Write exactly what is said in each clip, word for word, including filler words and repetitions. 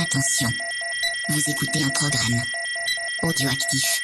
Attention, vous écoutez un programme audioactif.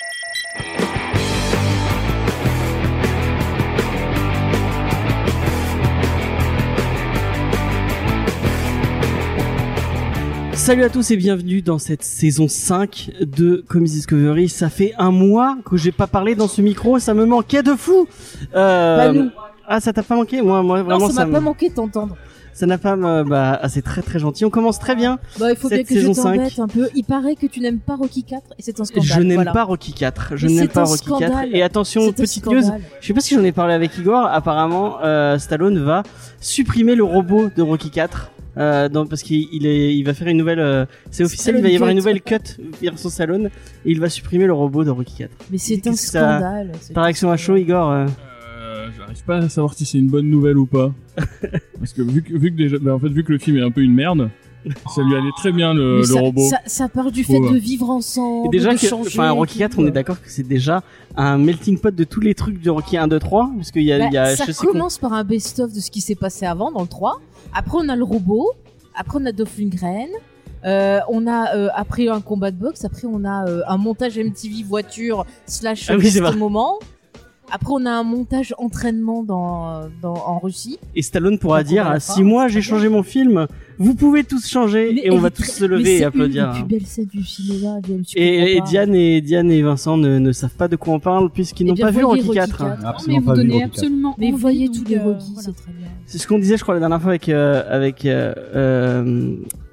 Salut à tous et bienvenue dans cette saison cinq de Comics Discovery. Ça fait un mois que j'ai pas parlé dans ce micro, ça me manquait de fou. Euh... Pas nous. Ah, ça t'a pas manqué? Moi, moi, vraiment, non, ça, ça m'a pas manqué de t'entendre. Ça n'a pas, bah, ah, c'est très très gentil. On commence très bien. Bah, il faut bien que je t'embête un peu. Il paraît que tu n'aimes pas Rocky quatre et c'est un scandale. Je n'aime voilà. pas Rocky quatre. Je n'aime pas Rocky scandale. quatre. Et attention, petite news. Je sais pas si j'en ai parlé avec Igor. Apparemment, euh, Stallone va supprimer le robot de Rocky quatre. Euh, donc, parce qu'il il est, il va faire une nouvelle, euh, c'est officiel, il va y avoir une nouvelle cut version Stallone et il va supprimer le robot de Rocky quatre. Mais c'est un scandale. Ça... Par réaction à chaud, Igor. Euh... Euh, j'arrive pas à savoir si c'est une bonne nouvelle ou pas. Parce que vu que, vu que déjà, bah en fait, vu que le film est un peu une merde, ça lui allait très bien le, ça, le robot. Ça, ça part du fait oh, de vivre ensemble, et déjà de que, changer. Enfin, Rocky quatre, on est d'accord que c'est déjà un melting pot de tous les trucs du Rocky un, deux, trois, parce qu'il y a, bah, il y a. Ça je sais commence par un best-of de ce qui s'est passé avant dans le trois. Après, on a le robot. Après, on a Dolph Lundgren. Euh, on a euh, après un combat de boxe. Après, on a euh, un montage M T V voiture slash ah oui, ce moment. Après, on a un montage entraînement dans, dans en Russie. Et Stallone pourra dire ah, si moi j'ai changé mon film, vous pouvez tous changer mais et on va tous se lever et applaudir. C'est une des plus belles scènes du cinéma. James, et, et Diane et Diane et Vincent ne, ne savent pas de quoi on parle puisqu'ils n'ont pas vu Rocky, Rocky quatre. quatre. Absolument mais pas vous donnez absolument. Mais vous voyez tous les euh, Rocky, voilà. C'est très bien. C'est ce qu'on disait, je crois, la dernière fois avec euh, avec euh, euh,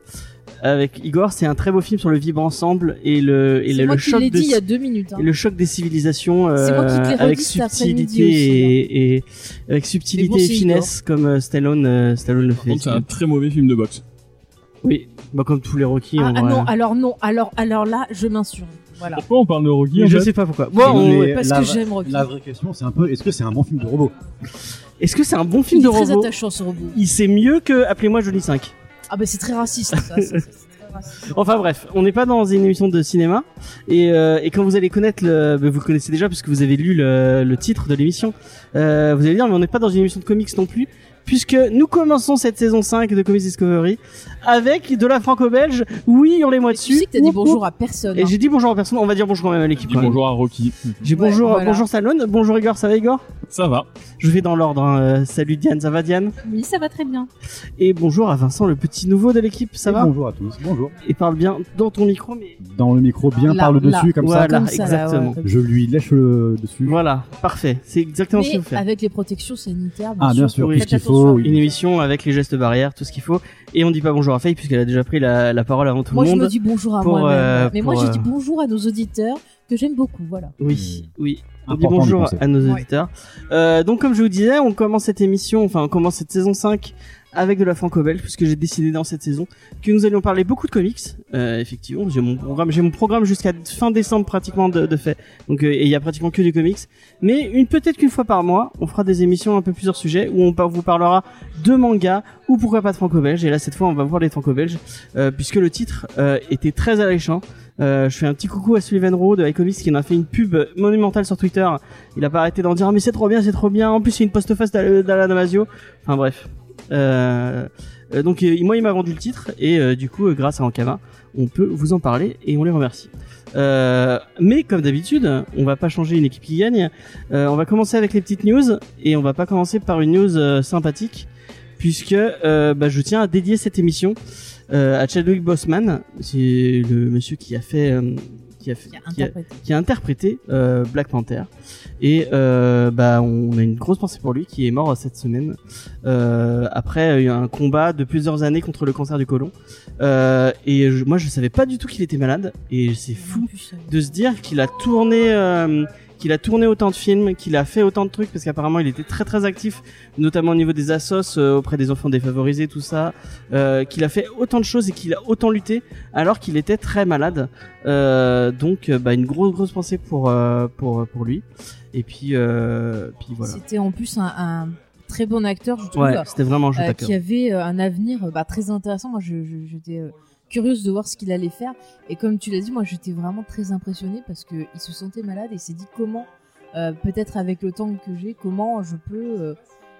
avec Igor. C'est un très beau film sur le vivre ensemble et le et c'est le, moi le qui choc l'ai de dit il y a deux minutes. Hein. Et le choc des civilisations euh, avec avec subtilité et, et avec subtilité bon, et finesse Igor. Comme euh, Stallone euh, Stallone le fait. C'est un très mauvais film de boxe. Oui, bah comme tous les Rocky. Ah, on ah va... non, alors non, alors alors là, je m'insurge. Voilà. Pourquoi on parle de Rocky en Je fait sais pas pourquoi. Bon, on... mais parce la, que j'aime Rocky. La vraie question, c'est un peu, est-ce que c'est un bon film de robot? Est-ce que c'est un bon film il de robot? Il est très attachant ce robot. Il c'est mieux que Appelez-moi Johnny cinq. Ah bah c'est très raciste ça. ça, ça, ça très raciste. Enfin bref, on n'est pas dans une émission de cinéma et, euh, et quand vous allez connaître le, bah, vous le connaissez déjà puisque vous avez lu le, le titre de l'émission. Euh, vous allez dire mais on n'est pas dans une émission de comics non plus. Puisque nous commençons cette saison cinq de Comics Discovery avec de la franco-belge. Oui, hurlez-moi dessus. Tu sais que t'as dit bonjour à personne. Et hein. J'ai dit bonjour à personne. On va dire bonjour quand même à l'équipe. J'ai dit bonjour à Rocky. J'ai ouais, bonjour, voilà. bonjour Stallone. Bonjour Igor. Ça va Igor? Ça va. Je vais dans l'ordre. Hein. Salut Diane. Ça va Diane? Oui, ça va très bien. Et bonjour à Vincent, le petit nouveau de l'équipe. Ça et va? Bonjour à tous. Bonjour. Et parle bien dans ton micro, mais dans le micro, bien là, parle là. dessus comme voilà, ça. Voilà, ça, exactement. là, ouais. Je lui lèche le dessus. Voilà, parfait. C'est exactement mais ce qu'il faut faire. Avec les protections sanitaires. Bien ah bien sûr, oui, tout ce qu'il faut. Oui. Une émission avec les gestes barrières, tout ce qu'il faut. Et on dit pas bonjour à Faye puisqu'elle a déjà pris la, la parole avant tout moi, le monde. Moi je me dis bonjour à pour, moi-même. Euh, mais pour, moi je euh... dis bonjour à nos auditeurs que j'aime beaucoup, voilà. Oui, oui. On Important dit bonjour à nos auditeurs. Ouais. Euh, donc comme je vous disais, on commence cette émission, enfin on commence cette saison cinq avec de la franco-belge puisque j'ai décidé dans cette saison que nous allions parler beaucoup de comics. Euh, effectivement, j'ai mon programme, j'ai mon programme jusqu'à fin décembre pratiquement de, de fait. Donc euh, et il y a pratiquement que du comics. Mais une peut-être qu'une fois par mois, on fera des émissions un peu plusieurs sujets où on vous parlera de manga ou pourquoi pas de franco-belge. Et là cette fois, on va voir les franco-belges euh, puisque le titre euh, était très alléchant. Euh, je fais un petit coucou à Sullivan Rowe de iComics qui en a fait une pub monumentale sur Twitter. Il a pas arrêté d'en dire ah, mais c'est trop bien, c'est trop bien. En plus, il y a une post-face d'Alain Damasio. Enfin bref. Euh, euh, donc euh, moi il m'a vendu le titre et euh, du coup euh, grâce à Ankama on peut vous en parler et on les remercie. Euh, mais comme d'habitude on va pas changer une équipe qui gagne. Euh, on va commencer avec les petites news et on va pas commencer par une news euh, sympathique puisque euh, bah, je tiens à dédier cette émission euh, à Chadwick Boseman. C'est le monsieur qui a fait euh, qui a, fait, qui a qui a, interprété, qui a interprété euh, Black Panther et euh, bah on a une grosse pensée pour lui qui est mort cette semaine euh, après un combat de plusieurs années contre le cancer du côlon euh, et je, moi je savais pas du tout qu'il était malade et c'est fou de se dire qu'il a tourné euh, qu'il a tourné autant de films, qu'il a fait autant de trucs parce qu'apparemment il était très très actif, notamment au niveau des assos euh, auprès des enfants défavorisés, tout ça, euh, qu'il a fait autant de choses et qu'il a autant lutté alors qu'il était très malade. Euh, donc bah une grosse grosse pensée pour euh, pour pour lui. Et puis euh, puis voilà. C'était en plus un, un très bon acteur, je trouve. Ouais, c'était vraiment un jeu euh, d'acteur. Qui avait euh, un avenir bah, très intéressant. Moi, je, je, j'étais euh, curieuse de voir ce qu'il allait faire. Et comme tu l'as dit, moi, j'étais vraiment très impressionnée parce que il se sentait malade et s'est dit comment, euh, peut-être avec le temps que j'ai, comment je peux euh,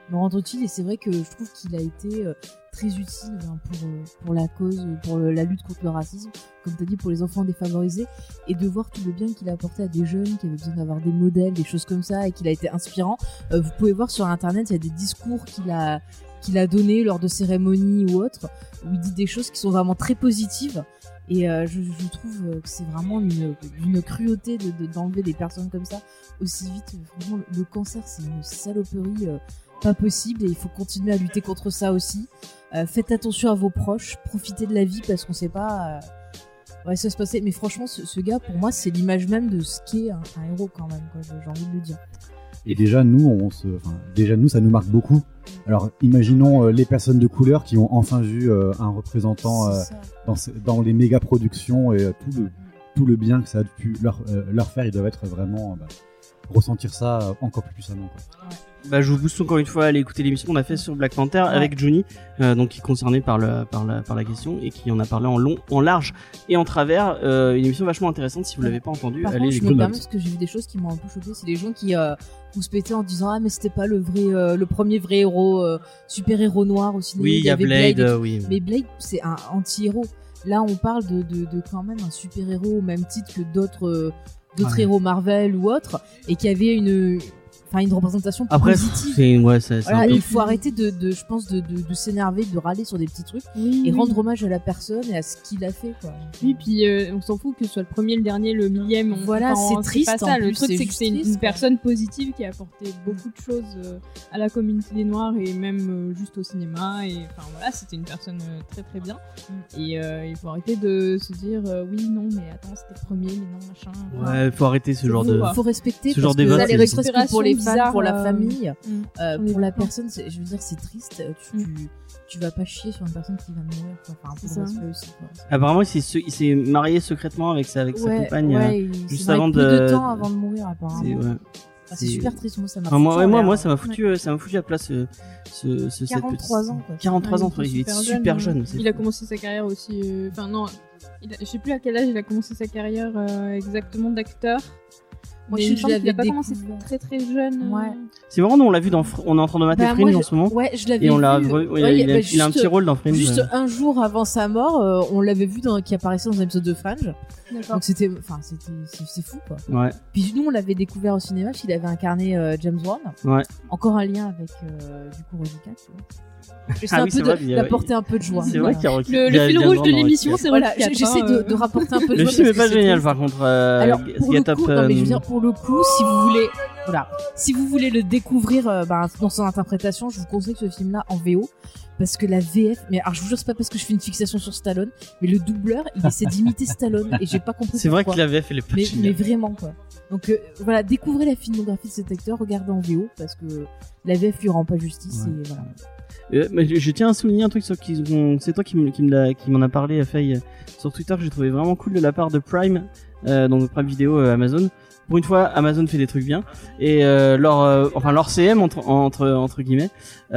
me rendre utile. Et c'est vrai que je trouve qu'il a été euh, très utile hein, pour, euh, pour la cause, pour le, la lutte contre le racisme, comme tu as dit, pour les enfants défavorisés, et de voir tout le bien qu'il a apporté à des jeunes qui avaient besoin d'avoir des modèles, des choses comme ça, et qu'il a été inspirant. Euh, vous pouvez voir sur Internet, il y a des discours qu'il a, qu'il a donnés lors de cérémonies ou autres, où il dit des choses qui sont vraiment très positives. Et euh, je, je trouve que c'est vraiment une, une cruauté de, de, d'enlever des personnes comme ça aussi vite. Vraiment, le cancer, c'est une saloperie euh, pas possible et il faut continuer à lutter contre ça aussi. Euh, faites attention à vos proches, profitez de la vie parce qu'on sait pas... Euh, ouais, ça se passer. Mais franchement, ce, ce gars, pour moi, c'est l'image même de ce qu'est un, un héros quand même, quoi, j'ai envie de le dire. Et déjà, nous, on se, enfin, déjà, nous, ça nous marque beaucoup. Alors, imaginons euh, les personnes de couleur qui ont enfin vu euh, un représentant euh, dans, ce, dans les méga productions et euh, tout le tout le bien que ça a pu leur euh, leur faire. Ils doivent être vraiment euh, bah, ressentir ça euh, encore plus puissamment, quoi. Ouais. Bah, je vous pousse encore une fois à aller écouter l'émission qu'on a fait sur Black Panther ouais. avec Johnny, euh, donc qui est concerné par le par la par la question et qui en a parlé en long, en large et en travers. Euh, une émission vachement intéressante. Si vous l'avez pas entendu, par allez contre, l'écouter. Je me permets parce que j'ai vu des choses qui m'ont un peu choqué. C'est des gens qui euh, vous se pétaient en disant ah mais c'était pas le vrai euh, le premier vrai héros euh, super héros noir au cinéma. Oui, il y, y a Blade. Blade oui. Mais Blade c'est un anti-héros. Là, on parle de de, de quand même un super héros au même titre que d'autres euh, d'autres ouais. héros Marvel ou autres et qui avait une enfin une représentation Après, positive. C'est, ouais, c'est, c'est voilà, peu... il faut arrêter de, de je pense de, de, de s'énerver, de râler sur des petits trucs oui, et oui. rendre hommage à la personne et à ce qu'il a fait quoi. Oui, puis euh, on s'en fout que ce soit le premier, le dernier, le millième. On voilà, enfin, c'est triste. C'est pas ça. Plus, le truc, c'est, c'est que c'est une, triste, une personne positive qui a apporté beaucoup de choses euh, à la communauté des Noirs et même euh, juste au cinéma. Et enfin voilà, c'était une personne euh, très très bien. Mm. Et euh, il faut arrêter de se dire euh, oui, non, mais attends, c'était le premier, mais non, machin. Ouais, il faut arrêter ce genre de. Il faut respecter. Ce genre de débat. Ça les respecte pour les fans, pour la euh... famille. Mmh. Euh, pour la personne, c'est, je veux dire, c'est triste. Tu, mmh. tu, tu vas pas chier sur une personne qui vient de mourir. Quoi. Enfin, un peu de respect aussi. Quoi. Apparemment, il s'est, il s'est marié secrètement avec sa, avec ouais, sa compagne ouais, euh, il juste s'est avant de... de. de temps avant de mourir, apparemment. C'est, ouais. Enfin, c'est, c'est super triste. Moi, ça m'a. Enfin, moi, ouais, moi, moi, ça m'a ouais. foutu, ça m'a foutu à plat ce, ce, ce quarante-trois ans. Quoi. quarante-trois ouais, ans. Il, il est super jeune. jeune il a commencé sa carrière aussi. Enfin euh... non, il a... je sais plus à quel âge il a commencé sa carrière euh, exactement d'acteur. Moi, je, je l'avais pas commencé très très jeune. Ouais. C'est marrant, nous on l'a vu dans, Fr- on est en train de mater bah, Fringe je... en ce moment. Ouais, je l'avais et on vu. l'a, ouais, ouais, ouais, il, a, bah, il juste, a un petit rôle dans Fringe. Juste un jour avant sa mort, euh, on l'avait vu dans, qui apparaissait dans un épisode de Fringe. D'accord. Donc c'était, enfin c'était, c'est, c'est fou quoi. Ouais. Puis nous on l'avait découvert au cinéma parce qu'il avait incarné euh, James Wan. Ouais. Encore un lien avec euh, du coup Rodica, tu vois. J'essaie ah un oui, peu vrai, de, d'apporter un peu de joie. C'est vrai qu'il y a recul. Le, le fil rouge de l'émission, c'est voilà, Rodica. J'essaie de, de rapporter un peu de le joie. Le film est pas génial par contre. Euh, Alors pour le coup, up, non mais je veux euh... dire pour le coup, si vous voulez, voilà, si vous voulez le découvrir euh, bah, dans son interprétation, je vous conseille ce film-là en V O. Parce que la V F, mais alors je vous jure c'est pas parce que je fais une fixation sur Stallone, mais le doubleur il essaie d'imiter Stallone et j'ai pas compris. C'est pourquoi. vrai que la V F elle est pas mais, géniale. mais vraiment quoi. Donc euh, voilà, découvrez la filmographie de cet acteur, regardez en V O parce que la V F lui rend pas justice ouais. et voilà. Euh, mais je, je tiens à souligner un truc sur qui c'est toi qui, me, qui, me l'a, qui m'en a parlé Faye sur Twitter que j'ai trouvé vraiment cool de la part de Prime, euh, donc Prime Vidéo euh, Amazon. Pour une fois, Amazon fait des trucs bien et euh, leur, euh, enfin leur C M entre entre entre guillemets,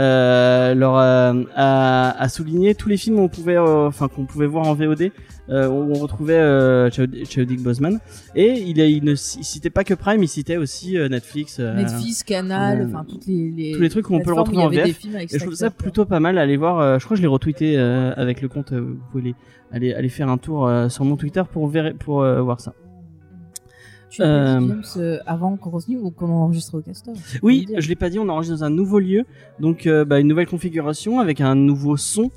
euh, leur euh, a, a souligné tous les films où on pouvait, enfin euh, qu'on pouvait voir en V O D, euh, où on retrouvait euh, Chadwick Boseman et il, il ne il citait pas que Prime, il citait aussi euh, Netflix, euh, Netflix, Canal, enfin euh, toutes les, les tous les trucs où on peut le retrouver en V F. Et je trouve ça plutôt pas mal. Allez voir, euh, je crois que je l'ai retweeté euh, avec le compte. Euh, vous pouvez les, aller aller faire un tour euh, sur mon Twitter pour ver, pour euh, voir ça. Tu as euh... James euh, avant qu'on continue ou qu'on enregistre au Castor? Oui, je l'ai pas dit, on enregistre dans un nouveau lieu, donc euh, bah, une nouvelle configuration avec un nouveau son.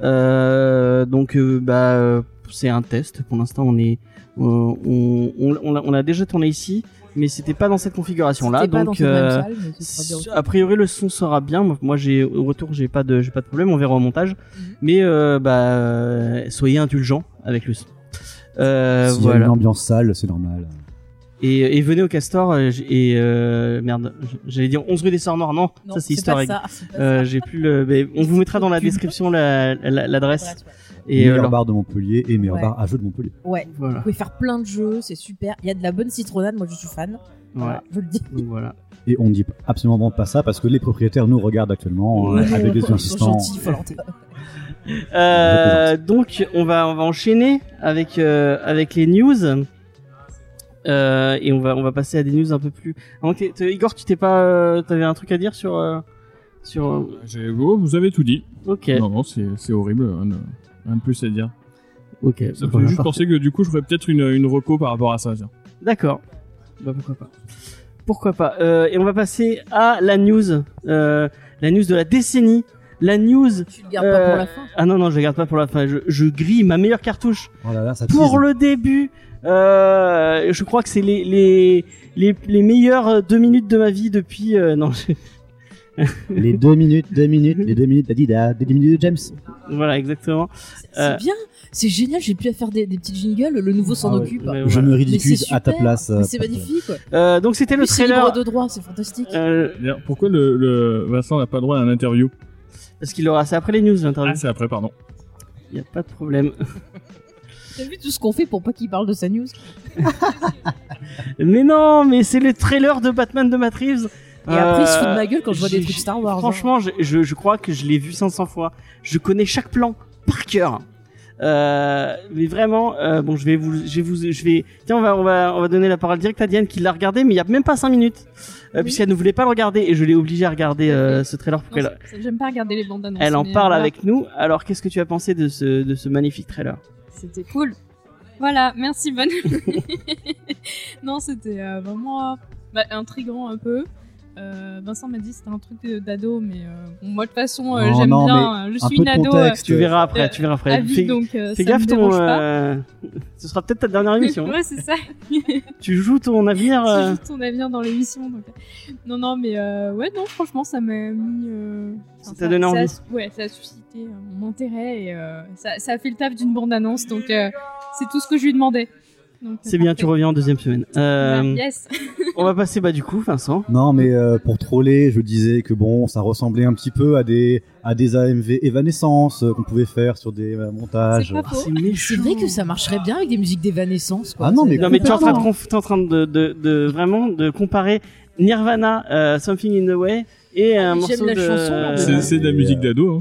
Euh, donc euh, bah c'est un test. Pour l'instant, on est on on, on, on, a, on a déjà tourné ici, mais c'était pas dans cette configuration-là. C'était donc pas dans euh, salle, mais a priori le son sera bien. Moi, j'ai au retour, j'ai pas de j'ai pas de problème. On verra au montage, mm-hmm. mais euh, bah soyez indulgents avec le son. Euh, S'il voilà. y a une ambiance sale, c'est normal. Et, et venez au Castor et euh, merde, j'allais dire onze rue des Sœurs Noires, non, non ça c'est, c'est historique. Ça, c'est euh, j'ai plus le, mais on vous mettra dans la description la, la, l'adresse. Et meilleur euh, bar de Montpellier et meilleur ouais. bar à jeux de Montpellier. Ouais. Voilà. Vous pouvez faire plein de jeux, c'est super. Il y a de la bonne citronnade, moi je suis fan. Voilà, je le dis. Donc, voilà. Et on dit absolument pas ça parce que les propriétaires nous regardent actuellement ouais. euh, avec des yeux insistants. euh, donc on va on va enchaîner avec euh, avec les news. Euh, et on va on va passer à des news un peu plus. Donc, Igor, tu t'es pas, euh, t'avais un truc à dire sur euh, sur. euh, J'ai... Oh, vous avez tout dit. Ok. Non, non, c'est, c'est horrible. Rien de, rien de plus à dire. Ok. Ça me Voilà. fait juste penser que du coup, je ferais peut-être une, une reco par rapport à ça. Tiens. D'accord. Bah pourquoi pas. Pourquoi pas. Euh, et on va passer à la news, euh, la news de la décennie, la news. Tu le gardes pas Euh, pour la fin. Ah non non, je la garde pas pour la fin. Je, je grille ma meilleure cartouche Oh là là, ça pour tease. le début. Euh, je crois que c'est les les les les meilleures deux minutes de ma vie depuis. Euh, non. je- Les deux minutes, deux minutes, les deux minutes d'Adidas, deux minutes de James. Voilà exactement. C'est euh, bien, c'est génial, j'ai pu faire des, des petites jingles, le nouveau s'en Ah ouais. occupe. Ouais, Je voilà. me Mais ridicule c'est à ta super, place. mais euh, c'est pas de- magnifique quoi. Euh, donc c'était le Plus, c'est libre trailer. de droit, c'est fantastique. Euh, D'ailleurs, pourquoi le, le Vincent n'a pas droit à un interview? parce qu'il aura. C'est après les news l'interview. Ah, c'est après, pardon. Y a pas de problème. T'as vu tout ce qu'on fait pour pas qu'il parle de sa news? Mais non, mais c'est le trailer de Batman de Matt Reeves. Et après, il se fout de Euh, ma gueule quand je vois des j'ai- trucs Star Wars. hein. Franchement, je, je, je crois que je l'ai vu cinq cents fois. Je connais chaque plan par cœur. Euh, mais vraiment, euh, bon, je vais vous, je vais vous, je vais. Tiens, on va, on va, on va donner la parole directe à Diane qui l'a regardé, mais il y a même pas cinq minutes, euh, Oui. puisqu'elle ne voulait pas le regarder et je l'ai obligée à regarder euh, ce trailer pour Non, qu'elle, c'est- c'est- J'aime pas regarder les bandes annonces. elle en mais, parle euh, avec nous. Alors, qu'est-ce que tu as pensé de ce, de ce magnifique trailer? C'était cool. Voilà, merci bonne. Non, c'était euh, vraiment euh, bah, intriguant un peu. Euh, Vincent m'a dit que c'était un truc de- d'ado, mais euh, bon, moi de toute façon euh, Non, j'aime non, bien. euh, Je un suis peu une de ado euh, contexte. Tu verras après, Euh, tu verras après. à vie, Fais, donc euh, fais ça gaffe, me ton, dérange pas. euh, ce sera peut-être ta dernière émission. Ouais, c'est ça. Tu joues ton avenir. Tu euh, joues ton avenir dans l'émission. Donc... euh, Non, non, mais euh, ouais, non, franchement, ça m'a mis. euh, Ça enfin, t'a donné envie. a- Ouais, ça a suscité euh, mon intérêt et euh, ça, ça a fait le taf d'une bande-annonce, donc euh, c'est tout ce que je lui demandais. Donc, C'est bien, parfait. tu reviens en deuxième semaine. Euh, Voilà, yes. On va passer bah du coup, Vincent. Non, mais euh, pour troller, je disais que bon, ça ressemblait un petit peu à des à des A M V évanescences euh, qu'on pouvait faire sur des euh, montages. C'est pas faux. C'est méchant. C'est vrai que ça marcherait bien avec des musiques d'évanescence. quoi. Ah non, Ça- mais Non mais tu es en train de, Complètement. conf- t'es en train de, de, de vraiment de comparer Nirvana, euh, Something in the Way et un J'aime morceau la de. chanson, là, C'est, c'est de la musique d'ado. Hein.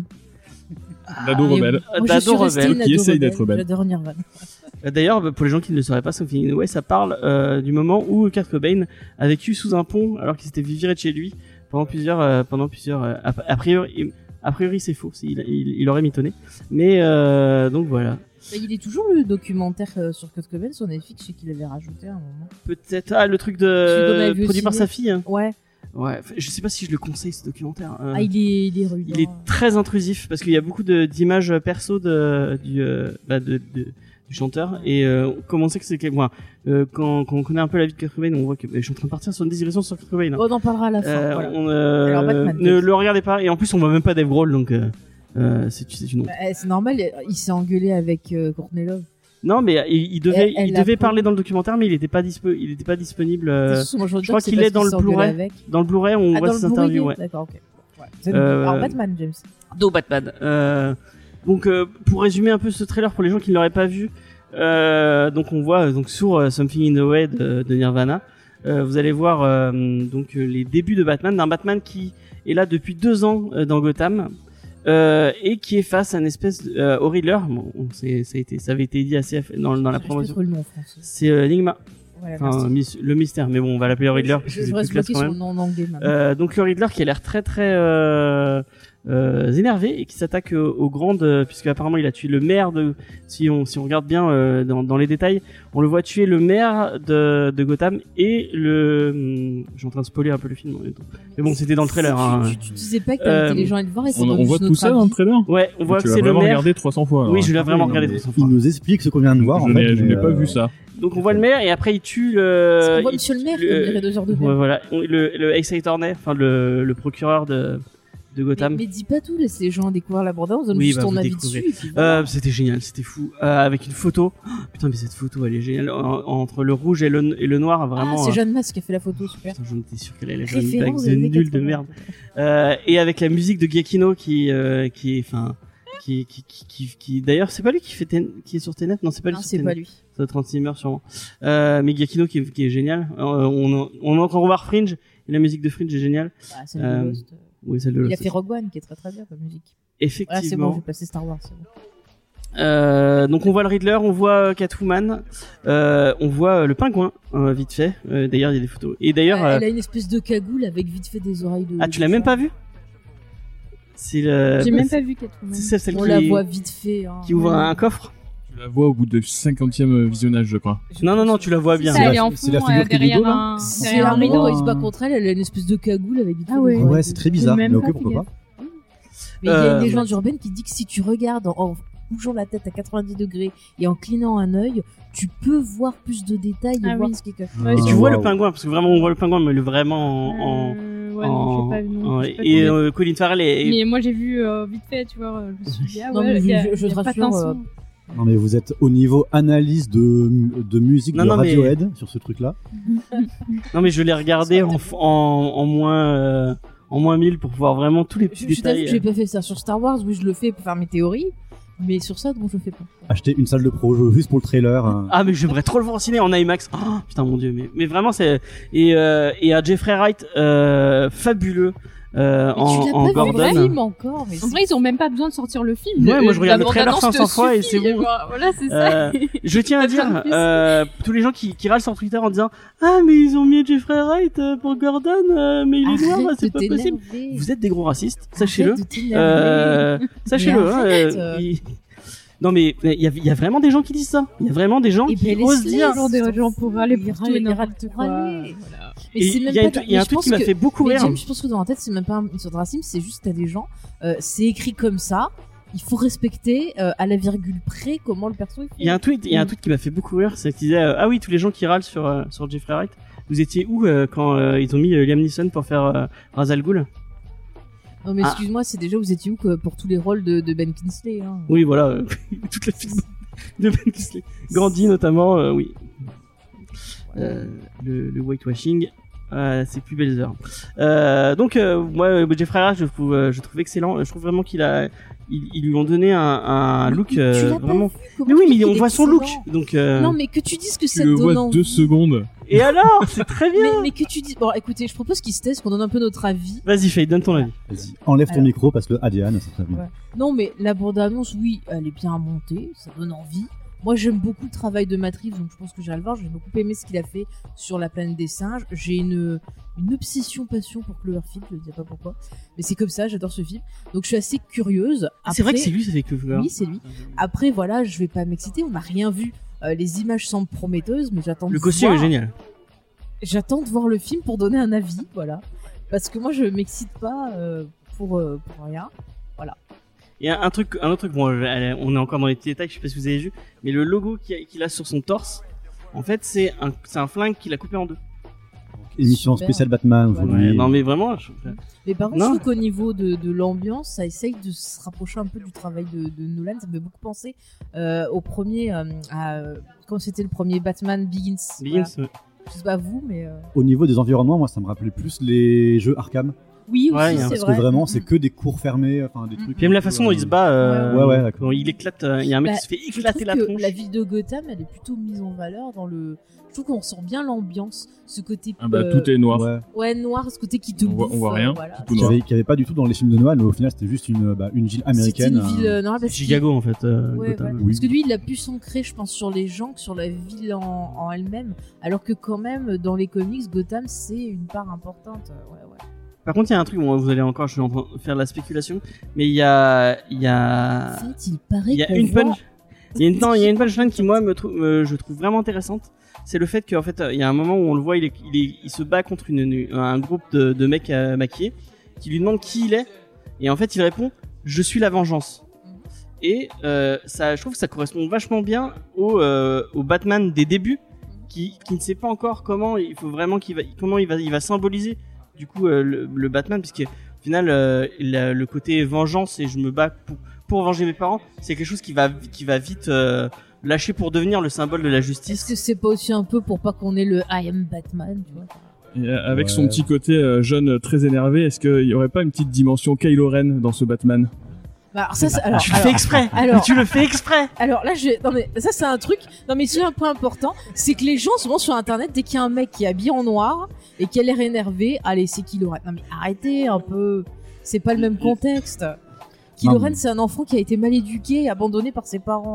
D'ado Et rebelle. moi, je D'ado suis restée rebelle, une qui ado essaye d'être rebelle. rebelle. J'adore Nirvana. Euh, D'ailleurs, bah, pour les gens qui ne le sauraient pas, Something in the Way, ça parle euh, du moment où Kurt Cobain a vécu sous un pont alors qu'il s'était viré de chez lui pendant plusieurs, euh, pendant plusieurs. euh, a, a priori, a priori c'est faux, c'est- il, il, il aurait mitonné. Mais euh, donc voilà. Bah, il est toujours le documentaire euh, sur Kurt Cobain sur Netflix, je sais qu'il avait rajouté à un moment. Peut-être ah le truc Celui qu'on avait de vu au produit par ciné. sa fille. hein. Ouais. Ouais, enfin, je sais pas si je le conseille ce documentaire. Euh, Ah, il est, il est rude. il est hein. très intrusif parce qu'il y a beaucoup de- d'images perso de du euh, bah, de, de- du chanteur et euh, comment on sait que c'est quelqu'un. Euh, quand, quand on connaît un peu la vie de Kurt Cobain, on voit que bah, je suis en train de partir sur une digression sur Kurt Cobain. hein. On en parlera à la fin. Euh, voilà. on, euh, Alors, Batman, ne oui. le regardez pas et en plus on voit même pas Dave Grohl donc euh, euh, c'est c'est une honte. Bah, c'est normal, il s'est engueulé avec euh, Courtney Love. Non mais il, il devait Elle- elle il l'a devait pas- parler dans le documentaire mais il était pas dispo il était pas disponible euh, C'est moi, je je crois qu'il est dans le Blu-ray. dans le Blu-ray on Ah, voit dans ses le Blu-ray, interviews ouais. D'accord, ok. Ouais. C'est- Euh, Alors, Batman, James. Do Batman. Euh, donc euh, pour résumer un peu ce trailer pour les gens qui ne l'auraient pas vu, euh, donc on voit euh, donc sur euh, Something in the Way de, de Nirvana, euh, vous allez voir euh, donc euh, les débuts de Batman, d'un Batman qui est là depuis deux ans euh, dans Gotham. Euh, et qui est face à une espèce de, euh, au Riddler. Bon, c'est, ça a été, ça avait été dit assez dans, dans la Je sais promotion. pas trop le nom en français. C'est euh, Enigma, Voilà, enfin merci. mis- le mystère. Mais bon, on va l'appeler le Riddler parce Je, que je c'est plus reste classe bloqué quand sur même. le nom en anglais maintenant. Euh, donc le Riddler qui a l'air très très euh, euh, énervé et qui s'attaque aux, aux grandes euh, puisque apparemment il a tué le maire de si on si on regarde bien euh, dans, dans les détails on le voit tuer le maire de, de Gotham et le hum, je suis en train de spoiler un peu le film en même temps. Mais bon c'était dans le trailer hein. Tu, tu, tu disais pas que t'invitais Euh, les gens à le voir et On, on voit tout ça dans le trailer. Ouais on voit Tu que l'as c'est le vraiment maire. regardé trois cents fois. alors. Oui je l'ai vraiment Oui, regardé non, trois cents Il fois. nous explique ce qu'on vient de voir. Je en n'ai, fait, je mais, n'ai pas euh, vu ça. Donc on voit le maire et après il tue Parce le qu'on voit il Monsieur le tue maire, le- comme dirait deux heures de ouais, maire. voilà le le Ace Attorney enfin le le procureur de de Mais, Gotham. mais dis pas tout, laisse les gens découvrir la bande-annonce, donne Oui, juste bah, ton vous avis découvrez. dessus. Et puis voilà. Euh, c'était génial, c'était fou. Euh, avec une photo. Oh, putain, mais cette photo, elle est géniale. En- entre le rouge et le, et le noir, vraiment. Ah, c'est euh, Jeanne Masse qui a fait la photo, super. Putain, j'en étais sûr qu'elle allait faire une blague Référence de des années nul de quatre-vingts. merde. Euh, et avec la musique de Giacchino qui, euh, qui est, enfin, qui, qui, qui, qui, qui- d'ailleurs, c'est pas lui qui fait, Ten- qui est sur Tenet. Non, c'est pas lui Non, sur c'est Tenet. pas lui. Ça doit être Hans Zimmer sûrement. Euh, mais Giacchino qui est, qui est génial. Euh, on, on entend revoir Fringe. Et la musique de Fringe est géniale. Ah, celle de Euh, Lost. Oui, celle de Il Lost a fait aussi. Rogue One qui est très très bien comme musique. Effectivement. Ah, c'est bon, je vais passer Star Wars. c'est bon. Euh, donc on voit le Riddler, on voit euh, Catwoman, euh, on voit euh, le pingouin euh, vite fait. Euh, d'ailleurs il y a des photos. Et d'ailleurs, Ah, euh, Elle a une espèce de cagoule avec vite fait des oreilles de. ah tu de l'as même chat. pas vu? C'est le. J'ai bah, même c'est- pas vu Catwoman. C'est celle, celle On qui, la voit vite fait. Hein. qui ouvre un, un coffre. Tu la vois au bout de cinquantième visionnage, je crois. Non, non, non, tu la vois bien. Ça, C'est elle la- est en c'est fond la figure euh, qui est derrière dos, là un. C'est derrière un un rideau, rideau. il se bat contre elle, elle a une espèce de cagoule avec vite fait Ah ouais. des- Ouais, c'est très bizarre, même mais pas ok, pourquoi fait pas. Mais il y a Euh, une légende urbaine qui dit que si tu regardes en, en bougeant la tête à quatre-vingt-dix degrés et en clignant un œil, tu peux voir plus de détails et Ah voir oui. ce qui est caché. Ouais, Et Oh, tu vois waouh. le pingouin, parce que vraiment on voit le pingouin, mais le vraiment en. en- Euh, ouais, en- non, j'ai pas vu. non, en- j'ai pas et trouvé. euh, Colin Farrell est. Mais moi j'ai vu euh, vite fait, tu vois, je me suis dit, ah Non, ouais, mais il y a, je- je il y a te pas de rassure, tension. euh, Non, mais vous êtes au niveau analyse de, de musique Non, de non, mais- Radiohead sur ce truc-là. Non, mais je l'ai regardé en, f- en, en moins. euh, en moins mille pour voir vraiment tous les Je, petits je t'avoue détails. que j'ai pas fait ça sur Star Wars, oui je le fais pour faire mes théories, mais sur ça non je le fais pas. Acheter une salle de pro juste pour le trailer. hein. Ah, mais j'aimerais trop le voir au ciné en IMAX. Oh, putain, mon dieu, mais, mais vraiment, c'est. Et, euh, et à Jeffrey Wright, euh, fabuleux. Euh, Mais en, tu l'as en pas vu Gordon. le film encore, mais En vrai, ils ont même pas besoin de sortir le film. Ouais, moi, je Le- regarde la le trailer bande-annonce cinq cents te fois et suffit, c'est bon. voilà, Voilà, c'est ça. Euh, je tiens à Pas besoin de dire, plus. euh, tous les gens qui, qui râlent sur Twitter en disant ah mais ils ont mis Jeffrey Wright euh, pour Gordon, euh, mais il est noir, Arrête c'est de pas possible. t'énerver. Vous êtes des gros racistes, sachez-le. Arrête de t'énerver. Euh, sachez-le. Mais hein, arrête. euh, il- Non mais il y a, il y a vraiment des gens qui disent ça. Il y a vraiment des gens Et qui ben, osent laisse-les, dire. Toujours des gens pour râler Ils pour tout râlent- et ils n'importe râlent pour quoi. râler. Voilà. Mais Et c'est il même y a un pas- truc- il y a mais un je truc pense qui m'a que- fait beaucoup mais rire. James, je pense que dans la tête, c'est même pas une sorte de racisme, c'est juste t'as des gens, euh, c'est écrit comme ça, il faut respecter euh, à la virgule près comment le perso est fait. Il y a un tweet, il y a un tweet qui m'a fait beaucoup rire, c'est qu'il disait euh, ah oui tous les gens qui râlent sur euh, sur Jeffrey Wright, vous étiez où euh, quand euh, ils ont mis euh, Liam Neeson pour faire euh, Ra's al Ghul? Non mais Ah. excuse-moi, c'est déjà vous étiez où que pour tous les rôles de, de Ben Kingsley hein. Oui voilà, euh, toute la film de Ben Kingsley, Gandhi notamment, euh, oui. Euh, le, le whitewashing, euh, c'est plus belles heures. Euh, donc euh, moi euh, Jeffrey Wright je trouve euh, je trouve excellent, je trouve vraiment qu'il a ils, ils lui ont donné un, un look Tu euh, l'as pas vraiment. vu, comment Mais oui tu dis mais on qu'il voit est son look excellent donc. Euh... Non mais que tu dises que Tu ça le te donne vois envie. deux secondes. Et alors c'est très bien. Mais, mais que tu dis. Bon, écoutez, je propose qu'il se teste, qu'on donne un peu notre avis. Vas-y Faye, donne ton avis. Vas-y, enlève ton Alors. micro parce que Adiane, ça serait bien. Ouais. Non, mais la bande-annonce, oui, elle est bien montée, ça donne envie. Moi, j'aime beaucoup le travail de Matt Reeves, donc je pense que j'irai le voir. J'ai beaucoup aimé ce qu'il a fait sur la planète des singes. J'ai une, une obsession passion pour Cloverfield, je ne sais pas pourquoi. Mais c'est comme ça, j'adore ce film. Donc je suis assez curieuse. C'est vrai que Après- c'est lui, ça fait que Oui, c'est lui. Après, voilà, je vais pas m'exciter, on n'a rien vu. Euh, les images semblent prometteuses, mais j'attends Le de costume voir. est génial. J'attends de voir le film pour donner un avis, voilà. Parce que moi, je m'excite pas euh, pour, euh, pour rien. Il y a un truc, un autre truc, bon, elle- on est encore dans les petits détails, je sais pas si vous avez vu, mais le logo qu'il a, qu'il a sur son torse, en fait, c'est un, c'est un flingue qu'il a coupé en deux. Émission Super. spéciale Batman aujourd'hui. Ouais, non, mais vraiment, je- Mais par contre, Non. je trouve qu'au niveau de, de l'ambiance, ça essaye de se rapprocher un peu du travail de, de Nolan. Ça me fait beaucoup penser euh, au premier, euh, à, euh, comment c'était le premier Batman Begins. Begins, Voilà. ouais. Je sais pas vous, mais euh, Au niveau des environnements, moi, ça me rappelait plus les jeux Arkham. oui aussi, Ouais, il y a un- c'est Parce vrai. que vraiment, c'est Mm. que des cours fermés, enfin des Mm. trucs. Puis même la façon dont il se bat, euh, Ouais, ouais, d'accord. quand il éclate, euh, il y a un mec Bah, qui se fait Je éclater trouve la que tronche. la ville de Gotham, elle est plutôt mise en valeur dans le. Je trouve qu'on ressent bien l'ambiance, ce côté. Ah bah euh, tout est noir. Ouais. Ouais, noir, ce côté qui te On voit- on bouffe, voit euh, rien, voilà. c'est tout Qu'il y noir. avait, qu'il y avait pas du tout dans les films de Noël, mais au final, c'était juste une, bah, une ville américaine. C'était une ville euh, euh, noire parce qu'il- Chicago, en fait, euh, Ouais, Gotham. voilà. Oui. Parce que lui, il a pu s'ancrer, je pense, sur les gens que sur la ville en, en elle-même. Alors que quand même, dans les comics, Gotham, c'est une part importante. Ouais, ouais. Par contre, il y a un truc, bon, vous allez encore, je suis en train de faire de la spéculation, mais il y a, il y a, En fait, il paraît il y a qu'on une voit- punch, il y a une, non, il y a une punchline qui, moi, me trou- me- je trouve vraiment intéressante. C'est le fait qu'en fait, il y a un moment où on le voit, il, est, il, est, il se bat contre une, une- un groupe de, de mecs euh, maquillés qui lui demandent qui il est. Et en fait, il répond je suis la vengeance. Et euh, ça, je trouve que ça correspond vachement bien au, euh, au Batman des débuts, qui, qui ne sait pas encore comment il faut vraiment qu'il va, comment il va, il va symboliser du coup euh, le, le Batman, puisque au final, euh, la- le côté vengeance et je me bats pour, pour venger mes parents, c'est quelque chose qui va, qui va vite euh, lâcher pour devenir le symbole de la Est-ce justice. que c'est pas aussi un peu pour pas qu'on ait le I am Batman, tu vois? Et, euh, avec Ouais. son petit côté euh, jeune euh, très énervé, est-ce qu'il y aurait pas une petite dimension Kylo Ren dans ce Batman? Bah, alors ça, c'est- alors, Tu le alors, fais exprès. alors- tu le fais exprès. alors là, je, non mais ça c'est un truc. Non mais c'est un point important, c'est que les gens souvent sur Internet, dès qu'il y a un mec qui est habillé en noir et qui a l'air énervé, allez c'est Kylo Ren. Non mais arrêtez un peu, c'est pas le même contexte. Kylo Non, Ren mais- c'est un enfant qui a été mal éduqué et abandonné par ses parents. Ouais.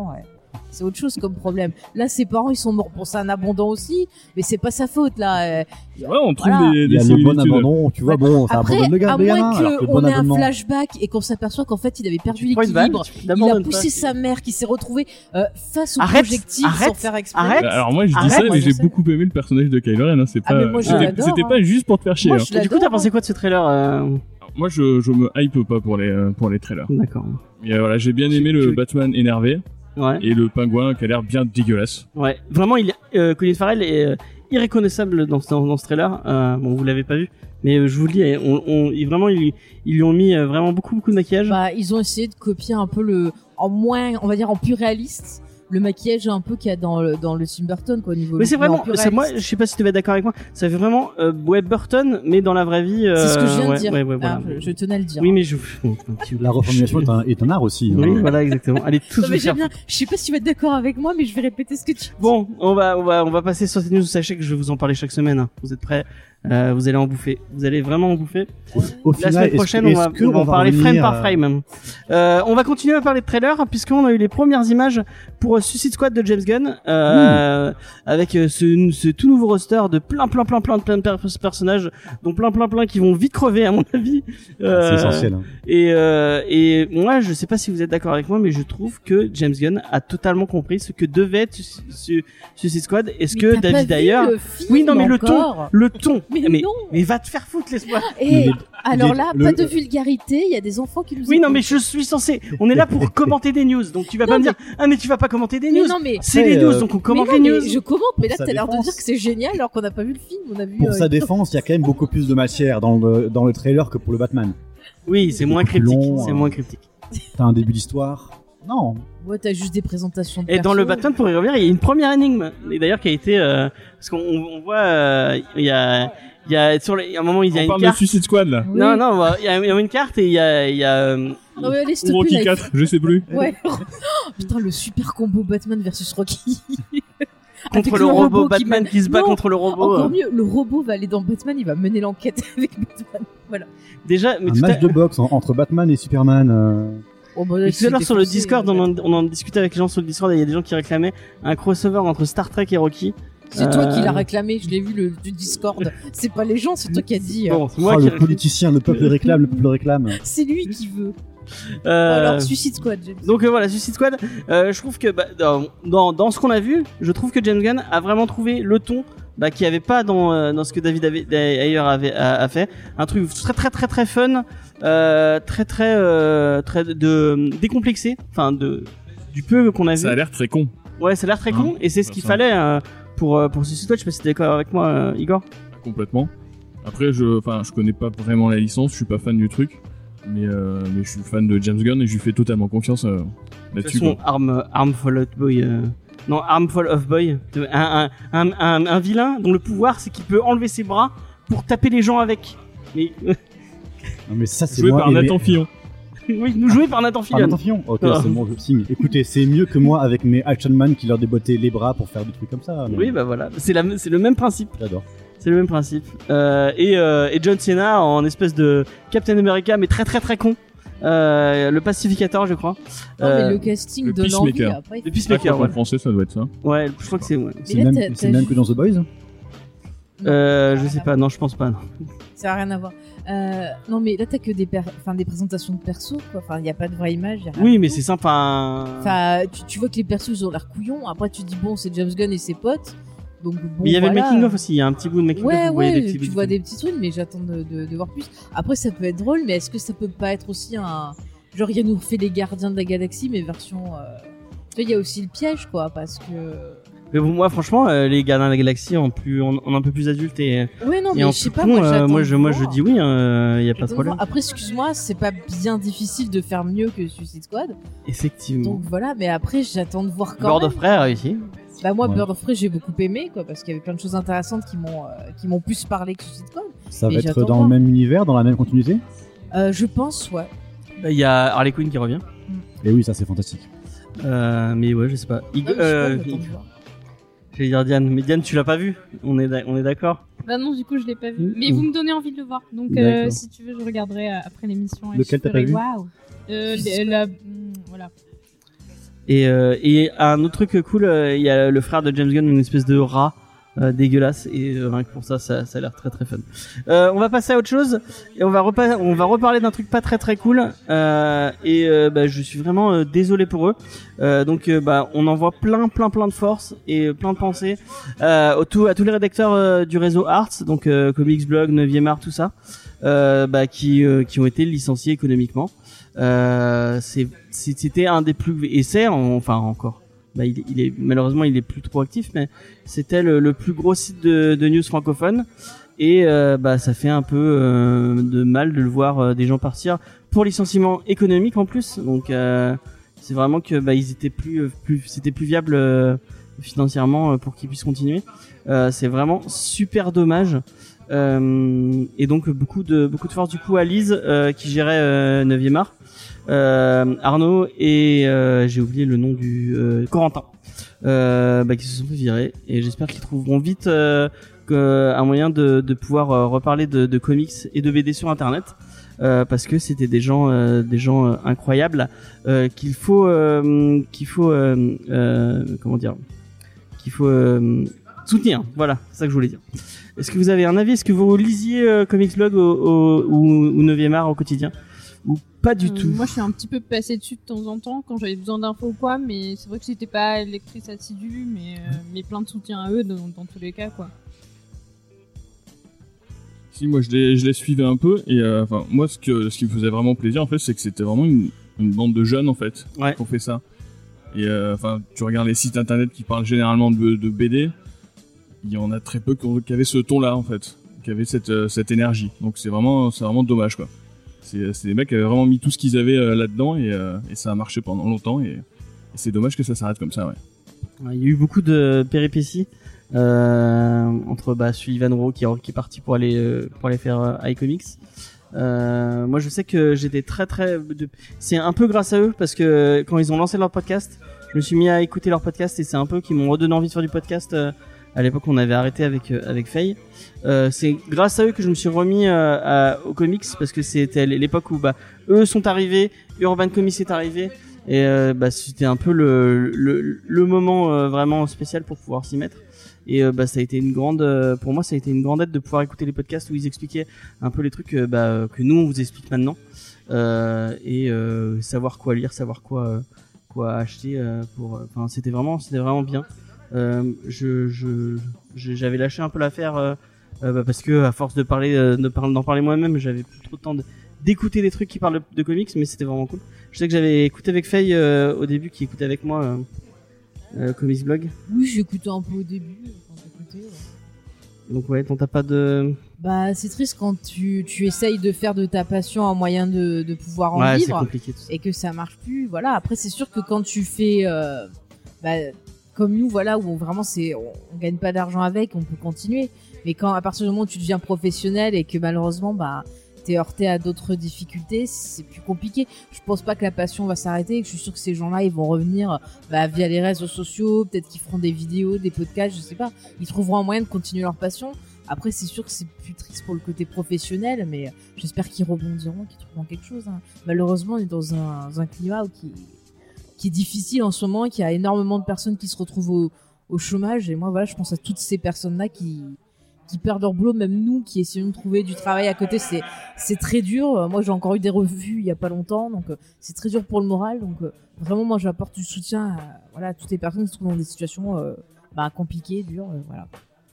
C'est autre chose comme problème. Là, ses parents, ils sont morts. Bon, c'est un abandon aussi, mais c'est pas sa faute, là. Euh, Ouais, on trouve Voilà. des, Il des y a le similitudes. bon abandon, tu vois, bon, ça Après, abandonne le gars, à le gamin, moins alors que le qu'on bon ait un abonnement. flashback et qu'on s'aperçoit qu'en fait, il avait perdu Tu prends une balle, l'équilibre. tu Il d'abord a une poussé balle. sa mère qui s'est retrouvée euh, face au Arrête, projectile arrête, sans faire exprès. arrête. Alors moi je dis Arrête, ça, moi, mais je j'ai sais. beaucoup aimé le personnage de Kylo Ren. Hein. C'est Ah, pas, mais moi, je c'était, l'adore, c'était hein. pas juste pour te faire chier. Moi, hein. je Et du coup, l'adore, t'as pensé quoi de ce trailer euh... Moi je, je me hype pas pour les euh, pour les trailers. D'accord. Mais euh, voilà, j'ai bien aimé Tu- le tu- Batman énervé Ouais. et le pingouin qui a l'air bien dégueulasse. Ouais. Vraiment, il est, euh, Colin Farrell est euh, irréconnaissable dans, ce- dans, dans ce trailer. Euh, bon, vous l'avez pas vu, mais euh, je vous le dis, on, on, il, vraiment, ils, ils lui ont mis euh, vraiment beaucoup, beaucoup de maquillage. Bah, ils ont essayé de copier un peu le, en moins, on va dire en plus réaliste, le maquillage un peu qu'il y a dans le, dans le Tim Burton, quoi, au niveau mais c'est en vraiment, plus c'est moi, je réaliste. sais pas si tu vas être d'accord avec moi, ça fait vraiment euh, Web Burton, mais dans la vraie vie. Euh, C'est ce que je viens ouais, de dire. Ouais, ouais, voilà. Ah, je, je tenais à le dire. Oui, mais je. Bon, tu- La reformulation est un, est un art aussi. Oui, hein. voilà, exactement. Allez, tous Non, mais vous faire. j'aime bien. Je sais pas si tu vas être d'accord avec moi, mais je vais répéter ce que tu dis. Bon, on va, on va, on va passer sur cette news. Sachez que je vais vous en parler chaque semaine. hein. Vous êtes prêts? Euh, vous allez en bouffer. Vous allez vraiment en bouffer. Au La final, semaine est-ce- prochaine, est-ce on va, que on va en parler frame revenir par à- frame. Euh, on va continuer à parler de trailer puisqu'on a eu les premières images pour euh, Suicide Squad de James Gunn, euh, avec euh, ce, ce tout nouveau roster de plein, plein, plein, plein de plein de per- personnages, dont plein, plein, plein qui vont vite crever à mon avis. Euh, C'est essentiel. hein. Et, euh, et moi, je sais pas si vous êtes d'accord avec moi, mais je trouve que James Gunn a totalement compris ce que devait être Su- Su- Suicide Squad. Est-ce Mais que t'as pas David vu Ayer, le film oui, non, mais le ton, encore le ton, Mais mais, non. mais va te faire foutre, laisse-moi. Et Mais- alors mais là, le- pas de vulgarité, il y a des enfants qui nous Oui, non, écoutent. mais je suis censé. On est là pour commenter des news, donc tu vas Non, pas me mais- dire, ah mais tu vas pas commenter des Mais news. non, mais C'est Après, les news, euh, donc on mais commente non, les mais news. je commente, mais là Pour sa t'as l'air de défense. dire que c'est génial alors qu'on n'a pas vu le film, on a vu. Pour euh, sa défense, il y a quand même beaucoup plus de matière dans le, dans le trailer que pour le Batman. Oui, c'est moins plus cryptique. long, C'est hein. moins cryptique. T'as un début d'histoire. Non. Ouais, t'as juste des présentations de Et dans le persos. Batman, pour y revenir, il y a une première énigme. Et d'ailleurs, qui a été, euh, parce qu'on on on voit, euh, il y a, il y a sur les, il y a un moment, il y a On une parle de carte. Suicide Squad là. Oui. Non, non, bah, il y a, il y a une carte et il y a, il y a. euh, Non, mais allez, s'il te Ou plaît, Rocky là, il quatre, je sais plus. faut- Ouais. Oh, putain, le super combo Batman versus Rocky. contre Avec le le robot, robot qui Batman mène- qui se bat Non, contre le robot. Encore euh. mieux, le robot va aller dans Batman, il va mener l'enquête avec Batman. Voilà. Déjà, mais Un tout à, match de boxe en- entre Batman et Superman. euh, Oh, bah, là, et tout à l'heure c'est sur le défoncé, Discord, euh, on en, on en discutait avec les gens sur le Discord et il y a des gens qui réclamaient un crossover entre Star Trek et Rocky. C'est toi qui Euh, l'as réclamé, je l'ai vu le, du Discord. C'est pas les gens, c'est toi qui as dit. euh, Bon, c'est moi oh, qui le politicien, le peuple réclame, le peuple réclame. C'est lui qui veut. Euh, Alors, Suicide Squad, James. Donc euh, voilà, Suicide Squad, euh, je trouve que bah, dans, dans, dans ce qu'on a vu, je trouve que James Gunn a vraiment trouvé le ton bah, qu'il n'y avait pas dans, euh, dans ce que David avait, Ayer avait a, a fait. Un truc très très très très fun, euh, très très euh, très de décomplexé, enfin de du peu qu'on a vu. Ça a l'air très con. Ouais, ça a l'air très con et c'est ce bah, qu'il ça. fallait euh, pour euh, pour Suicide Squad. Je sais pas si t'es d'accord avec moi, euh, Igor. Complètement. Après, je, enfin, je connais pas vraiment la licence, je suis pas fan du truc, mais, euh, mais je suis fan de James Gunn et je lui fais totalement confiance euh, De toute là-dessus. façon, quoi. Arm, Armful of Boy. euh, Non, Armful of Boy. Un, un, un, un, un vilain dont le pouvoir c'est qu'il peut enlever ses bras pour taper les gens avec. Mais, Non, mais ça, c'est Joué moi. par et mes- Nathan Fillon. oui, nous jouer par Nathan Ah, Fillion. Nathan Fillon. Ok, Ah. c'est bon, je signe. Écoutez, c'est mieux que moi avec mes Action Man qui leur déboîtaient les bras pour faire des trucs comme ça. mais Oui, bah voilà. C'est la, c'est le même principe. J'adore. C'est le même principe. Euh, et, euh, et John Cena en espèce de Captain America, mais très très très con. Euh, le pacificateur, je crois. Non, Euh, mais le casting le donne envie. Peacemaker. Après, il le faut- Ah, Peacemaker, en ouais. français, ça doit être ça. Ouais, je crois que c'est. Ouais. C'est là, même, t'as- c'est t'as même juste- que dans The Boys. Euh, je sais pas, non, je pense pas. Non. Ça a rien à voir. Euh, non, mais là, t'as que des, per... enfin, des présentations de persos, quoi. Enfin, il n'y a pas de vraie image. y a rien Oui, du mais tout. c'est sympa. Enfin, tu, tu vois que les persos, ils ont l'air couillons. Après, tu te dis, bon, c'est James Gunn et ses potes. Donc, bon, Mais il y avait voilà. le making of aussi. Il y a un petit bout de making of. Ouais, vous voyez ouais, des petits bouts tu de vois film. des petits trucs, mais j'attends de, de, de voir plus. Après, ça peut être drôle, mais est-ce que ça peut pas être aussi un. Genre, il nous refait les Gardiens de la Galaxie, mais version. Euh... Tu vois, il y a aussi le piège, quoi, parce que. Mais bon, moi, franchement, euh, les Gardiens de la Galaxie en plus, en, en un peu plus adulte et, Ouais, non, et mais en je sais plus pas, con, moi, euh, j'attends moi, de je, moi, je voir. dis oui. Il hein, y a pas de J'attends de problème. voir. Après, excuse-moi, c'est pas bien difficile de faire mieux que Suicide Squad. Effectivement. Donc voilà, mais après, j'attends de voir quand Bird même. of Prey a réussi. Bah moi, Ouais. Bird of Prey, j'ai beaucoup aimé, quoi, parce qu'il y avait plein de choses intéressantes qui m'ont euh, qui m'ont plus parlé que Suicide Squad. Ça Et va être j'attends dans voir. le même univers, dans la même continuité. Euh, je pense, ouais. Il y a Harley Quinn qui revient. Et oui, ça c'est fantastique. Euh, mais ouais, je sais pas. Ig- Ouais, mais je sais pas, euh, j'attends de Ig- voir. J'allais dire Diane, mais Diane, tu l'as pas vu. On est, d'a- on est d'accord. Bah non, du coup, je l'ai pas vu. Mmh. Mais vous me donnez envie de le voir. Donc, euh, D'accord. si tu veux, je regarderai euh, après l'émission. et Lequel je t'as ferai pas vu waouh. Euh, le- la- hmm, Voilà. Et, euh, et un autre truc cool, euh, il y a le frère de James Gunn, une espèce de rat euh, dégueulasse, et euh, rien que pour ça, ça, ça a l'air très très fun. Euh, on va passer à autre chose, et on va, repa- on va reparler d'un truc pas très très cool, euh, et euh, bah, je suis vraiment euh, désolé pour eux. Euh, donc euh, bah, on envoie plein plein plein de force et plein de pensées euh, au tout, à tous les rédacteurs euh, du réseau Arts, donc euh, Comics Blog, neuvième art, tout ça, euh, bah, qui, euh, qui ont été licenciés économiquement. Euh, c'est, c'était un des plus et c'est enfin encore bah il, il est malheureusement il est plus trop actif, mais c'était le, le plus gros site de, de news francophone, et euh, bah ça fait un peu euh, de mal de le voir euh, des gens partir pour licenciement économique en plus, donc euh, c'est vraiment que bah ils étaient plus plus c'était plus viable euh, financièrement euh, pour qu'ils puissent continuer. Euh, c'est vraiment super dommage. Euh, et donc beaucoup de beaucoup de force du coup à Lise euh, qui gérait euh, neuvième art, euh, Arnaud et euh, j'ai oublié le nom du euh, Corentin, euh, bah, qui se sont fait virer, et j'espère qu'ils trouveront vite euh, que, un moyen de, de pouvoir euh, reparler de, de comics et de B D sur internet, euh, parce que c'était des gens euh, des gens euh, incroyables euh, qu'il faut euh, qu'il faut euh, euh, comment dire qu'il faut euh, soutenir. Voilà, c'est ça que je voulais dire. Est-ce que vous avez un avis? Est-ce que vous lisiez euh, Comics Blog au, au, ou, ou neuvième art au quotidien, ou pas du euh, tout? Moi, je suis un petit peu passée dessus de temps en temps quand j'avais besoin d'infos ou quoi, mais c'est vrai que j'étais pas lectrice assidue, mais, euh, mais plein de soutien à eux dans, dans tous les cas, quoi. Si, moi je les, je les suivais un peu, et euh, enfin moi ce que ce qui me faisait vraiment plaisir en fait, c'est que c'était vraiment une, une bande de jeunes en fait ouais. qui ont fait ça. Et enfin euh, tu regardes les sites internet qui parlent généralement de, de B D, il y en a très peu qui avaient ce ton-là en fait, qui avaient cette euh, cette énergie. Donc c'est vraiment c'est vraiment dommage quoi. C'est c'est des mecs qui avaient vraiment mis tout ce qu'ils avaient euh, là-dedans, et euh, et ça a marché pendant longtemps, et, et c'est dommage que ça s'arrête comme ça, ouais. Il y a eu beaucoup de péripéties euh, entre bah celui Ivan Rowe qui, qui est parti pour aller euh, pour aller faire euh, iComics. Euh, moi je sais que j'étais très très de... c'est un peu grâce à eux, parce que quand ils ont lancé leur podcast, je me suis mis à écouter leur podcast, et c'est un peu qui m'ont redonné envie de faire du podcast. Euh, à l'époque on avait arrêté avec euh, avec Faye. Euh, c'est grâce à eux que je me suis remis euh, à, aux comics, parce que c'était l'époque où bah eux sont arrivés, Urban Comics est arrivé, et euh, bah c'était un peu le le, le moment euh, vraiment spécial pour pouvoir s'y mettre. Et euh, bah ça a été une grande euh, pour moi ça a été une grande aide de pouvoir écouter les podcasts où ils expliquaient un peu les trucs euh, bah que nous on vous explique maintenant, euh, et euh, savoir quoi lire, savoir quoi euh, quoi acheter euh, pour enfin c'était vraiment c'était vraiment bien. Euh, je, je, je, j'avais lâché un peu l'affaire euh, euh, bah parce que à force de parler, euh, de par, d'en parler moi-même, j'avais plus trop de temps de, d'écouter des trucs qui parlent de, de comics, mais c'était vraiment cool. Je sais que j'avais écouté avec Faye euh, au début, qui écoutait avec moi euh, euh, Comics Blog. Oui, j'ai écouté un peu au début. Quand j'écoutais, ouais. Donc ouais, t'as pas de... Bah c'est triste quand tu, tu essayes de faire de ta passion un moyen de, de pouvoir en ouais, vivre, c'est compliqué, tout ça. et que ça marche plus. Voilà. Après c'est sûr que quand tu fais... Euh, bah, comme nous, voilà, où vraiment c'est, on, on gagne pas d'argent avec, on peut continuer. Mais quand, à partir du moment où tu deviens professionnel et que malheureusement, bah, t'es heurté à d'autres difficultés, c'est plus compliqué. Je pense pas que la passion va s'arrêter, et que je suis sûre que ces gens-là, ils vont revenir, bah, via les réseaux sociaux, peut-être qu'ils feront des vidéos, des podcasts, je sais pas. Ils trouveront un moyen de continuer leur passion. Après, c'est sûr que c'est plus triste pour le côté professionnel, mais j'espère qu'ils rebondiront, qu'ils trouveront quelque chose, hein. Malheureusement, on est dans un, dans un climat où qui, qui est difficile en ce moment, qu'il y a énormément de personnes qui se retrouvent au, au chômage, et moi voilà, je pense à toutes ces personnes-là qui, qui perdent leur boulot, même nous qui essayons de trouver du travail à côté, c'est, c'est très dur. Moi j'ai encore eu des revues il y a pas longtemps, donc c'est très dur pour le moral, donc vraiment moi j'apporte du soutien à, voilà, à toutes les personnes qui se trouvent dans des situations euh, bah, compliquées, dures, euh, voilà.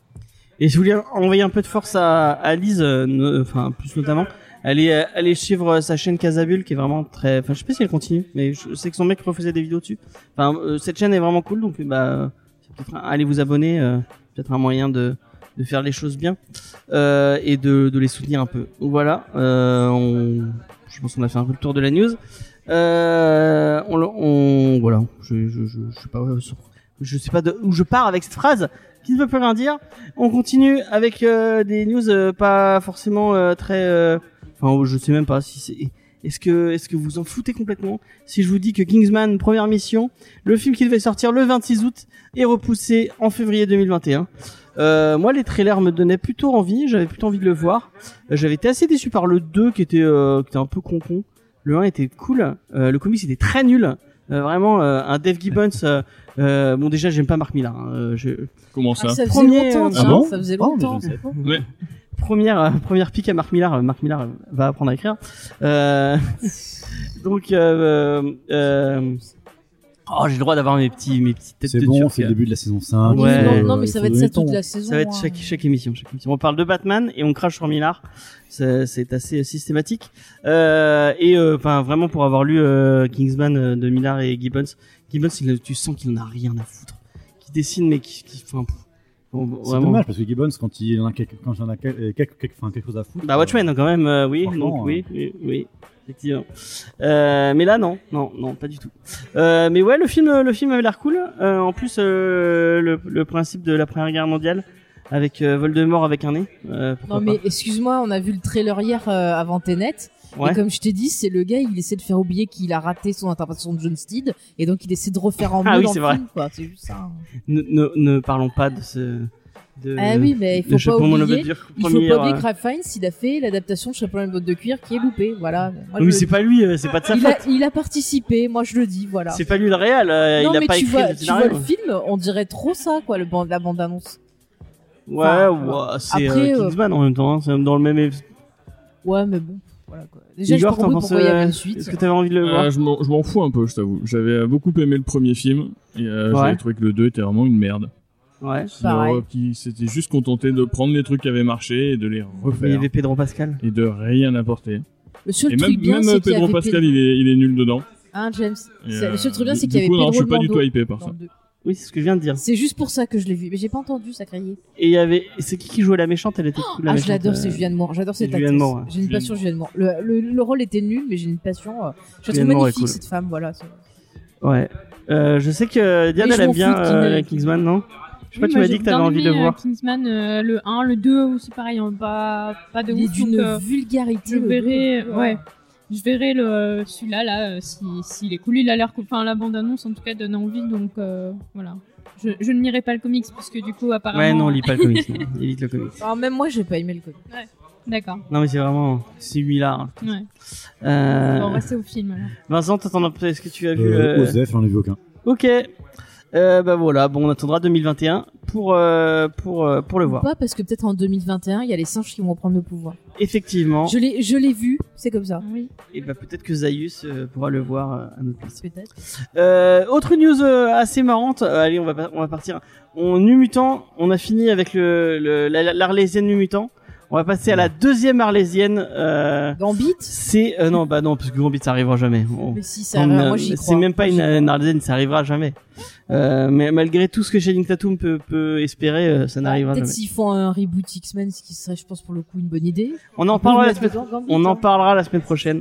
Et je voulais envoyer un peu de force à, à Lise, euh, enfin plus notamment. Allez, allez suivre sa chaîne Casabule, qui est vraiment très, enfin je sais pas si elle continue, mais je sais que son mec refaisait des vidéos dessus. Enfin euh, cette chaîne est vraiment cool, donc bah c'est peut-être un, allez vous abonner, euh, peut-être un moyen de de faire les choses bien euh, et de de les soutenir un peu. Donc voilà, euh, on, je pense qu'on a fait un peu le tour de la news. Euh, on, on voilà, je je je, je sais pas, je sais pas de où je pars avec cette phrase qui ne veut plus rien dire. On continue avec euh, des news euh, pas forcément euh, très euh, enfin je sais même pas si c'est est-ce que est-ce que vous en foutez complètement si je vous dis que Kingsman première mission, le film qui devait sortir le vingt-six août, est repoussé en février deux mille vingt et un. Euh, moi les trailers me donnaient plutôt envie, j'avais plutôt envie de le voir. Euh, j'avais été assez déçu par le deux qui était euh, qui était un peu con con. Le un était cool, euh, le comics était très nul. Euh, vraiment, euh, un Dave Gibbons. Euh, euh, bon, déjà, j'aime pas Mark Millar. Hein, euh, je... Comment ça? Ah, ça faisait Premier, longtemps, euh, tiens, ah bon ça faisait Oh, mais je longtemps. ne savais pas. Ouais. Première, euh, première pique à Mark Millar. Euh, Mark Millar euh, va apprendre à écrire. Euh... Donc, euh, euh... oh, j'ai le droit d'avoir mes petits, mes petites têtes C'est de bon, turc. c'est le début de la saison cinq. Ouais. non, euh, non, mais il ça faut va être donner ça le ton. toute la saison. Ça va être hein. chaque, chaque émission, chaque émission. On parle de Batman et on crache sur Millard. C'est, c'est assez systématique. Euh, et enfin, vraiment pour avoir lu euh, Kingsman euh, de Millard et Gibbons, Gibbons, il, tu sens qu'il en a rien à foutre. Qui dessine, mais qui, qui enfin, pff, bon, C'est vraiment. dommage parce que Gibbons, quand il en a quelque, quand il en a quelque, quelque, quelque, enfin, quelque chose à foutre. Bah Watchmen, quand même, euh, oui, Franchement, donc oui, oui, oui, effectivement. Euh, mais là, non, non, non, pas du tout. Euh, mais ouais, le film, le film avait l'air cool. Euh, en plus, euh, le, le principe de la Première Guerre mondiale avec euh, Voldemort avec un nez. Euh, pourquoi Non mais excuse-moi, on a vu le trailer hier euh, avant Tenet. pas. Ouais. Et comme je t'ai dit, c'est le gars, il essaie de faire oublier qu'il a raté son interprétation de John Steed, et donc il essaie de refaire en mieux Ah oui, dans c'est le vrai. film, quoi. C'est juste ça. hein. Ne, ne, ne parlons pas de ce. De, Ah oui, mais il faut de pas Chapeau Monobotte oublier. Dur, Il faut premier, pas oublier euh, que Ralph Fiennes, il a fait l'adaptation de Chapeau et botte de cuir qui est loupée. Voilà. Moi, Oui, je- c'est pas lui, euh, c'est pas de sa il, faute. a, il a participé, moi je le dis, voilà. C'est pas lui le réel, euh, non il a mais pas tu écrit vois, le tu vois scénario. le film, on dirait trop ça, quoi, le bande, la bande annonce. Ouais, Enfin, ouais, c'est après, euh, euh, Kingsman en même temps, hein, c'est dans le même. Ouais, mais bon, voilà quoi. Déjà, Igor, j'ai pas t'en compris penses, pourquoi il y avait euh, une suite. Est-ce que t'avais envie de le Euh, voir je m'en je m'en fous un peu, je t'avoue. J'avais euh, beaucoup aimé le premier film et euh, Ouais. j'avais trouvé que le deux était vraiment une merde. Ouais. Qui, Pareil. euh, qui s'était juste contenté de prendre les trucs qui avaient marché et de les Il y refaire avait Pedro Pascal. et de rien apporter. Le seul Et truc même, bien, même c'est qu'il y Pedro avait Pascal, Pedro- il est, il est nul dedans. Hein, James. Et, C'est- euh, le seul truc bien, du- c'est qu'il y du avait coup, non, Pedro je suis pas du Mando tout hypé par dans ça. le deux. Oui, c'est ce que je viens de dire. C'est juste pour ça que je l'ai vu, mais j'ai pas entendu ça crier. Et il y avait, c'est qui qui jouait la méchante? Elle était cool, la Ah, méchante. je l'adore, euh, c'est Julianne Moore. J'adore cette Julianne actrice. Moore, ouais. J'ai une Julianne passion Julianne Moore. Le, le, le rôle était nul, mais j'ai une passion. euh, Je la Julianne trouve Moore est magnifique cool. cette femme, voilà. c'est- Ouais. Euh, je sais que Diane, Mais elle je aime m'en bien fous de euh, King- Kingsman, non? Je sais pas, Oui, tu moi, m'as j'ai dit que t'avais bien envie de le aimé, euh, voir. Kingsman, euh, le un, le deux aussi pareil, hein, pas, pas de Il est ouf. d'une donc, euh, vulgarité. je le verrai, deux. ouais. Je verrai le, celui-là, là, euh, si, s'il est cool. Il a l'air cool. Enfin, la bande-annonce, en tout cas, donne envie, donc euh, voilà. Je, je ne lirai pas le comics, parce que du coup, apparemment. Ouais, non, lis pas le comics, non. Évite le comics. Alors, même moi, j'ai pas aimé le comic. D'accord. Non, mais c'est vraiment, c'est celui-là. hein. Ouais. Euh... Bon, on va rester au film, alors. Vincent, t'en as- est-ce que tu as vu, Euh, euh... Osef, j'en ai vu aucun. Ok. Euh, bah voilà, bon, on attendra deux mille vingt et un pour, euh, pour, euh, pour le Ou voir. pas, parce que peut-être en deux mille vingt et un, il y a les singes qui vont reprendre le pouvoir. Effectivement. Je l'ai, je l'ai vu, c'est comme ça. Oui. Et bah peut-être que Zaius euh, pourra le voir euh, à notre place. Peut-être. Euh, autre news euh, assez marrante. Euh, allez, on va pas- on va partir. On Nu Mutant. On a fini avec le, le la- l'Arlésienne Nu Mutant. On va passer à la deuxième Arlésienne. Euh, Gambit. c'est euh, non bah non parce que Gambit ça arrivera jamais. On- Mais si, ça on, arrivera, euh, moi j'y crois. c'est même pas Moi, une, j'y crois. une Arlésienne, ça arrivera jamais. Euh, mais malgré tout ce que Channing Tatum peut, peut espérer, euh, ça n'arrivera Peut-être jamais. s'ils font un reboot X-Men, ce qui serait, je pense, pour le coup, une bonne idée. On en On peut parlera le la mettre semaine. dedans, Gambit, On en hein. parlera la semaine prochaine.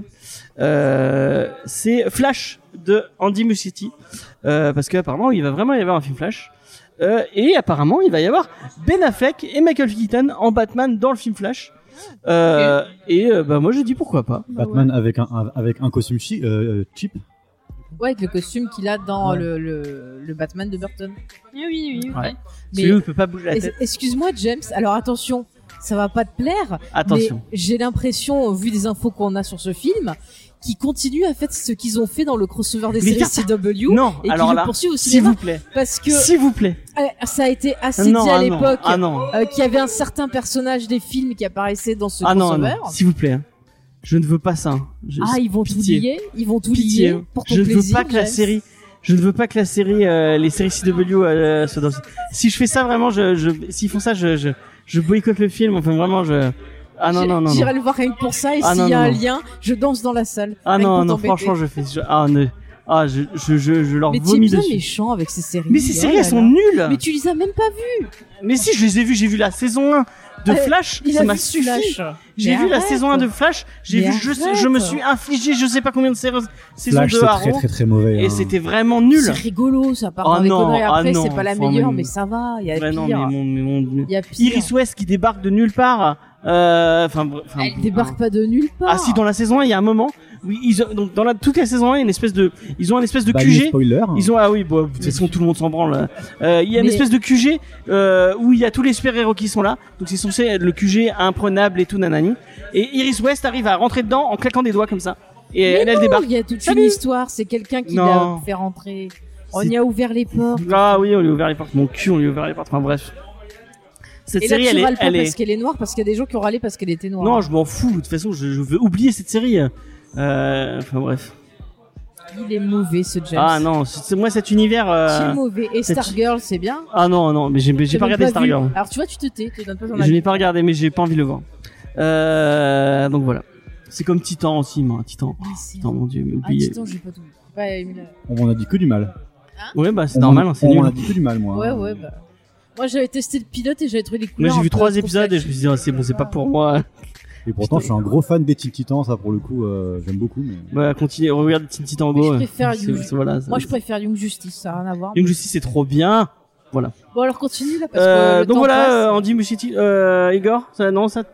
Euh, c'est Flash de Andy Muschietti euh, parce qu'apparemment il va vraiment y avoir un film Flash euh, et apparemment il va y avoir Ben Affleck et Michael Keaton en Batman dans le film Flash. Euh, Et euh, bah moi je dis pourquoi pas. Bah, Batman avec un, un- avec un costume chi, euh, cheap. Ouais, avec le costume qu'il a dans Ouais. le, le, le Batman de Burton. Ah oui, oui, ok. Ouais. Mais- Celui où il peut pas bouger la Es- tête. Excuse-moi, James. Alors attention, ça va pas te plaire. Attention. Mais j'ai l'impression, vu des infos qu'on a sur ce film, qu'ils continuent à faire ce qu'ils ont fait dans le crossover des Mais séries faire ça- C W Non, et qu'ils alors le là, poursuivent au s'il cinéma. vous plaît, Parce que s'il vous plaît. euh, ça a été assez non, dit à ah non, l'époque ah non, euh, qu'il y avait un certain personnage des films qui apparaissait dans ce ah non, crossover. non, s'il vous plaît. hein. Je ne veux pas ça. hein. Je- Ah, ils vont pitié. tout lier, ils vont tout Pitié. lier pour ton Je ne veux plaisir. pas que la James. série, je ne veux pas que la série, euh, les séries C W euh, soient dans. Si je fais ça vraiment, je, je, s'ils font ça, je, je, je boycotte le film. Enfin vraiment, je. Ah non J'ai- non non. J'irai non. le voir rien que pour ça et Ah s'il non, y a non, un non. lien, je danse dans la salle. Ah Rien que non pour non. t'embêter. Franchement, je fais. Je, ah ne. Ah je, je, je, je leur Mais tu es vomis bien dessus. méchant avec ces séries. Mais ces Oh séries, là elles sont là. nulles. Mais tu les as même pas vues. Mais si, je les ai vues. J'ai vu la saison un de Euh, Flash. Il Ça a m'a vu suffi. Flash. J'ai Mais vu la arrête. saison un de Flash. J'ai Mais vu. Je, arrête. je me suis infligé. Je sais pas combien de sé- saisons Flash, de c'est Arrow. très très très mauvais. Et hein. c'était vraiment nul. C'est rigolo, ça part Oh dans les non, conneries. ah Après, non, c'est pas la enfin, meilleure, mais- mais ça va. Il y a Bah pire. non, mais mon, mais mon, Il y a pire. Iris West qui débarque de nulle part. euh, Enfin, br- enfin, Elle débarque pas de nulle part. Ah si, dans la saison un, il y a un moment. Oui, ils ont, donc dans la toute la saison un, il y a une espèce de, ils ont une espèce de Bah, Q ni G. spoiler. Ils ont ah oui, bon, de toute façon tout le monde s'en branle. Euh, il y a une Mais- espèce de Q G euh, où il y a tous les super héros qui sont là. Donc c'est censé être le Q G imprenable et tout nanani. Et Iris West arrive à rentrer dedans en claquant des doigts comme ça. Et Mais elle, elle non, débarque. il y a toute Salut. une histoire. C'est quelqu'un qui Non. l'a fait rentrer. On C'est- y a ouvert les portes. Ah oui, on lui a ouvert les portes. Mon cul, on lui a ouvert les portes. Enfin bref. Cette Et là, série, tu elle est, râles pas elle parce est. qu'elle est noire, parce qu'il y a des gens qui ont râlé parce qu'elle était noire. Non, je m'en fous. De toute façon, je, je veux oublier cette série. Euh, Enfin bref. Il est mauvais, ce James. Ah non, c'est c'est- moi cet univers. euh, Il est mauvais. Et cette- Stargirl, c'est bien. Ah non, non, mais j'ai j'ai J'ai pas même regardé vu. Stargirl. Alors tu vois, tu te tais, tu donnes pas ton Je avis. n'ai pas regardé, mais j'ai pas envie de le voir. Euh, donc voilà. C'est comme Titan aussi, moi. Titan. Mais c'est- Titan, mon dieu, mais Ah, oublié. Titan, j'ai pas tout vu. Ouais, mais- On m'en a dit que du mal. Ouais, bah c'est On normal, m'en- hein, c'est On nul. m'en a dit que du mal, moi. ouais, ouais, bah. Moi, j'avais testé le pilote et j'avais trouvé les Moi couleurs. j'ai un vu peu trois trop épisodes et je me suis dit, ah, c'est bon, c'est pas pour moi. Et pourtant, je suis un gros fan des Teen Titans, ça pour le coup, euh, j'aime beaucoup. Mais... Bah, continuez, regarde Teen Titan Mais Go. je ouais. préfère C'est- Young- c'est- voilà, ça- Moi, je préfère Young Justice, ça n'a rien à voir. Young Justice, c'est trop bien. Voilà. Bon, alors continue là, parce Euh, que. le donc temps voilà, passe. euh, Andy Muschietti, euh, Igor, ça, non, ça.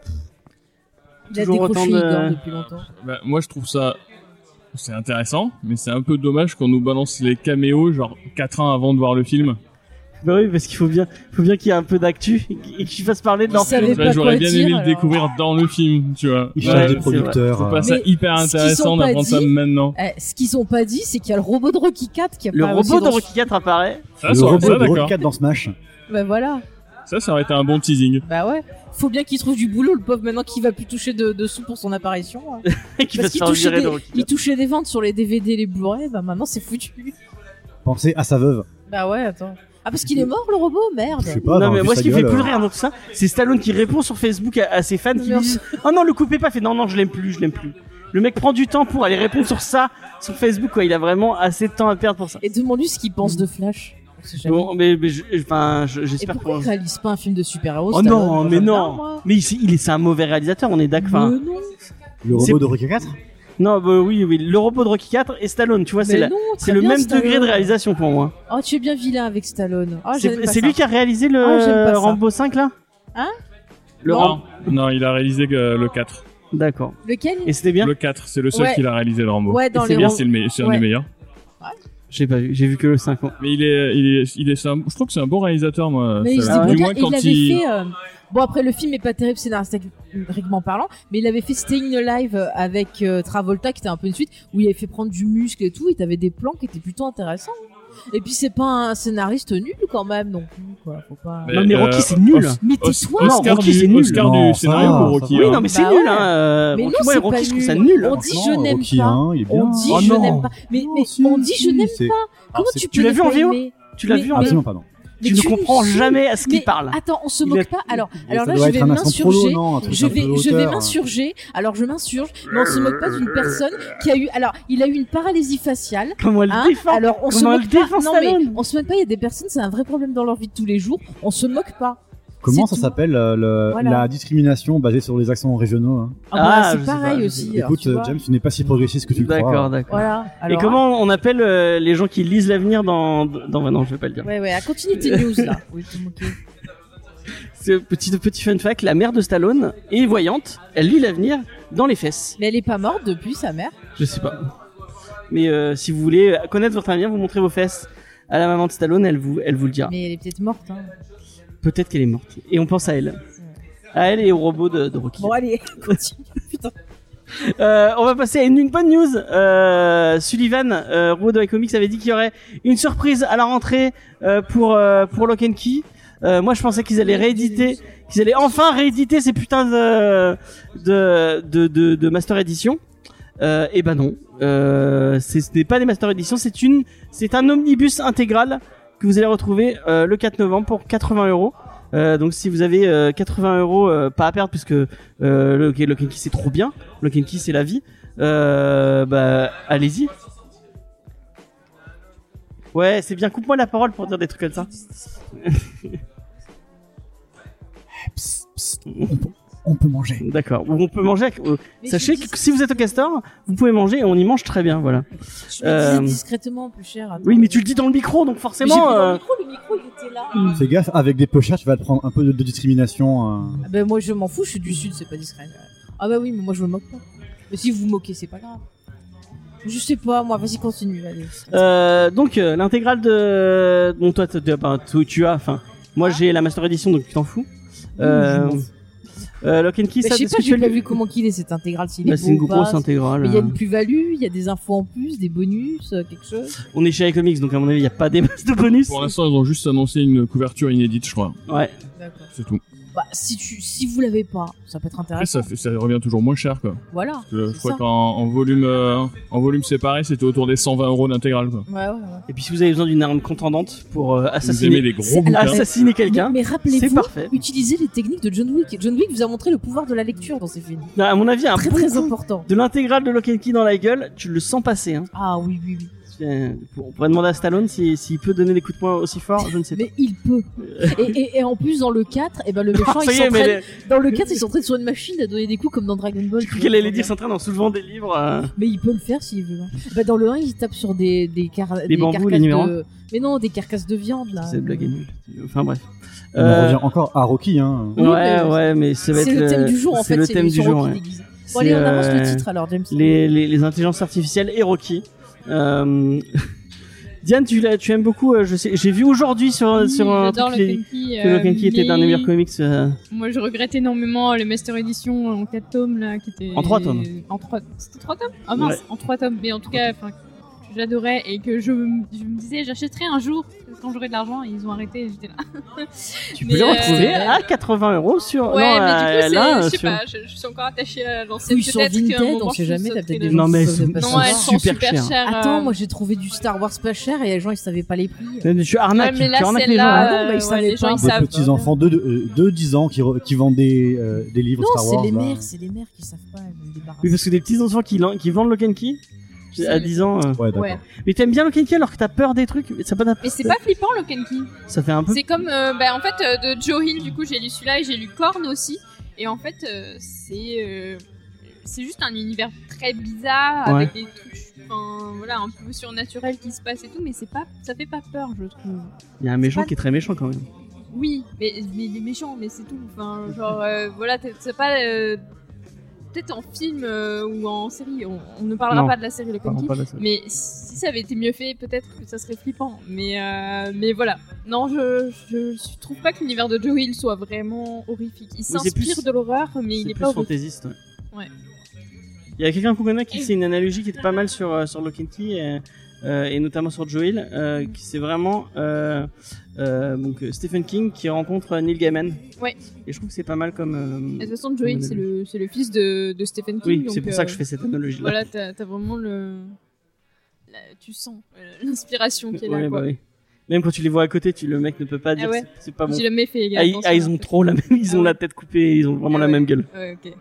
Il a toujours décroché autant de- Igor depuis longtemps. Bah, moi, je trouve ça, c'est intéressant, mais c'est un peu dommage qu'on nous balance les caméos, genre quatre ans avant de voir le film. Bah oui, parce qu'il faut bien, faut bien qu'il y ait un peu d'actu et qu'ils fassent parler de Ils leur savaient film. pas Là, j'aurais quoi bien dire, aimé le alors. découvrir dans le film, tu vois. Ils Ouais, cherchent des c'est producteurs. C'est euh, pas ça Mais hyper ce qu'ils intéressant ont pas d'apprendre ça dit- maintenant. Eh, ce qu'ils ont pas dit, c'est qu'il y a le robot de Rocky quatre qui Le apparaît aussi robot de dans Rocky quatre apparaît. Ça, le ça, robot ça, de d'accord. Rock quatre dans Smash. ce- Bah voilà. Ça, ça aurait été un bon teasing. Bah ouais. Faut bien qu'il trouve du boulot, le pauvre, maintenant qu'il va plus toucher de, de sous pour son apparition. hein. et qui va Parce se qu'il faire touchait, virer des, de Rocky il quatre. touchait des ventes sur les D V D, les Blu-ray, bah maintenant c'est foutu. Pensez à sa veuve. Bah ouais, attends. Ah, parce qu'il est mort le robot, merde. Je sais pas. Non dans mais le moi ce qui me sa fait gueule, plus euh, rire dans tout ça, c'est Stallone qui répond sur Facebook à, à ses fans qui Non, lui disent "Oh non, le coupez pas", fait "Non non, je l'aime plus, je l'aime plus". Le mec prend du temps pour aller répondre sur ça sur Facebook quoi, il a vraiment assez de temps à perdre pour ça. Et demande-lui ce qu'il pense de Flash. On sait jamais. Bon, mais mais je- enfin, je- Et j'espère pourquoi pour il réalise pas un film de super-héros Oh Stallone non, Moi, mais j'aime bien, non. moi. Mais il, il est c'est un mauvais réalisateur, on est d'accord. Enfin, Mais non. Le c'est- robot de Rocky quatre. non, bah oui, oui, le robot de Rocky quatre et Stallone, tu vois, c'est Mais la- non, c'est très le bien, même Stallone. degré de réalisation pour moi. Oh, tu es bien vilain avec Stallone. Oh, C'est j'aime pas c'est ça. lui qui a réalisé le Ah, j'aime pas ça. Rambo cinq là Hein Le Non. Rambo. Non, il a réalisé que le quatre. D'accord. Lequel Et c'était bien. Le quatre, c'est le seul Ouais. qu'il a réalisé le Rambo. Ouais, dans Et les c'est bien, Ram- C'est le me- c'est un Ouais. des meilleurs. J'ai pas vu, j'ai vu que le cinq ans. Mais il est, il est, il est, c'est un- je trouve que c'est un bon réalisateur, moi. Mais il Ça- se Ah ouais. débrouille du bien. moins Et il quand avait il, fait. euh, Bon, après, le film est pas terrible scénaristiquement parlant, mais il avait fait Staying Alive avec euh, Travolta, qui était un peu une suite, où il avait fait prendre du muscle et tout, et t'avais des plans qui étaient plutôt intéressants. Et puis, c'est pas un scénariste nul quand même non plus, quoi. Faut pas. Mais, Non mais euh, Rocky c'est nul. Os- Mais Os- tais-toi. Non, Oscar Rocky, du, c'est nul. Oscar Non, du ça scénario va, pour ça Rocky. va. Oui, hein. non mais c'est Bah nul ouais. hein. euh, Mais Rocky, non, moi, c'est Rocky, pas je trouve nul. ça nul. On dit Non, je n'aime Rocky pas. un, il est bien. On dit Oh je non. n'aime pas. Mais, Non, mais si, on dit je si, n'aime c'est- pas. Comment c'est- tu peux Tu l'as ne vu en pas V O? aimer Tu l'as Mais- vu en mais- Absolument pas, non. Tu Mais ne tu comprends sais- jamais à ce qu'il Mais parle. Attends, on se Il a- moque pas. Alors, Et alors ça là, doit je être vais un accent m'insurger. prolo, non, un truc Je un peu vais, je vais hauteur. m'insurger. Alors, je m'insurge, mais on se moque pas d'une personne qui a eu. Alors, il a eu une paralysie faciale. Comment elle Hein défend Alors, on se Comment moque elle pas. défend Non, mais Stallone on se moque pas. Il y a des personnes, c'est un vrai problème dans leur vie de tous les jours. On se moque pas. Comment C'est ça tout. s'appelle euh, le- Voilà. la discrimination basée sur les accents régionaux hein. Ah, bah, Ah, je c'est sais pareil pas, je aussi. sais alors, Écoute, tu vois. James, tu n'es pas si progressiste que tu le crois. D'accord, d'accord. Voilà. Et Alors, comment on appelle euh, les gens qui lisent l'avenir dans dans bah non, je vais pas le dire. Ouais, ouais. Continue tes news là. Oui, te moquer. C'est petit petit fun fact, la mère de Stallone est voyante, elle lit l'avenir dans les fesses. Mais elle est pas morte depuis sa mère. Je sais pas. Mais euh, si vous voulez connaître votre avenir, vous montrez vos fesses à la maman de Stallone, elle vous elle vous le dira. Mais elle est peut-être morte. Hein. Peut-être qu'elle est morte. Et on pense à elle. À elle et au robot de, de Rocky. Bon, allez, continue. Putain. Euh, on va passer à une, une bonne news. Euh, Sullivan, euh, robot de iComics, avait dit qu'il y aurait une surprise à la rentrée euh, pour euh, pour Lock and Key. Euh, moi, je pensais qu'ils allaient rééditer, qu'ils allaient enfin rééditer ces putains de de de, de, de Master Edition. Euh, et ben non, euh, c'est- ce n'est pas des Master Edition, c'est une, c'est un omnibus intégral que vous allez retrouver euh, le quatre novembre pour quatre-vingts euros. Euh, donc si vous avez euh, quatre-vingts euros, euh, pas à perdre puisque euh, le Lock and Key c'est trop bien, Lock and Key c'est la vie. Euh, bah allez-y. Ouais, c'est bien. Coupe-moi la parole pour dire des trucs comme ça. Psst, psst, on, peut, on peut manger. D'accord. On peut manger. avec- euh, Mais sachez je que dis- si vous êtes au Castor, vous pouvez manger et on y mange très bien. Voilà. Je le Euh, disais discrètement, plus cher. attends. Oui, mais tu le dis dans le micro, donc Mais j'ai forcément. pris dans euh, le micro, le micro il était là. Fais gaffe, avec des peu chers, tu vas te prendre un peu de, de discrimination. euh. Ah ben moi je m'en fous, je suis du sud, c'est pas discret. Ah bah oui, mais moi je me moque pas. Mais si vous vous moquez, c'est pas grave. Je sais pas, moi, vas-y continue, allez. Euh, donc euh, l'intégrale de bon toi tu, ben, tu, tu as enfin moi j'ai la Master Edition donc tu t'en fous. Euh, Euh, Lock and Key, Bah, ça, je sais est-ce pas, que tu j'ai as pas lu vu comment qu'il est cette intégrale, s'il Bah, est c'est beau une ou pas, grosse c'est- intégrale. Mais il y a euh. une plus-value, il y a des infos en plus, des bonus, euh, quelque chose. On est chez iComics, donc à mon avis, il n'y a pas des masses de bonus. Pour l'instant, ils ont juste annoncé une couverture inédite, je crois. Ouais. D'accord. C'est tout. Bah, si tu, si vous l'avez pas, ça peut être Après, intéressant. ça, fait, ça revient toujours moins cher, quoi. Voilà. Parce que je c'est crois ça. qu'en en volume, euh, en volume séparé, c'était autour des cent vingt euros l'intégrale, quoi. Ouais, ouais, ouais. Et puis si vous avez besoin d'une arme contendante pour euh, Si vous aimez assassiner, les gros C'est- bouquins, alors, assassiner quelqu'un, Mais, mais c'est rappelez-vous, parfait. utilisez les techniques de John Wick. John Wick vous a montré le pouvoir de la lecture dans ses films. À mon avis, un Très bon très coup important. de l'intégrale de Lock and Key dans la gueule, tu le sens passer. Hein. Ah oui, oui, oui. C'est- On pourrait demander à Stallone si- s'il peut donner des coups de poing aussi forts, je ne sais pas. Mais il peut. et, et, et en plus, dans le quatre, eh ben, le méchant, Ça il y est, mais s'entraîne. les- Dans le quatre, il s'entraîne sur une machine à donner des coups comme dans Dragon Ball. j'ai tu cru vois, qu'elle allait genre. dire s'entraîne en soulevant des livres. euh, Mais il peut le faire s'il veut. hein. Bah, dans le un, il tape sur des, des, car... des bambous, carcasses les numéros de. Mais non, des carcasses de viande là. C'est blague et nulle. Enfin bref. On Euh, revient encore à Rocky, hein. Oui, ouais, mais- ouais, mais ça va C'est être le thème du jour en c'est fait. le c'est thème du sur jour. Rocky ouais. déguisé. Bon, C'est, allez, on avance euh, le titre alors, James. Les, les, les intelligences artificielles et Rocky. Euh... Diane, tu, l'as- tu aimes beaucoup. euh, je sais, j'ai vu aujourd'hui sur Oui, sur un j'adore truc le les- Kenki, que euh, Lock and Key était mais d'un des meilleurs comics. euh, Moi, je regrette énormément le Master Edition en quatre tomes là, qui était En trois tomes. En trois, c'était trois tomes. Ah mince, Ouais. en trois tomes. Mais en tout cas, enfin, que j'adorais et que je, me- je me disais, j'achèterais un jour quand j'aurai de l'argent. Et ils ont arrêté. Et j'étais là. Tu Mais, peux les euh, retrouver à quatre-vingts euros sur. Ouais, non, mais euh, du coup, c'est, là, je sais sur- pas, je, je suis encore attachée à l'ancienne. Oui, sur Peut-être qu'à un Vinted, moment, on sait je jamais, t'as sauterai peut-être là. des Non, gens mais qui peuvent ils pas sont se Non, elles faire. sont super super chères. chères. Attends, euh, moi j'ai trouvé du Star Wars pas cher et les gens ils savaient pas les prix. Tu arnaques, Ouais, mais là, tu arnaques les gens. celle-là, hein. Ah non, bah, ils euh, savaient ouais, les gens, pas. ils Des savent. petits enfants de, de, de dix ans qui, re- qui vendent des, euh, des livres Non, Star c'est Wars. les là. mères, c'est les mères qui savent pas, elles se débarrassent. Oui, parce que des petits enfants qui, lan- qui vendent Lock and Key à dix ans. euh. Ouais, d'accord. Ouais. Mais t'aimes bien Lock and Key alors que t'as peur des trucs. Mais ça, peut Mais c'est pas flippant le Kenki. ça fait un peu. C'est comme, euh, bah, en fait, euh, de Joe Hill, du coup, j'ai lu celui-là et j'ai lu Korn aussi. Et en fait, euh, c'est euh, c'est juste un univers très bizarre Ouais. avec des trucs, enfin, voilà, un peu surnaturels qui se passent et tout, mais c'est pas, ça fait pas peur, je trouve. Il y a un méchant pas- qui est très méchant quand même. Oui, mais, mais il est méchant, mais c'est tout. Enfin, genre, euh, voilà, t'es- c'est pas. euh, Peut-être en film euh, ou en série, on, on ne parlera Non. pas de la série Le Parlons Kenki. pas de ça. Mais si ça avait été mieux fait, peut-être que ça serait flippant. Mais, euh, mais voilà. Non, je, je, je trouve pas que l'univers de Joe Hill soit vraiment horrifique. Il c'est s'inspire plus- de l'horreur, mais il C'est est plus pas horrifique. fantaisiste. Ouais. Ouais. Il y a quelqu'un qu'on connaît qui c'est une analogie qui était pas mal sur euh, sur Lock and Key et, euh, et notamment sur Joe Hill, euh, qui c'est vraiment euh, euh, donc euh, Stephen King qui rencontre Neil Gaiman. Ouais. Et je trouve que c'est pas mal comme. euh, Et de toute façon, Joe Hill, c'est le, c'est le fils de, de Stephen King. Oui, donc, c'est pour ça que euh, je fais cette analogie là. Voilà, t'as t'as vraiment le. la- tu sens euh, l'inspiration qui est là. Ouais, quoi. bah oui. Même quand tu les vois à côté, tu le mec ne peut pas dire Ah ouais. c'est- c'est pas bon. J'ai jamais fait Ah, gaffe. ils, ah, ils ont trop la même, ils Ah ont ouais. la tête coupée, ils ont vraiment Ah la ouais. même gueule. Ouais, ok.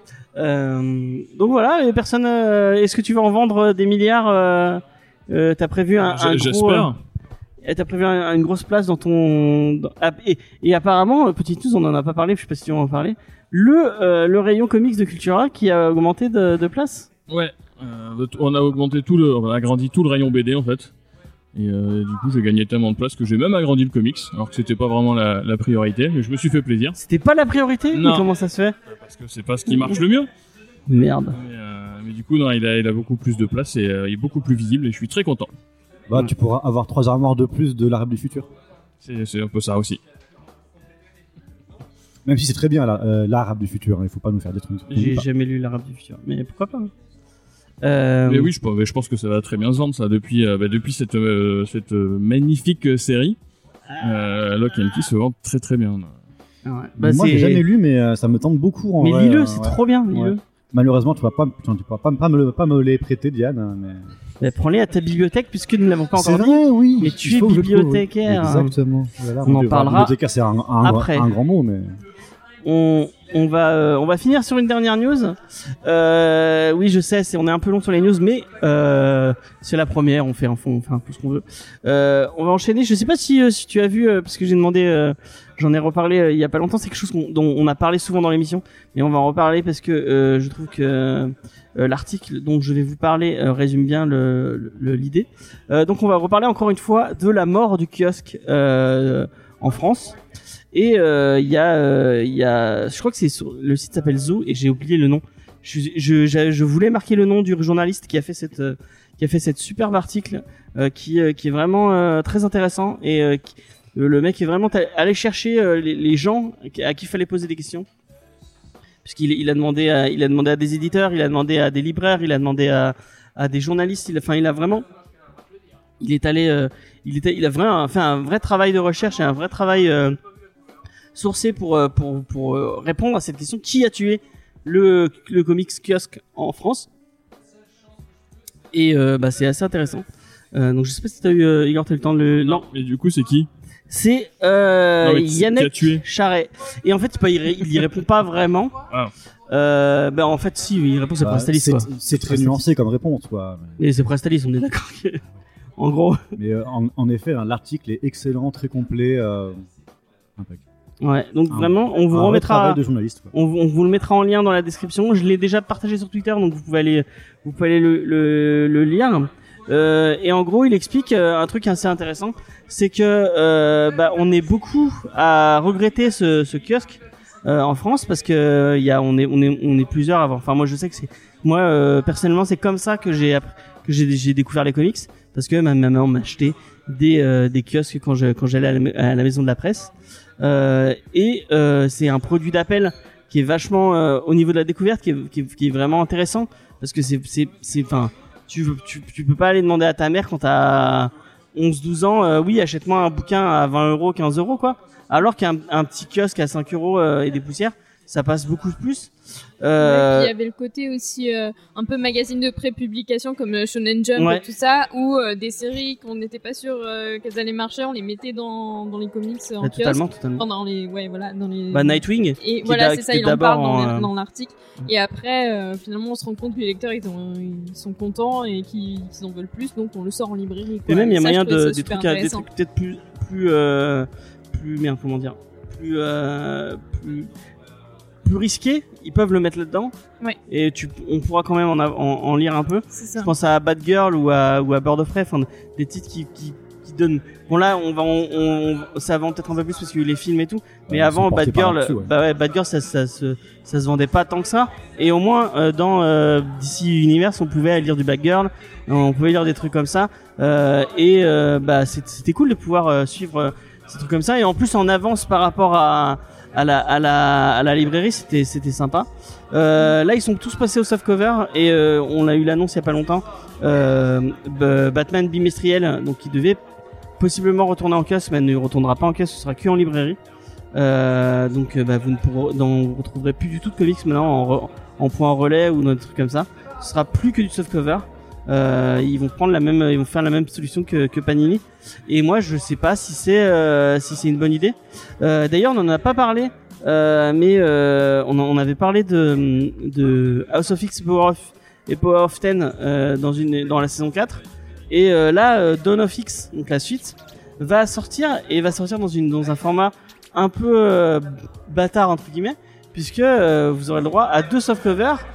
Euh, donc voilà, et personne. euh, Est-ce que tu vas en vendre des milliards euh, euh, T'as prévu un, un J- gros. J'espère. euh, et T'as prévu un- une grosse place dans ton. dans- ah, et, et apparemment, euh, petite news, on en a pas parlé, je sais pas si tu vas en parler. Le euh, le rayon comics de Cultura qui a augmenté de, de place. Ouais. Euh, on a augmenté tout le, on a agrandi tout le rayon B D en fait. Et euh, du coup, j'ai gagné tellement de place que j'ai même agrandi le comics, alors que c'était pas vraiment la, la priorité, mais je me suis fait plaisir. C'était pas la priorité. Non. Mais comment ça se fait Parce que c'est pas ce qui marche le mieux. Merde. Mais, euh, mais du coup, non, il a, il a beaucoup plus de place et euh, il est beaucoup plus visible et je suis très content. Bah, Ouais. tu pourras avoir trois armoires de plus de l'Arabe du futur. C'est c'est un peu ça aussi. Même si c'est très bien là, euh, l'Arabe du futur, hein, il faut pas nous faire des trucs. J'ai jamais lu l'Arabe du futur, mais pourquoi pas. hein. Euh, Mais oui, je, pense- je pense que ça va très bien se vendre ça depuis, euh, bah, depuis cette, euh, cette euh, magnifique euh, série. Euh, Lock and Key se vend très très bien. ouais. Bah, Moi, j'ai c'est- jamais lu, mais euh, ça me tente beaucoup. En Mais vrai, lis-le, euh, c'est ouais. trop bien. Lis-le. Ouais. Malheureusement, tu vas pas, putain, tu pourras pas, pas, me, le- pas me les prêter, Diane. hein, Mais... Bah, prends-les à ta bibliothèque puisque nous ne l'avons pas C'est encore dit. vrai, oui. Mais Il tu es faut que je le trouve, oui. bibliothécaire. Exactement. Voilà, On mon en Dieu, parlera bibliothécaire, c'est un, un, après. un grand mot, mais. On, on va euh, on va finir sur une dernière news. Euh, oui, je sais, c'est on est un peu long sur les news, mais euh, c'est la première. On fait un fond, on fait un peu ce qu'on veut. Euh, on va enchaîner. Je sais pas si euh, si tu as vu euh, parce que j'ai demandé, euh, j'en ai reparlé euh, il y a pas longtemps. C'est quelque chose qu'on- dont on a parlé souvent dans l'émission, mais on va en reparler parce que euh, je trouve que euh, l'article dont je vais vous parler euh, résume bien le le- l'idée. Euh, donc on va reparler encore une fois de la mort du kiosque euh, en France. Et il euh, y a, il euh, y a, je crois que c'est sur, le site s'appelle Zoo et j'ai oublié le nom. Je, je, je, je voulais marquer le nom du journaliste qui a fait cette, euh, qui a fait cette superbe article euh, qui, euh, qui est vraiment euh, très intéressant et euh, qui, euh, le mec est vraiment allé chercher euh, les, les gens à qui il fallait poser des questions. puisqu'il il a demandé à, il a demandé à des éditeurs, il a demandé à des libraires, il a demandé à, à des journalistes. Il, enfin, il a vraiment, il est allé, euh, il était, il a vraiment fait un vrai travail de recherche et un vrai travail euh, sourcé pour euh, pour pour euh, répondre à cette question: qui a tué le le comics kiosque en France? Et euh, bah c'est assez intéressant. Euh, donc je sais pas si t'as eu euh, Igor, t'as eu le temps de le non. Et du coup, c'est qui? C'est euh, Non, mais qui- qui a Yannick tué Charret. Et en fait, c'est pas, il, ré- il y répond pas vraiment. Ah. Euh, ben en fait, si, il répond c'est Bah, Prestalis, c'est quoi. c'est très nuancé comme réponse, quoi. Et c'est Prestalis, on est d'accord. que- En gros, Mais euh, en, en effet, hein, l'article est excellent, très complet. Euh... impec. ouais. Donc Un- vraiment, on vous un vrai remettra, travail de journaliste, quoi. on, vous- on vous le mettra en lien dans la description. Je l'ai déjà partagé sur Twitter, donc vous pouvez aller, vous pouvez aller le, le, le lire. Euh, et en gros, il explique euh, un truc assez intéressant, c'est que euh, bah, on est beaucoup à regretter ce, ce kiosque euh, en France parce que il y a, on est, on est, on est plusieurs avant. Enfin, moi, je sais que c'est, moi euh, personnellement, c'est comme ça que j'ai, app- que j'ai, j'ai découvert les comics parce que ma maman m'a acheté des, euh, des kiosques quand je, quand j'allais à la, à la maison de la presse. Euh, et euh, c'est un produit d'appel qui est vachement euh, au niveau de la découverte, qui est, qui est, qui est vraiment intéressant parce que c'est, c'est, c'est, enfin. Tu, veux- tu, tu peux pas aller demander à ta mère quand t'as onze douze ans, euh, oui, achète-moi un bouquin à vingt euros, quinze euros, quoi. Alors qu'un un petit kiosque à cinq euros euh, et des poussières, ça passe beaucoup plus. Ouais, Euh, puis il y avait le côté aussi euh, un peu magazine de pré-publication comme euh, Shonen Jump Ouais. et tout ça, où euh, des séries qu'on n'était pas sûr euh, qu'elles allaient marcher, on les mettait dans, dans les comics euh, en bah, kiosque. totalement, totalement. Enfin, dans les, ouais, voilà, dans les. Bah, Nightwing. Et qui voilà, d'a- c'est ça, qui il en d'abord parle dans, en, le- euh, dans l'article. Et après, euh, finalement, on se rend compte que les lecteurs, ils, ont, ils sont contents et qu'ils qu'ils en veulent plus, donc on le sort en librairie. Quoi. Et même, il y a ça, je moyen trouvais de, ça des super trucs, à- des intéressant. trucs peut-être plus, plus, euh, plus, merde, comment dire, plus, euh, plus, plus risqués. Ils peuvent le mettre là-dedans. Ouais. Et tu, on pourra quand même en, av- en, en lire un peu. C'est ça. Je pense à Bad Girl ou à, ou à Bird of Prey, enfin, des titres qui, qui, qui donnent. Bon là, on va, on, on- ça vend peut-être un peu plus parce qu'il y a eu les films et tout. Mais Ouais, ils avant, sont portés Bad par Girl, là-dessus, ouais. bah ouais, Bad Girl, ça, ça, se, ça se vendait pas tant que ça. Et au moins, euh, dans euh, D C Universe, on pouvait lire du Bad Girl, on pouvait lire des trucs comme ça. Euh, et euh, bah, c'est- c'était cool de pouvoir euh, suivre euh, ces trucs comme ça. Et en plus, en avance par rapport à, à la, à la, à la librairie, c'était, c'était sympa. Euh, là, ils sont tous passés au softcover et euh, on a eu l'annonce il y a pas longtemps. Euh, B- Batman bimestriel, donc qui devait possiblement retourner en kiosque, mais ne retournera pas en kiosque, ce sera que en librairie. Euh, donc, euh, bah, vous ne pourrez, dans- vous retrouverez plus du tout de comics maintenant en, re- en point relais ou dans des trucs comme ça. Ce sera plus que du softcover. Euh, ils vont prendre la même, ils vont faire la même solution que, que Panini. Et moi, je sais pas si c'est, euh, si c'est une bonne idée. Euh, d'ailleurs, on en a pas parlé. Euh, mais euh, on, en- on avait parlé de, de House of X Power of, et Power of Ten euh, dans, une, dans la saison quatre. Et euh, là, euh, Dawn of X, donc la suite, va sortir et va sortir dans, une, dans un format un peu euh, bâtard, entre guillemets, puisque euh, vous aurez le droit à deux softcovers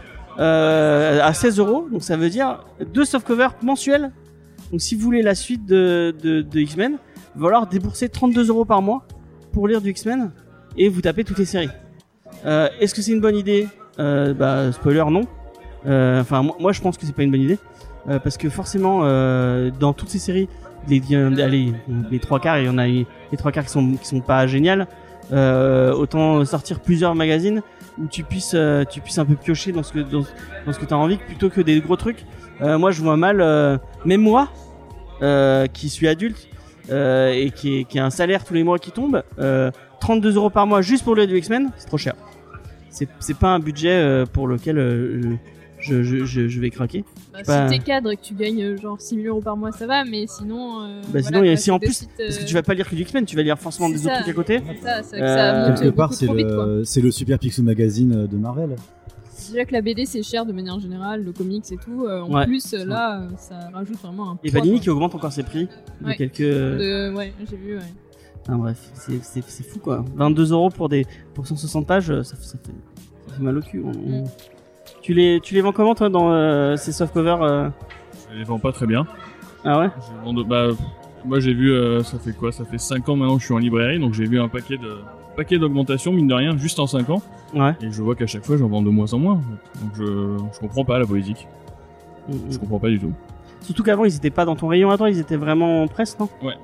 euh, à seize euros. Donc ça veut dire deux softcovers mensuels. Donc si vous voulez la suite de, de, de X-Men, il va falloir débourser trente-deux euros par mois pour lire du X-Men et vous tapez toutes les séries. Euh, Est-ce que c'est une bonne idée? euh, Bah spoiler, non. Euh, Enfin moi, moi je pense que c'est pas une bonne idée euh, parce que forcément euh, dans toutes ces séries, les, allez, les trois quarts, il y en a les trois quarts qui sont qui sont pas géniales. Euh, autant sortir plusieurs magazines où tu puisses euh, tu puisses un peu piocher dans ce que dans, dans ce que t'as envie plutôt que des gros trucs. Euh, moi je vois mal, euh, même moi euh, qui suis adulte euh, et qui, est, qui a un salaire tous les mois qui tombe, euh, trente-deux euros par mois juste pour lire du X-Men, c'est trop cher. C'est c'est pas un budget euh, pour lequel euh, je, je, je, je vais craquer. Bah, pas- Si t'es cadre et que tu gagnes euh, genre six mille euros par mois, ça va, mais sinon. Euh, Bah voilà, sinon, il y a quoi, aussi en c'est plus, de suite, parce que euh, tu vas pas lire que du X-Men, tu vas lire forcément des c'est autres ça. trucs à côté. C'est ça, c'est que Euh, ça monte Quelque part, beaucoup c'est trop vite, quoi. le, c'est le Super Picsou Magazine de Marvel. Déjà que la B D c'est cher de manière générale, le comics et tout. euh, en Ouais. plus, euh, là, euh, ça rajoute vraiment un Et poids, Panini quoi. qui augmente encore ses prix de Ouais. quelques. De- Ouais, j'ai vu, ouais. Enfin, bref, c'est c'est c'est fou quoi. vingt-deux euros pour des pour cent soixante pages, ça, ça fait ça fait mal au cul. On- on- Mm. Tu les tu les vends comment toi dans euh, ces softcovers euh... Je les vends pas très bien. Ah ouais. Je vends de- bah, moi j'ai vu, euh, ça fait quoi? Ça fait cinq ans maintenant que je suis en librairie, donc j'ai vu un paquet de paquet d'augmentation, mine de rien, juste en cinq ans. Ouais. Et je vois qu'à chaque fois j'en vends de moins en moins. En fait. Donc je, je comprends pas la politique. Mm, mm. Je comprends pas du tout. Surtout qu'avant ils étaient pas dans ton rayon à toi, ils étaient vraiment en presse, non? Ouais.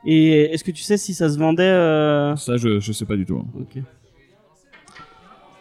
Et est-ce que tu sais si ça se vendait euh... Ça je, je sais pas du tout. hein. Ok.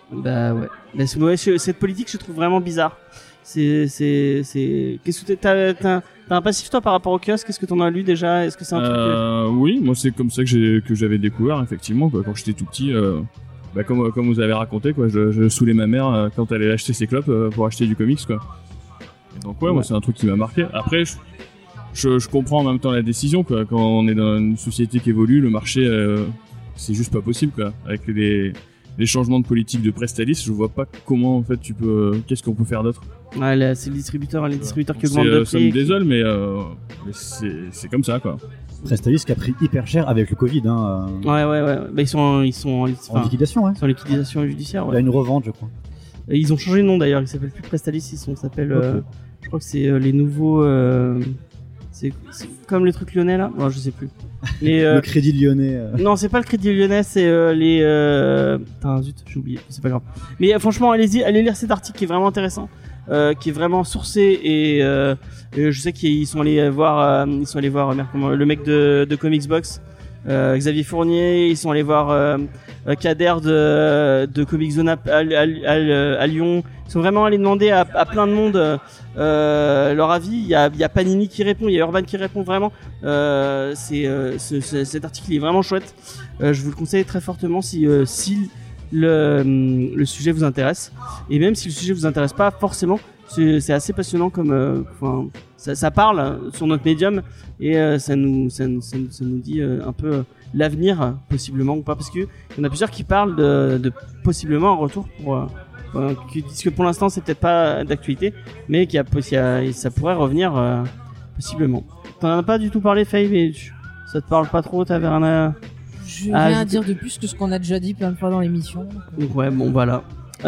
Bah ouais. Mais c'est- ouais, je- cette politique, je trouve vraiment bizarre. C'est, c'est, c'est. Qu'est-ce que t'as, t'as, t'as un passif toi par rapport au kiosque? Qu'est-ce que t'en as lu déjà? Est-ce que c'est un truc que- Euh, oui, moi c'est comme ça que j'ai que j'avais découvert effectivement quoi. Quand j'étais tout petit, euh, bah comme comme vous avez raconté quoi, je, je saoulais ma mère euh, quand elle allait acheter ses clopes euh, pour acheter du comics quoi. Et donc ouais, Ouais. moi c'est un truc qui m'a marqué. Après, je, je je comprends en même temps la décision quoi. Quand on est dans une société qui évolue, le marché euh, c'est juste pas possible quoi. Avec les les changements de politique de Prestalis, je vois pas comment en fait tu peux. Qu'est-ce qu'on peut faire d'autre? Ouais, là, c'est le distributeur, les distributeurs qui Donc, augmentent c'est, de euh, prix. Ça me qui- désole, mais, euh, mais c'est c'est comme ça quoi. Prestalis qui a pris hyper cher avec le Covid, hein, euh, Ouais, ouais, ouais. Bah, ils sont, en- ils sont, en, en enfin, liquidation, ouais. ils sont en liquidation judiciaire. Il y a Ouais. une revente, je crois. Et ils ont changé de nom d'ailleurs. Ils s'appellent plus Prestalis. Ils sont, s'appellent. euh, Ok. je crois que c'est euh, les nouveaux. Euh, c'est, c'est comme le truc lyonnais là. Non, je sais plus. Les, euh, Le Crédit Lyonnais. euh, Non, c'est pas le Crédit Lyonnais, c'est euh, les. Euh... Putain, zut, j'ai oublié, c'est pas grave. Mais euh, franchement, allez-y, allez lire cet article qui est vraiment intéressant, euh, qui est vraiment sourcé et, euh, et je sais qu'ils sont allés voir, euh, ils sont allés voir, euh, merde, comment, le mec de, de Comics Box, euh, Xavier Fournier, ils sont allés voir euh, euh, Kader de, de Comics Zone à, à, à- à Lyon. Ils sont vraiment allés demander à, à plein de monde euh, leur avis. Il y a, il y a Panini qui répond, il y a Urban qui répond vraiment. Euh, c'est, euh, ce, ce- cet article il est vraiment chouette. Euh, je vous le conseille très fortement si, euh, si le, hum, le sujet vous intéresse. Et même si le sujet vous intéresse pas forcément, c'est, c'est assez passionnant comme, euh, enfin, ça, ça parle sur notre médium et euh, ça nous, ça, nous- ça, nous- ça nous dit euh, un peu euh, l'avenir possiblement ou pas, parce que il y en a plusieurs qui parlent de, de possiblement un retour pour, euh, euh, qui disent que pour l'instant c'est peut-être pas d'actualité, mais qu'il y a, qu'il y a- ça pourrait revenir euh, possiblement. T'en as pas du tout parlé, Faye, mais tu- ça te parle pas trop, t'avais rien à... Je vais Ah, rien je- dire de plus que ce qu'on a déjà dit plein de fois dans l'émission. Donc ouais, bon voilà.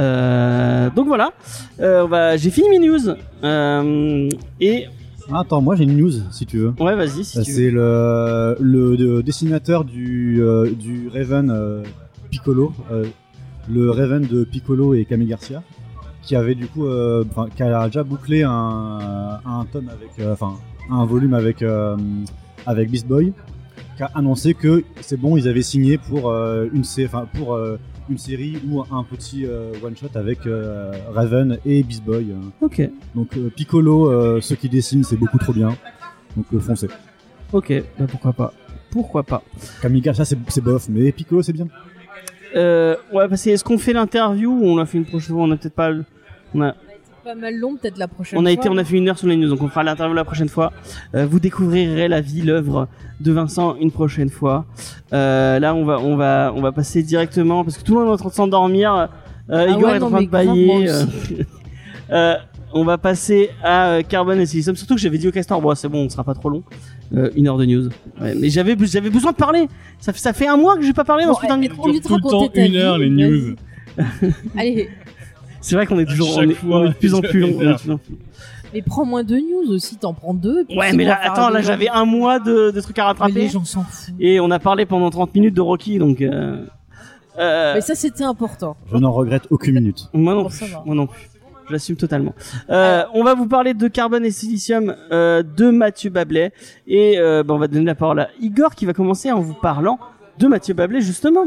Euh, donc voilà, euh, on va, j'ai fini mes news. Euh, et Ah, attends, moi j'ai une news si tu veux. ouais, vas-y si Euh, tu veux. C'est le, le, le dessinateur du, euh, du Raven euh, Piccolo, euh, le Raven de Piccolo et Kame Garcia, qui avait du coup, euh, enfin, qui a déjà bouclé un, un tome avec, euh, enfin, un volume avec, euh, avec Beast Boy, qui a annoncé que c'est bon, ils avaient signé pour euh, une, sé- enfin, pour euh, une série ou un petit euh, one shot avec euh, Raven et Beast Boy. euh. Ok, Donc euh, Piccolo, euh, ceux qui dessinent, c'est beaucoup trop bien. Donc euh, foncez. ok, bah pourquoi pas, pourquoi pas. Kamiga, ça c'est c'est bof, mais Piccolo c'est bien. Euh, ouais, parce que est-ce qu'on fait l'interview ou on l'a fait une prochaine fois? On a peut-être pas, le- on a, Pas mal long, peut-être la prochaine on a fois. été, on a fait une heure sur les news, donc on fera l'interview la prochaine fois. Euh, vous découvrirez la vie, l'œuvre de Vincent une prochaine fois. Euh, là, on va, on va, on va passer directement parce que tout le monde est en train de s'endormir. Euh, Ah Igor ouais, est en non, train mais de bailler. grave, moi euh, euh, on va passer à euh, Carbone et Silicium. Surtout que j'avais dit au Castor, bon, c'est bon, on sera pas trop long. Euh, une heure de news. Ouais, mais j'avais, j'avais besoin de parler. Ça fait, ça fait un mois que j'ai pas parlé dans Bon, ce putain de eh, micro. Au lieu de Tout le temps, raconter ta une heure, vie, les vas-y. news. Allez, C'est vrai qu'on est toujours, chaque on est, fois, on est de plus en plus long. on est de plus en plus long. mais prends moins de news aussi, t'en prends deux. puis Ouais, c'est mais bon, là, on va faire attends, un là, débat. j'avais un mois de, de trucs à Mais rattraper. les gens s'en foutent. Et on a parlé pendant trente minutes de Rocky, donc. Euh, euh, Mais ça, c'était important. Je n'en regrette aucune minute. moi non Bon, plus. ça va. Moi non plus. Je l'assume totalement. Euh, on va vous parler de Carbone et Silicium euh, de Mathieu Bablet. Et euh, bah, on va donner la parole à Igor qui va commencer en vous parlant de Mathieu Bablet, justement.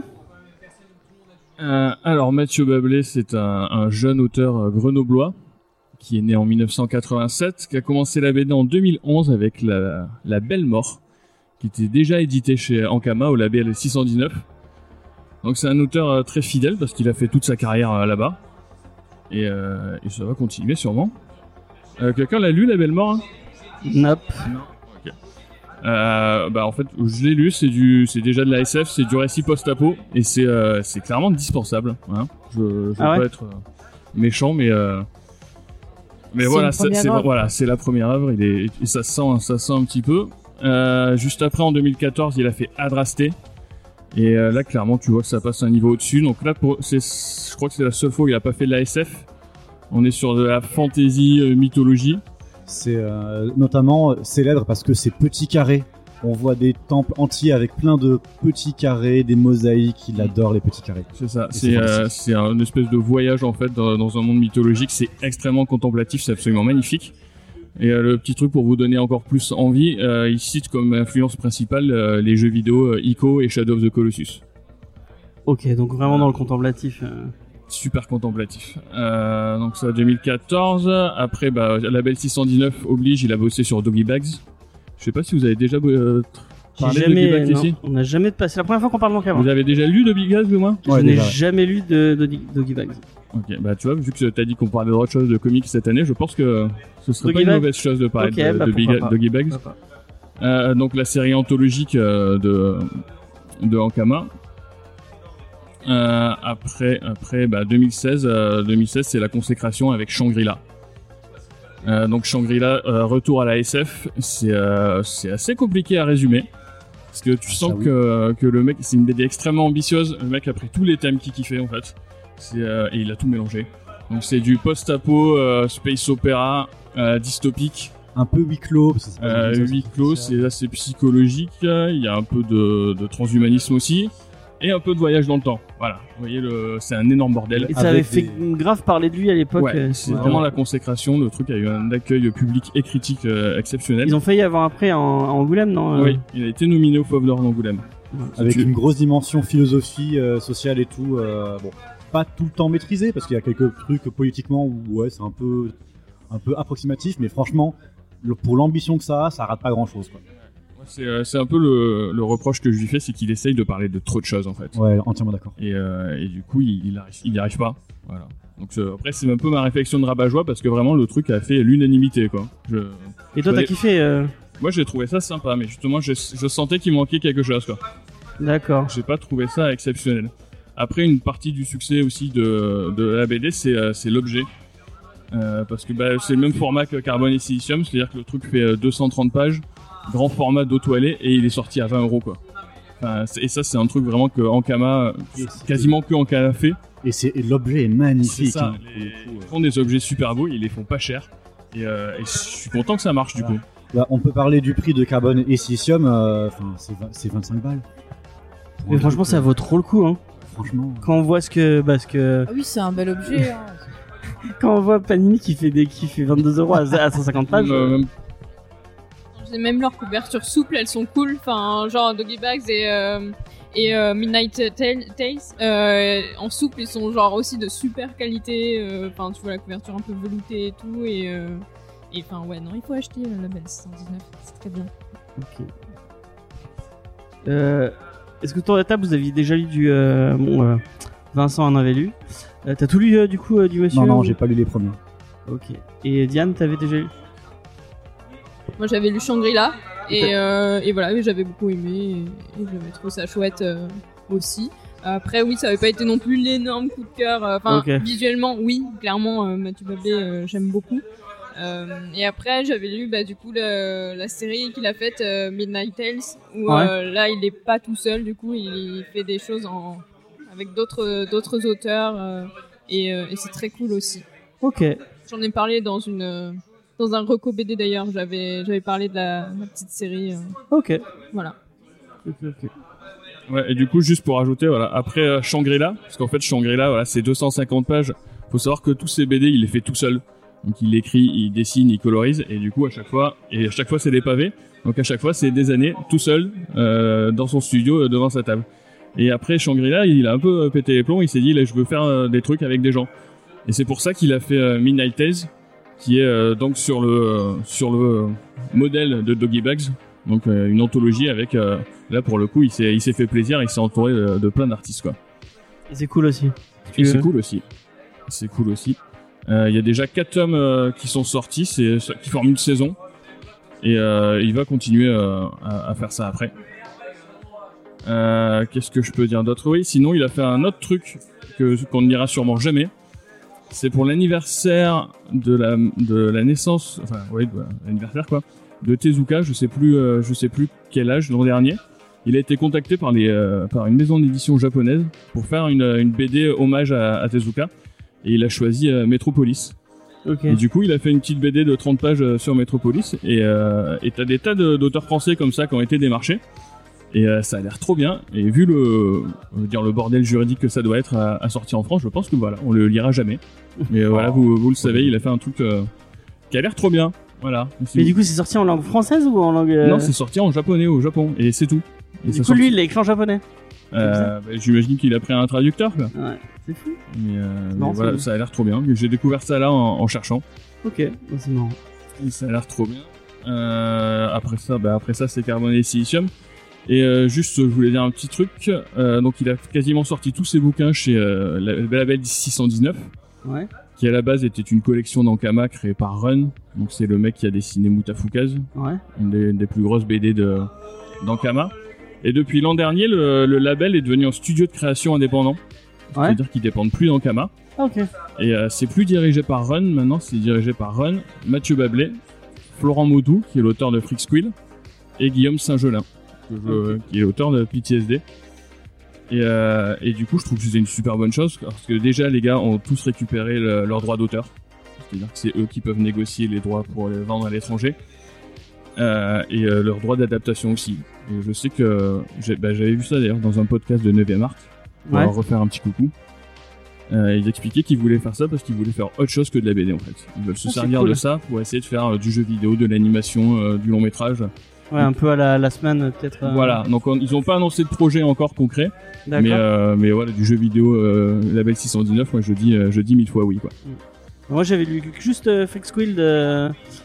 Euh, alors Mathieu Bablet, c'est un, un jeune auteur euh, grenoblois qui est né en mille neuf cent quatre-vingt-sept, qui a commencé la B D en deux mille onze avec la, la Belle Mort, qui était déjà édité chez Ankama au label six cent dix-neuf. Donc c'est un auteur euh, très fidèle parce qu'il a fait toute sa carrière euh, là-bas. Et, euh, et ça va continuer sûrement. Euh, quelqu'un l'a lu, la Belle Mort, hein? Nope. Euh, bah en fait, je l'ai lu, c'est du, c'est déjà de la S F, c'est du récit post-apo et c'est, euh, c'est clairement dispensable. Hein. Je, je veux Ah ouais pas être euh, méchant, mais euh, mais C'est voilà, une c'est, première c'est œuvre. voilà, c'est la première œuvre. Il est, et ça se sent, ça se sent un petit peu. Euh, juste après, en deux mille quatorze, il a fait Adrasté. Et euh, là, clairement, tu vois que ça passe un niveau au-dessus. Donc là, pour, c'est, je crois que c'est la seule fois où il a pas fait de la S F. On est sur de la fantasy, euh, mythologie. C'est euh, notamment célèbre parce que c'est petit carré. On voit des temples entiers avec plein de petits carrés, des mosaïques. Il adore les petits carrés. C'est ça. Et C'est, c'est euh, fantastique. c'est un espèce de voyage en fait dans, dans un monde mythologique. C'est extrêmement contemplatif. C'est absolument magnifique. Et euh, le petit truc pour vous donner encore plus envie, euh, il cite comme influence principale euh, les jeux vidéo euh, Ico et Shadow of the Colossus. Ok, donc vraiment dans le contemplatif. euh. super contemplatif. Euh, donc ça, deux mille quatorze. Après, bah, Label six cent dix-neuf oblige, il a bossé sur Doggy Bags. Je sais pas si vous avez déjà euh, parlé J'ai de Doggy jamais, Bags non, ici. on n'a jamais passé. C'est la première fois qu'on parle d'Ankama. Vous avez déjà lu Doggy Bags, au moins? Je Ouais, n'ai déjà, ouais. jamais lu de, de, de Doggy Bags. Ok, bah tu vois, vu que t'as dit qu'on parlait d'autre chose de comics cette année, je pense que ce serait Doggy pas une Bags. mauvaise chose de parler Ok, de, bah de pourquoi Big- pas. Doggy Bags. Pourquoi pas. Euh, donc la série anthologique euh, de de Ankama. Euh, après, après, bah deux mille seize, euh, deux mille seize, c'est la consécration avec Shangri-La. Euh, donc Shangri-La, euh, retour à la S F, c'est euh, c'est assez compliqué à résumer parce que tu Ah, sens ça, oui. que que le mec, c'est une B D extrêmement ambitieuse. Le mec a pris tous les thèmes qu'il kiffait en fait, c'est euh, et il a tout mélangé. Donc c'est du post-apo, euh, space opéra, euh, dystopique. Un peu huis clos. parce que c'est pas Euh, comme ça, huis c'est- clos, c'est assez psychologique. Il y a un peu de, de transhumanisme aussi, et un peu de voyage dans le temps. Voilà, vous voyez, le, c'est un énorme bordel. Et ça avait Avec fait des- grave parler de lui à l'époque. Ouais, euh, c'est c'était- vraiment la consécration. Le truc a eu un accueil public et critique euh, exceptionnel. Ils ont failli avoir après en, en Angoulême, non euh Oui, il a été nominé au Fauve d'Or d'Angoulême. Avec Tu- une grosse dimension philosophie euh, sociale et tout. euh, bon, pas tout le temps maîtrisé parce qu'il y a quelques trucs politiquement où ouais, c'est un peu, un peu approximatif, mais franchement, le- pour l'ambition que ça a, ça rate pas grand chose. Quoi. C'est, euh, c'est un peu le, le reproche que je lui fais, c'est qu'il essaye de parler de trop de choses en fait. Ouais, entièrement d'accord. Et, euh, et du coup, il, il, arrive, il y arrive pas. Voilà. Donc euh, après, c'est un peu ma réflexion de rabat-joie parce que vraiment le truc a fait l'unanimité quoi. Je... Et toi, t'as Ouais. kiffé euh, Moi, j'ai trouvé ça sympa, mais justement, je, je sentais qu'il manquait quelque chose quoi. D'accord. J'ai pas trouvé ça exceptionnel. Après, une partie du succès aussi de, de la B D, c'est, euh, c'est l'objet. Euh, parce que bah, c'est le même format que Carbone et Silicium, c'est-à-dire que le truc fait euh, deux cent trente pages, grand format d'auto-allée, et il est sorti à vingt euros quoi. Enfin, c'est- et ça, c'est un truc vraiment que Ankama, Et c'est- quasiment que Ankama fait. Et, c'est, et l'objet est C'est magnifique. ça, hein, pour les- le coup, ils font des objets super beaux, ils les font pas cher. Et, euh, et je suis content que ça marche du Voilà. coup. Bah, on peut parler du prix de Carbone et Silicium, euh, enfin, c'est, vingt- c'est vingt-cinq balles. Pour Mais un franchement, truc, ça euh, vaut trop le coup, hein. Franchement. Quand on voit ce que, bah, ce que, Ah oui, c'est un bel objet. Hein. quand on voit Panini qui fait des, qui fait vingt-deux euros à à cent cinquante pages. Euh, même- J'ai même leurs couvertures souples, elles sont cool. Enfin, genre Doggy Bags et, euh, et euh, Midnight Tale- Tales. Euh, en souple, ils sont genre aussi de super qualité. euh, Enfin, tu vois la couverture un peu veloutée et tout. Et euh, et enfin, ouais, non, il faut acheter le label six cent dix-neuf. C'est très bien. Ok. Euh, est-ce que autour de la table, vous aviez déjà lu du, euh, bon, euh, Vincent en avait lu. Euh, t'as tout lu euh, du coup euh, du monsieur? Non, non, ou- j'ai pas lu les premiers. Ok. Et Diane, t'avais déjà lu? Moi, j'avais lu Shangri-La. Ok. Et, euh, et voilà, mais j'avais beaucoup aimé. Et, et j'avais trouvé ça chouette euh, aussi. Après, oui, ça avait pas été non plus l'énorme coup de cœur. euh, Enfin, Ok. visuellement, oui, clairement, euh, Mathieu Bablé, euh, j'aime beaucoup. Euh, et après, j'avais lu bah, du coup le- la série qu'il a faite, euh, Midnight Tales, où Ouais. euh, là, il est pas tout seul. Du coup, il fait des choses en avec d'autres d'autres auteurs euh, et, euh, et c'est très cool aussi. Ok. J'en ai parlé dans une euh, dans un reco B D d'ailleurs. J'avais j'avais parlé de la, la petite série. euh, Ok. voilà. Ok, ok. Ouais, et du coup, juste pour ajouter, voilà, après euh, Shangri-La, parce qu'en fait, Shangri-La, voilà, c'est deux cent cinquante pages. Faut savoir que tous ces B D, il les fait tout seul. Donc, il écrit, il dessine, il colorise, et du coup, à chaque fois, et à chaque fois, c'est des pavés. Donc, à chaque fois, c'est des années, tout seul, euh, dans son studio, euh, devant sa table. Et après, Shangri-La, il a un peu euh, pété les plombs, il s'est dit, là, je veux faire euh, des trucs avec des gens. Et c'est pour ça qu'il a fait euh, Midnight Tales, qui est euh, donc sur le, euh, sur le euh, modèle de Doggy Bags. Donc, euh, une anthologie avec, euh, là, pour le coup, il s'est, il s'est fait plaisir, il s'est entouré de, de plein d'artistes, quoi. Et c'est cool aussi. Et c'est cool aussi. C'est cool aussi. Euh, Il y a déjà quatre tomes euh, qui sont sortis, c'est qui forment une saison, et euh, il va continuer euh, à, à faire ça après. Euh, Qu'est-ce que je peux dire d'autre? Oui, sinon il a fait un autre truc que qu'on ne lira sûrement jamais. C'est pour l'anniversaire de la de la naissance, enfin oui, de l'anniversaire quoi, de Tezuka. Je sais plus, euh, je sais plus quel âge l'an dernier. Il a été contacté par les euh, par une maison d'édition japonaise pour faire une une B D hommage à, à Tezuka. Et il a choisi euh, Metropolis. Ok. Et du coup, il a fait une petite B D de trente pages euh, sur Metropolis. Et euh, et t'as des tas de- d'auteurs français comme ça qui ont été démarchés. Et euh, ça a l'air trop bien. Et vu le, on va dire le bordel juridique que ça doit être à, à sortir en France, je pense que voilà, on le lira jamais. Mais euh, voilà, vous, vous le savez, il a fait un truc euh, qui a l'air trop bien. Voilà. Mais du coup, c'est sorti en langue française ou en langue euh, non, c'est sorti en japonais au Japon. Et c'est tout. Et Du ça coup, sort- lui, il l'a écrit en japonais. Euh, bah, j'imagine qu'il a pris un traducteur, quoi. Ouais, c'est fou. Mais, euh, Non, mais voilà, c'est- ça a l'air trop bien. J'ai découvert ça là en, en cherchant. Ok, bon, c'est marrant. Et ça a l'air trop bien. Euh, après ça, bah après ça, c'est Carbone et Silicium. Et euh, juste, je voulais dire un petit truc. Euh, donc, il a quasiment sorti tous ses bouquins chez euh, la- le label six cent dix-neuf, Ouais. qui à la base était une collection d'Ankama créée par Run. Donc, c'est le mec qui a dessiné Mutafukaz, Ouais. une des, une des plus grosses B D de d'Ankama. Et depuis l'an dernier, le, le label est devenu un studio de création indépendant. Ouais. C'est-à-dire qu'ils dépendent plus d'Ankama. Ok. Et euh, c'est plus dirigé par Run, maintenant c'est dirigé par Run, Mathieu Bablé, Florent Maudou, qui est l'auteur de Freak Squill, et Guillaume Saint-Gelin, que je- qui est l'auteur de P T S D. Et, euh, et du coup, je trouve que c'est une super bonne chose, parce que déjà, les gars ont tous récupéré le- leurs droits d'auteur. C'est-à-dire que c'est eux qui peuvent négocier les droits pour les vendre à l'étranger. Euh, et euh, leurs droits d'adaptation aussi. Et je sais que j'ai- bah, j'avais vu ça d'ailleurs dans un podcast de neuvième Art, pour Ouais. leur refaire un petit coucou. Euh, ils expliquaient qu'ils voulaient faire ça parce qu'ils voulaient faire autre chose que de la B D en fait. Ils veulent se Ah, c'est servir cool. de ça pour essayer de faire euh, du jeu vidéo, de l'animation, euh, du long métrage. Ouais, un peu à la, la semaine, peut-être. euh, Voilà, donc on- ils ont pas annoncé de projet encore concret, D'accord. mais, euh, mais voilà, du jeu vidéo euh, label six cent dix-neuf, moi je dis, euh, je dis mille fois oui quoi. Moi, j'avais lu juste euh, Freak Squill de,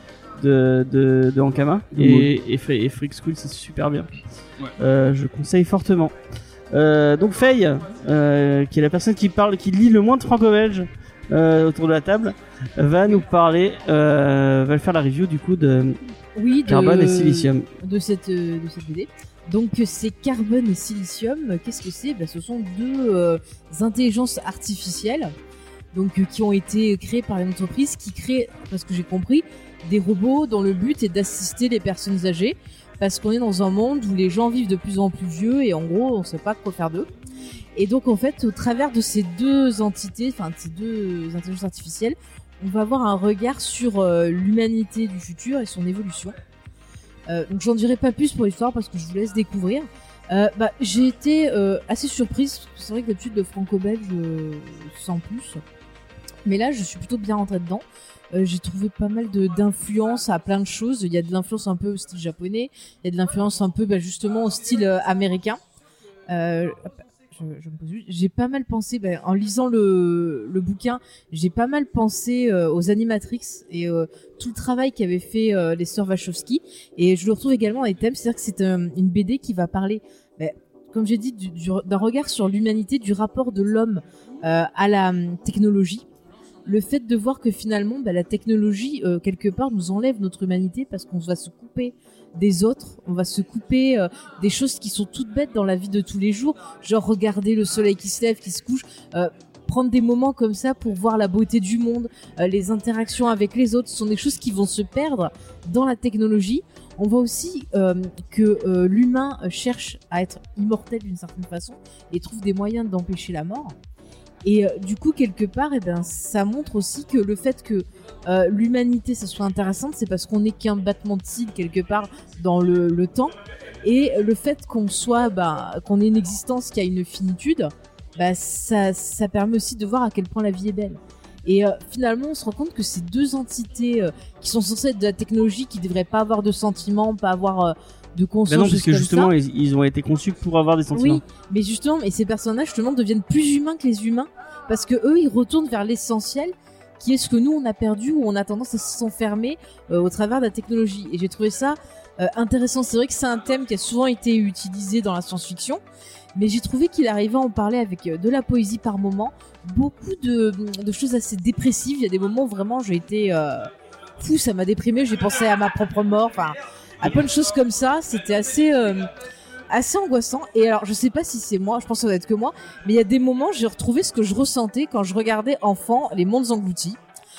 de, de, de Ankama. Et, et, Fre- et Freak Squill, c'est super bien. Ouais. Euh, je conseille fortement. Euh, donc, Faye, euh, qui est la personne qui parle, qui lit le moins de franco-belge euh, autour de la table, va nous parler, euh, va faire la review du coup de Oui, de, Carbone et Silicium. de cette euh, de cette B D. Donc euh, c'est Carbone et Silicium. euh, Qu'est-ce que c'est Ben, ce sont deux euh, intelligences artificielles, donc euh, qui ont été créées par une entreprise qui crée, parce que j'ai compris, des robots dont le but est d'assister les personnes âgées, parce qu'on est dans un monde où les gens vivent de plus en plus vieux et en gros on sait pas quoi faire d'eux. Et donc en fait, au travers de ces deux entités, enfin de ces deux intelligences artificielles, on va avoir un regard sur euh, l'humanité du futur et son évolution. Euh, donc j'en dirai pas plus pour l'histoire parce que je vous laisse découvrir. Euh, bah, j'ai été euh, assez surprise parce que c'est vrai que d'habitude le franco-belge euh, sans plus, mais là je suis plutôt bien rentrée dedans. Euh, j'ai trouvé pas mal de d'influence à plein de choses. Il y a de l'influence un peu au style japonais, il y a de l'influence un peu bah, justement au style euh, américain. Euh, je, je me pose juste- j'ai pas mal pensé bah, en lisant le, le bouquin, j'ai pas mal pensé euh, aux Animatrix et euh, tout le travail qu'avaient fait euh, les sœurs Wachowski, et je le retrouve également dans les thèmes, c'est-à-dire que c'est euh, une B D qui va parler, bah, comme j'ai dit, du, du, d'un regard sur l'humanité, du rapport de l'homme euh, à la hum, technologie. Le fait de voir que finalement bah, la technologie euh, quelque part nous enlève notre humanité parce qu'on va se couper des autres, on va se couper euh, des choses qui sont toutes bêtes dans la vie de tous les jours, genre regarder le soleil qui se lève, qui se couche, euh, prendre des moments comme ça pour voir la beauté du monde, euh, les interactions avec les autres, ce sont des choses qui vont se perdre dans la technologie. On voit aussi euh, que euh, l'humain cherche à être immortel d'une certaine façon et trouve des moyens d'empêcher la mort. Et euh, du coup, quelque part, eh ben, ça montre aussi que le fait que euh, l'humanité, ça soit intéressante, c'est parce qu'on n'est qu'un battement de cils quelque part dans le, le temps. Et le fait qu'on soit, bah, qu'on ait une existence qui a une finitude, bah, ça, ça permet aussi de voir à quel point la vie est belle. Et euh, finalement, on se rend compte que ces deux entités euh, qui sont censées être de la technologie, qui devraient pas avoir de sentiments, pas avoir euh, de conscience, Ben non, parce juste que comme justement, ça. ils, ils ont été conçus pour avoir des sentiments. Oui, mais justement, et ces personnages justement deviennent plus humains que les humains parce que eux, ils retournent vers l'essentiel, qui est ce que nous on a perdu ou on a tendance à s'enfermer euh, au travers de la technologie. Et j'ai trouvé ça euh, intéressant. C'est vrai que c'est un thème qui a souvent été utilisé dans la science-fiction, mais j'ai trouvé qu'il arrivait à en parler avec euh, de la poésie par moment, beaucoup de, de choses assez dépressives. Il y a des moments où vraiment j'ai été euh, fou, ça m'a déprimé. J'ai pensé à ma propre mort, enfin à plein de choses comme ça. C'était assez euh, assez angoissant. Et alors je sais pas si c'est moi, je pense que ça doit être que moi, mais il y a des moments j'ai retrouvé ce que je ressentais quand je regardais enfant Les Mondes Engloutis,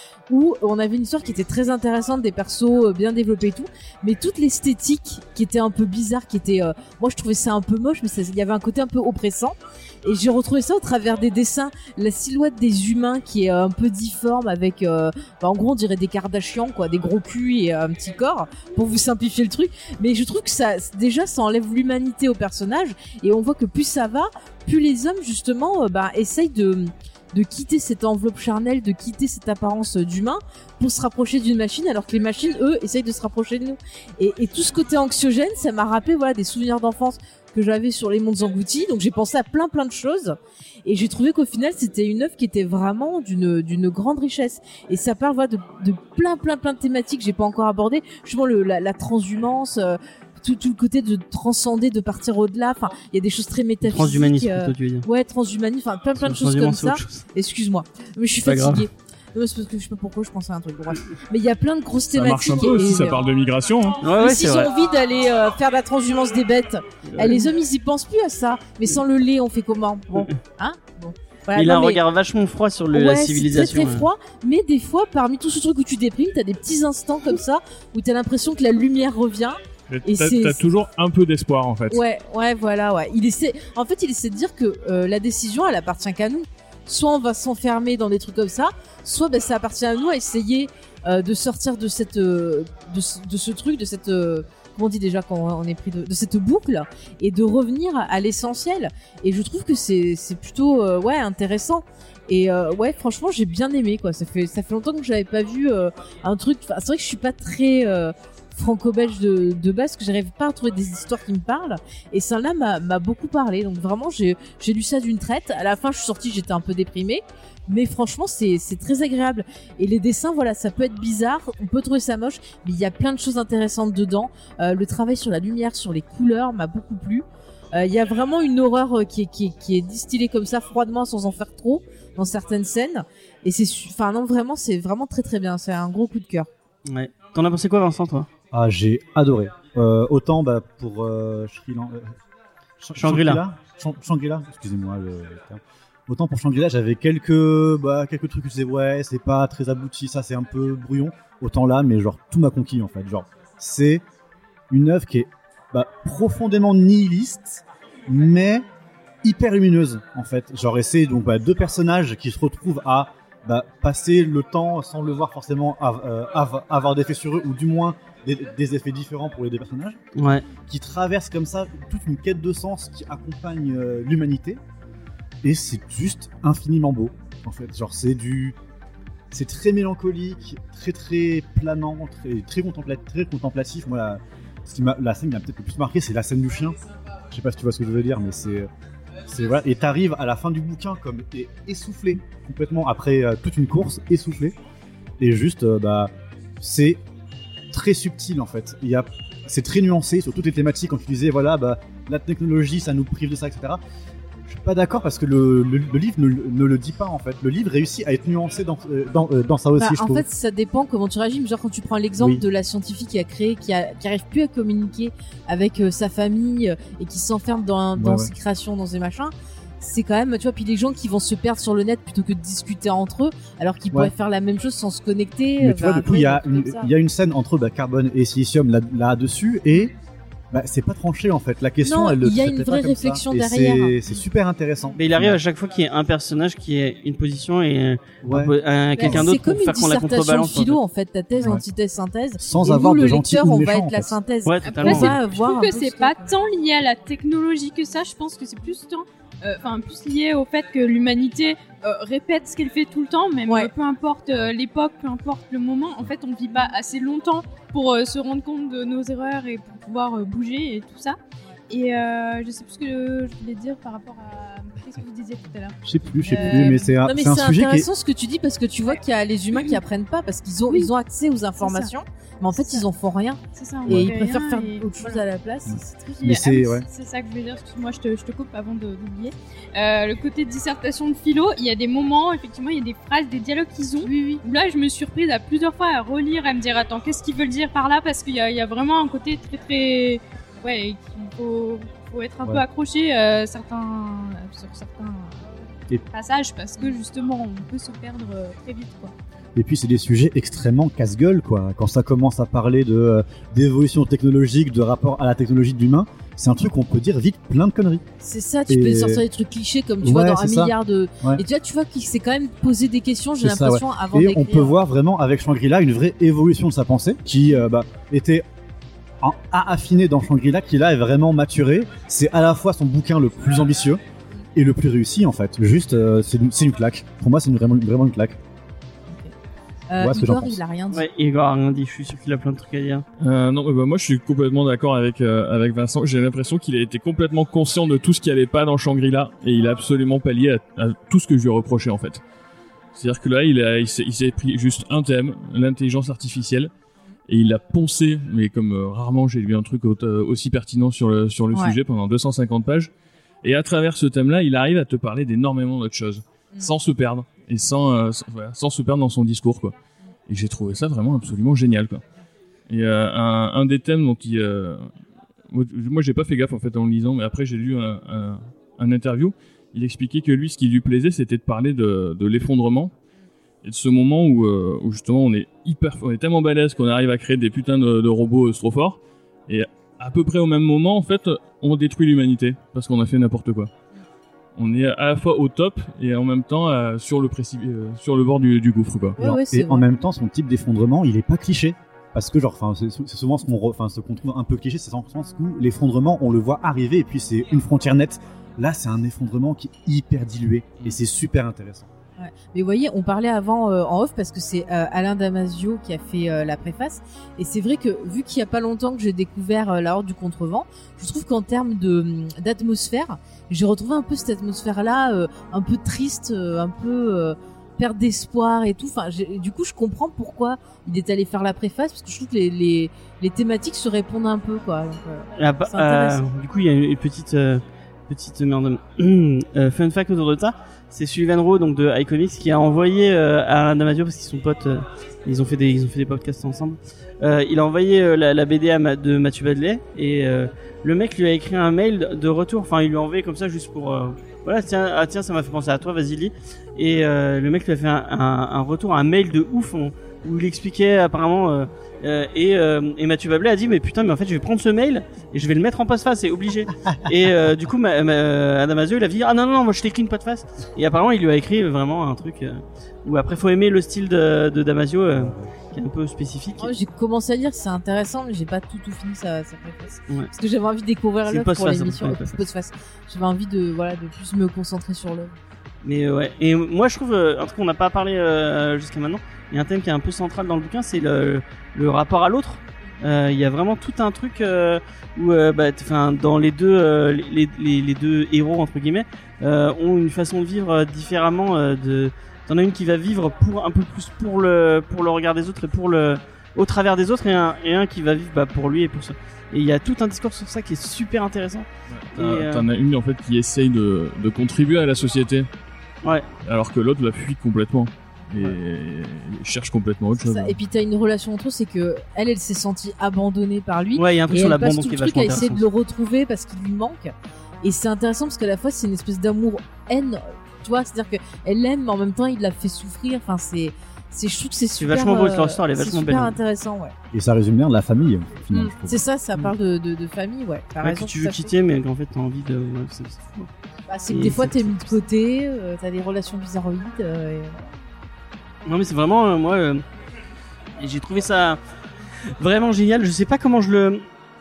où on avait une histoire qui était très intéressante, des persos bien développés et tout, mais toute l'esthétique qui était un peu bizarre, qui était euh, moi je trouvais ça un peu moche, mais il y avait un côté un peu oppressant. Et j'ai retrouvé ça au travers des dessins, la silhouette des humains qui est un peu difforme avec, euh, bah en gros on dirait des Kardashians quoi, des gros culs et un petit corps, pour vous simplifier le truc. Mais je trouve que ça, déjà ça enlève l'humanité au personnage, et on voit que plus ça va, plus les hommes justement euh, bah, essayent de de quitter cette enveloppe charnelle, de quitter cette apparence d'humain pour se rapprocher d'une machine, alors que les machines, eux, essayent de se rapprocher de nous. Et, et tout ce côté anxiogène, ça m'a rappelé voilà, des souvenirs d'enfance que j'avais sur les mondes engloutis. Donc j'ai pensé à plein plein de choses et j'ai trouvé qu'au final c'était une œuvre qui était vraiment d'une d'une grande richesse. Et ça parle voilà, de, de plein plein plein de thématiques que j'ai pas encore abordées. Justement le la, la transhumance. Euh, Tout, tout le côté de transcender, de partir au-delà. Enfin, il y a des choses très métaphysiques. Transhumanisme, euh, plutôt, tu veux dire. Ouais, transhumanisme. Enfin, plein, plein de choses comme ça. Excuse-moi. Mais je suis Pas fatiguée. Non, c'est parce que je sais pas pourquoi je pensais à un truc. Bref. Mais il y a plein de grosses Ça thématiques. marche un peu aussi, et, ça et, parle de migration. Hein. Ouais, ouais, s'ils c'est ont vrai. envie d'aller euh, faire de la transhumance des bêtes, euh, les hommes ils y pensent plus à ça. Mais sans le lait, on fait comment? Bon, hein? Bon. Voilà, Il non, a un mais- regard vachement froid sur le, ouais, la c'est civilisation. très très ouais. froid, mais des fois, parmi tout ce truc où tu déprimes, t'as des petits instants comme ça où t'as l'impression que la lumière revient. Et T'as c'est- t'as toujours un peu d'espoir en fait. Ouais, ouais, voilà, ouais. Il essaie, en fait, il essaie de dire que euh, la décision, elle appartient qu'à nous. Soit on va s'enfermer dans des trucs comme ça, soit ben, ça appartient à nous à essayer euh, de sortir de cette, euh, de, ce- de ce truc, de cette, euh, comment on dit déjà quand on est pris de, de cette boucle, et de revenir à l'essentiel. Et je trouve que c'est, c'est plutôt, euh, ouais, intéressant. Et euh, ouais, franchement, j'ai bien aimé quoi. Ça fait, ça fait longtemps que j'avais pas vu euh, un truc. Enfin, c'est vrai que je suis pas très euh, franco-belge de, de base, que j'arrive pas à trouver des histoires qui me parlent. Et ça là m'a, m'a beaucoup parlé. Donc vraiment, j'ai, j'ai lu ça d'une traite. À la fin, je suis sortie, j'étais un peu déprimée. Mais franchement, c'est, c'est très agréable. Et les dessins, voilà, ça peut être bizarre, on peut trouver ça moche, mais il y a plein de choses intéressantes dedans. Euh, le travail sur la lumière, sur les couleurs m'a beaucoup plu. Il euh, y a vraiment une horreur qui est, qui, est, qui est distillée comme ça, froidement, sans en faire trop, dans certaines scènes. Et c'est, enfin non, vraiment, c'est vraiment très très bien. C'est un gros coup de cœur. Ouais. T'en as pensé quoi, Vincent, toi? Ah, j'ai adoré. Euh, autant bah, pour euh, Sri Lan- euh, Sh- Shangri-La. Shang- Shangri-La, excusez-moi le terme. Autant pour Shangri-La, j'avais quelques, bah, quelques trucs où je disais ouais, c'est pas très abouti, ça c'est un peu brouillon. Autant là, mais genre tout m'a conquis en fait. Genre, c'est une œuvre qui est bah, profondément nihiliste, mais hyper lumineuse en fait. Genre, et c'est donc bah, deux personnages qui se retrouvent à bah, passer le temps sans le voir forcément av- euh, av- avoir d'effets sur eux, ou du moins des, des effets différents pour les deux personnages, Ouais. qui traversent comme ça toute une quête de sens qui accompagne euh, l'humanité. Et c'est juste infiniment beau en fait. Genre, c'est du, c'est très mélancolique, très très planant, très très, contempla- très contemplatif. Moi, la, ce qui m'a- la scène qui m'a peut-être le plus marqué, c'est la scène du chien. Je sais pas si tu vois ce que je veux dire, mais c'est, c'est voilà. Et t'arrives à la fin du bouquin comme et essoufflé complètement après euh, toute une course, essoufflé. Et juste, euh, bah, c'est très subtil en fait. Il y a, c'est très nuancé sur toutes les thématiques. Quand tu disais voilà, bah, la technologie, ça nous prive de ça, et cetera. Je suis pas d'accord parce que le, le, le livre ne, ne le dit pas en fait. Le livre réussit à être nuancé dans, euh, dans, euh, dans ça aussi, Bah, je en trouve. fait, ça dépend comment tu réagis. Mais genre, quand tu prends l'exemple Oui. de la scientifique qui a créé, qui, a, qui arrive plus à communiquer avec euh, sa famille euh, et qui s'enferme dans, dans Ouais, ses ouais. créations, dans ses machins, c'est quand même, tu vois, puis les gens qui vont se perdre sur le net plutôt que de discuter entre eux, alors qu'ils Ouais. pourraient faire la même chose sans se connecter. Mais euh, tu vois, bah, du coup, il y, a après, des une- trucs comme ça. il y a une scène entre bah, Carbone et Silicium là- là-dessus, et bah, c'est pas tranché en fait. La question, Non, elle le il y a traitait une pas vraie comme ça. réflexion Et derrière. c'est- C'est super intéressant. Mais il arrive à chaque fois qu'il y ait un personnage qui ait une position et Ouais. un peu- un- quelqu'un Bah, d'autre c'est pour comme faire une qu'on la dissertation de contrebalance. en philo, en fait, ta thèse, Ouais. antithèse, synthèse. Sans et avoir nous, de le gentil lecteur, ou de on va méchant, être la en fait. synthèse. fait. Ouais, Après, totalement. On va Je voir trouve un que peu c'est ce pas truc. tant lié à la technologie que ça. Je pense que c'est plus tant, euh, enfin plus lié au fait que l'humanité euh, répète ce qu'elle fait tout le temps, même Ouais. euh, peu importe euh, l'époque, peu importe le moment. En fait, on vit pas assez longtemps pour euh, se rendre compte de nos erreurs et pour pouvoir euh, bouger et tout ça. Et euh, je sais plus ce que je voulais dire par rapport à qu'est-ce que vous disiez tout à l'heure. Je sais plus, je sais Euh, plus, mais c'est un, Non mais c'est un c'est sujet qui est. intéressant ce que tu dis parce que tu vois qu'il y a les humains qui apprennent pas parce qu'ils ont Oui. ils ont accès aux informations mais en fait C'est ils ça. en font rien C'est ça. on et fait ils préfèrent rien faire et autre chose voilà. à la place. Ouais. C'est très Mais Ah c'est- oui, ouais. c'est ça que je veux dire. Excuse-moi, je te, je te coupe avant de- d'oublier. Euh, le côté dissertation de philo, il y a des moments, effectivement, il y a des phrases, des dialogues qu'ils ont. Oui, oui. Où là, je me suis surprise à plusieurs fois à relire, à me dire, attends, qu'est-ce qu'ils veulent dire par là? Parce qu'il y a, il y a vraiment un côté très, très, ouais, qu'il faut, faut être un Ouais. peu accroché euh, certains, sur certains Et- passages parce que justement, on peut se perdre euh, très vite, quoi. Et puis c'est des sujets extrêmement casse-gueule quoi. Quand ça commence à parler de euh, d'évolution technologique, de rapport à la technologie de l'humain, c'est un truc qu'on peut dire vite plein de conneries. C'est ça, tu Et- peux sortir des trucs clichés comme tu Ouais, vois dans c'est un ça. milliard de Ouais. et tu vois tu vois qu'il s'est quand même posé des questions, j'ai C'est ça, l'impression avant Et d'écrire. on peut voir vraiment avec Shangri-La une vraie évolution de sa pensée qui euh, bah, était en- à affiner dans Shangri-La, qui là est vraiment maturé. C'est à la fois son bouquin le plus ambitieux et le plus réussi en fait. Juste, euh, c'est une, c'est une claque. Pour moi, c'est une- vraiment, vraiment une claque. Euh, Voilà ce que j'en Igor, pense. il a rien dit. Ouais, Igor a rien dit, je suis sûr qu'il a plein de trucs à dire. Euh, non, bah, moi je suis complètement d'accord avec euh, avec Vincent. J'ai l'impression qu'il a été complètement conscient de tout ce qui allait pas dans Shangri-La et il a absolument pallié à, à tout ce que je lui reprochais en fait. C'est-à-dire que là, il a, il s'est, il s'est pris juste un thème, l'intelligence artificielle, et il l'a poncé, mais comme euh, rarement j'ai lu un truc au- aussi pertinent sur le sur le Ouais. sujet pendant deux cent cinquante pages. Et à travers ce thème-là, il arrive à te parler d'énormément d'autres choses, Mm. sans se perdre et sans euh, sans, voilà, sans se perdre dans son discours quoi. Et j'ai trouvé ça vraiment absolument génial quoi. Et euh, un, un des thèmes dont il, euh, moi, moi j'ai pas fait gaffe en fait en le lisant, mais après j'ai lu un, un, un interview. Il expliquait que lui, ce qui lui plaisait, c'était de parler de, de l'effondrement et de ce moment où, euh, où justement on est hyper, on est tellement balèze qu'on arrive à créer des putains de, de robots euh, trop forts. Et à peu près au même moment, en fait, on détruit l'humanité parce qu'on a fait n'importe quoi. On est à la fois au top et en même temps euh, sur le précipi- euh, sur le bord du, du gouffre quoi. Ouais, ouais, c'est et en vrai. même temps, son type d'effondrement, il est pas cliché. Parce que genre, enfin, c'est c'est souvent ce qu'on, re- enfin, ce qu'on trouve un peu cliché, c'est dans le sens où l'effondrement, on le voit arriver et puis c'est une frontière nette. Là, c'est un effondrement qui est hyper dilué et c'est super intéressant. Ouais. Mais vous voyez, on parlait avant euh, en off parce que c'est euh, Alain Damasio qui a fait euh, la préface. Et c'est vrai que vu qu'il y a pas longtemps que j'ai découvert euh, La Horde du Contrevent, je trouve qu'en termes de d'atmosphère, j'ai retrouvé un peu cette atmosphère-là, euh, un peu triste, euh, un peu euh, perte d'espoir et tout. Enfin, j'ai- du coup, je comprends pourquoi il est allé faire la préface parce que je trouve que les les, les thématiques se répondent un peu, quoi. Donc, euh, Ah bah, C'est intéressant. euh, du coup, il y a une petite, euh, petite merde, euh, fun fact autour de ça. C'est Sullivan Rowe, donc de iComics, qui a envoyé euh, à Alain Damasio parce qu'ils sont potes. euh, ils ont fait des, ils ont fait des podcasts ensemble. Euh, il a envoyé euh, la, la B D à Ma- de Mathieu Badley et euh, le mec lui a écrit un mail de retour. Enfin, il lui a envoyé comme ça juste pour, euh, voilà, tiens, ah tiens, ça m'a fait penser à toi, vas-y lis. Et euh, le mec lui a fait un, un, un retour, un mail de ouf on- où il expliquait apparemment. Euh, euh, et, euh, et Mathieu Badley a dit mais putain mais en fait je vais prendre ce mail et je vais le mettre en postface, c'est obligé. Et euh, du coup ma, ma, Adam Azio il a dit ah non non non moi je t'écris une postface. Et apparemment il lui a écrit vraiment un truc euh, où après faut aimer le style de, de Damasio euh, qui est un peu spécifique. moi, j'ai commencé à lire, c'est intéressant, mais j'ai pas tout tout fini sa, sa préface. Ouais. Parce que j'avais envie de découvrir C'est une l'œuvre pour postface, l'émission. hein, euh, c'est une postface. J'avais envie de voilà de plus me concentrer sur l'œuvre. Mais euh, ouais. Et moi je trouve euh, un truc qu'on n'a pas parlé euh, jusqu'à maintenant. Il y a un thème qui est un peu central dans le bouquin, c'est le, le rapport à l'autre. Euh, Il y a vraiment tout un truc euh, où, euh, bah, enfin, dans les deux, euh, les, les, les deux héros entre guillemets euh, ont une façon de vivre euh, différemment. Euh, de, t'en as une qui va vivre pour un peu plus pour le, pour le regard des autres et pour le, au travers des autres, et un, et un qui va vivre bah, pour lui et pour ça. Et il y a tout un discours sur ça qui est super intéressant. T'en, Et, euh, t'en as une en fait qui essaye de, de contribuer à la société, Ouais. alors que l'autre la fuit complètement et cherche complètement autre chose. Ça. Et puis t'as une relation entre eux, c'est que elle, elle s'est sentie abandonnée par lui. Ouais, il y a un truc Et sur elle l'abandon passe tout qui est le truc vachement à essayer intéressant. de le retrouver parce qu'il lui manque. Et c'est intéressant parce qu'à la fois c'est une espèce d'amour haine, tu vois, c'est-à-dire que elle l'aime mais en même temps il la fait souffrir. Enfin c'est, c'est je trouve que c'est super. vachement beau, euh, leur histoire, elle est c'est vachement super belle. intéressant, ouais. Et ça résume bien la famille, au final, Mm, je trouve. c'est ça, ça parle de, de, de famille, ouais. T'as Ouais, raison. que tu tout veux à fait. quitter, mais qu'en fait t'as envie de. Ouais, c'est, c'est fou. Bah, c'est que Et des fois c'est- t'es mis de côté, euh, t'as des relations bizarroïdes. Euh, et voilà. Non mais c'est vraiment euh, moi euh, et j'ai trouvé ça vraiment génial. Je sais pas comment je le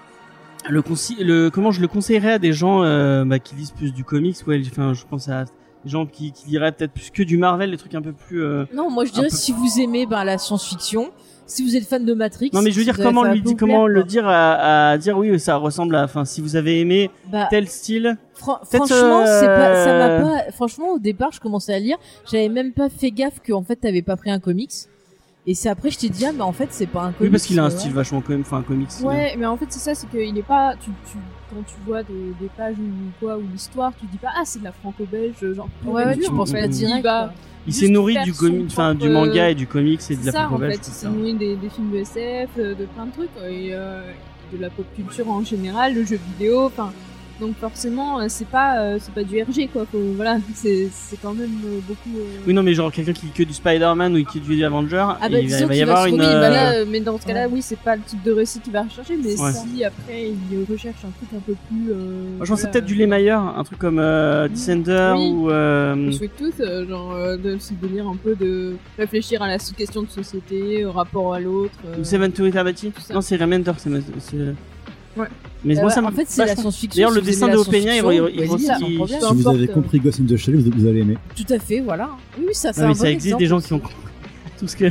le, consi- le comment je le conseillerais à des gens euh, bah, qui lisent plus du comics. Ouais, enfin je pense à des gens qui, qui liraient peut-être plus que du Marvel, des trucs un peu plus. Euh... Non, moi je Un dirais peu- si vous aimez ben, la science-fiction, si vous êtes fan de Matrix. Non mais je veux si dire vous- comment ça va lui vous dire comment plaire, le quoi. dire à, à dire oui ça ressemble à. Enfin si vous avez aimé Bah, tel style. Fran- Peut-être, franchement, c'est pas, ça euh, m'a pas. Franchement, au départ, je commençais à lire, j'avais même pas fait gaffe que en fait t'avais pas pris un comics. Et c'est après je t'ai dit ah mais en fait c'est pas un comics. Oui parce qu'il a un euh, style vachement quand même. Enfin un comics. Ouais, mais en fait, c'est ça, c'est qu'il est pas. Tu, tu, quand tu vois des, des pages ou quoi, ou l'histoire, tu dis pas, ah, c'est de la franco-belge, genre. pure Ouais, et ouais, dure, tu en penses fait. pas Il direct. va quoi. Il juste s'est nourri faire du son comics, enfin du propre- manga et du comics et de C'est la ça, en franco-belge. fait. Il s'est nourri des, des films de S F, euh, de plein de trucs, et euh, de la pop culture en général, le jeu vidéo, enfin. Donc forcément, euh, c'est pas, euh, c'est pas du R G, quoi. Faut, voilà, c'est, c'est quand même euh, beaucoup. euh, Oui non mais genre quelqu'un qui lit que du Spider-Man ou qui lit du Avenger, Ah bah il va, disons il va y qu'il avoir se- une. oui, Oui, bah là, euh, euh, mais dans ce cas-là, Ouais. oui, c'est pas le type de récit qu'il va rechercher, mais Ouais. si après il recherche un truc un peu plus. Euh, Moi, je pense que c'est voilà, peut-être du Lemayer, un truc comme euh, Descender Oui. ou. Euh... Sweet Tooth, euh, genre euh, de ce délire un peu de réfléchir à la question de société, au rapport à l'autre. euh, Ou Seven to Eternity. tout ça. Non, c'est Remender, c'est. c'est... Ouais. Mais Euh, moi, ça me en fait, c'est la vachement- science-fiction. D'ailleurs, si le vous dessin aimez de la Opeña, il, science-fiction, il, vous il, pouvez il, lire, sans il- problème. Peu Si vous importe, avez euh. compris Ghost in the Shell, vous, vous allez aimer. Tout à fait, voilà. Oui, oui, ça, c'est Non, un mais bon ça existe exemple des gens aussi. qui ont. tout ce que.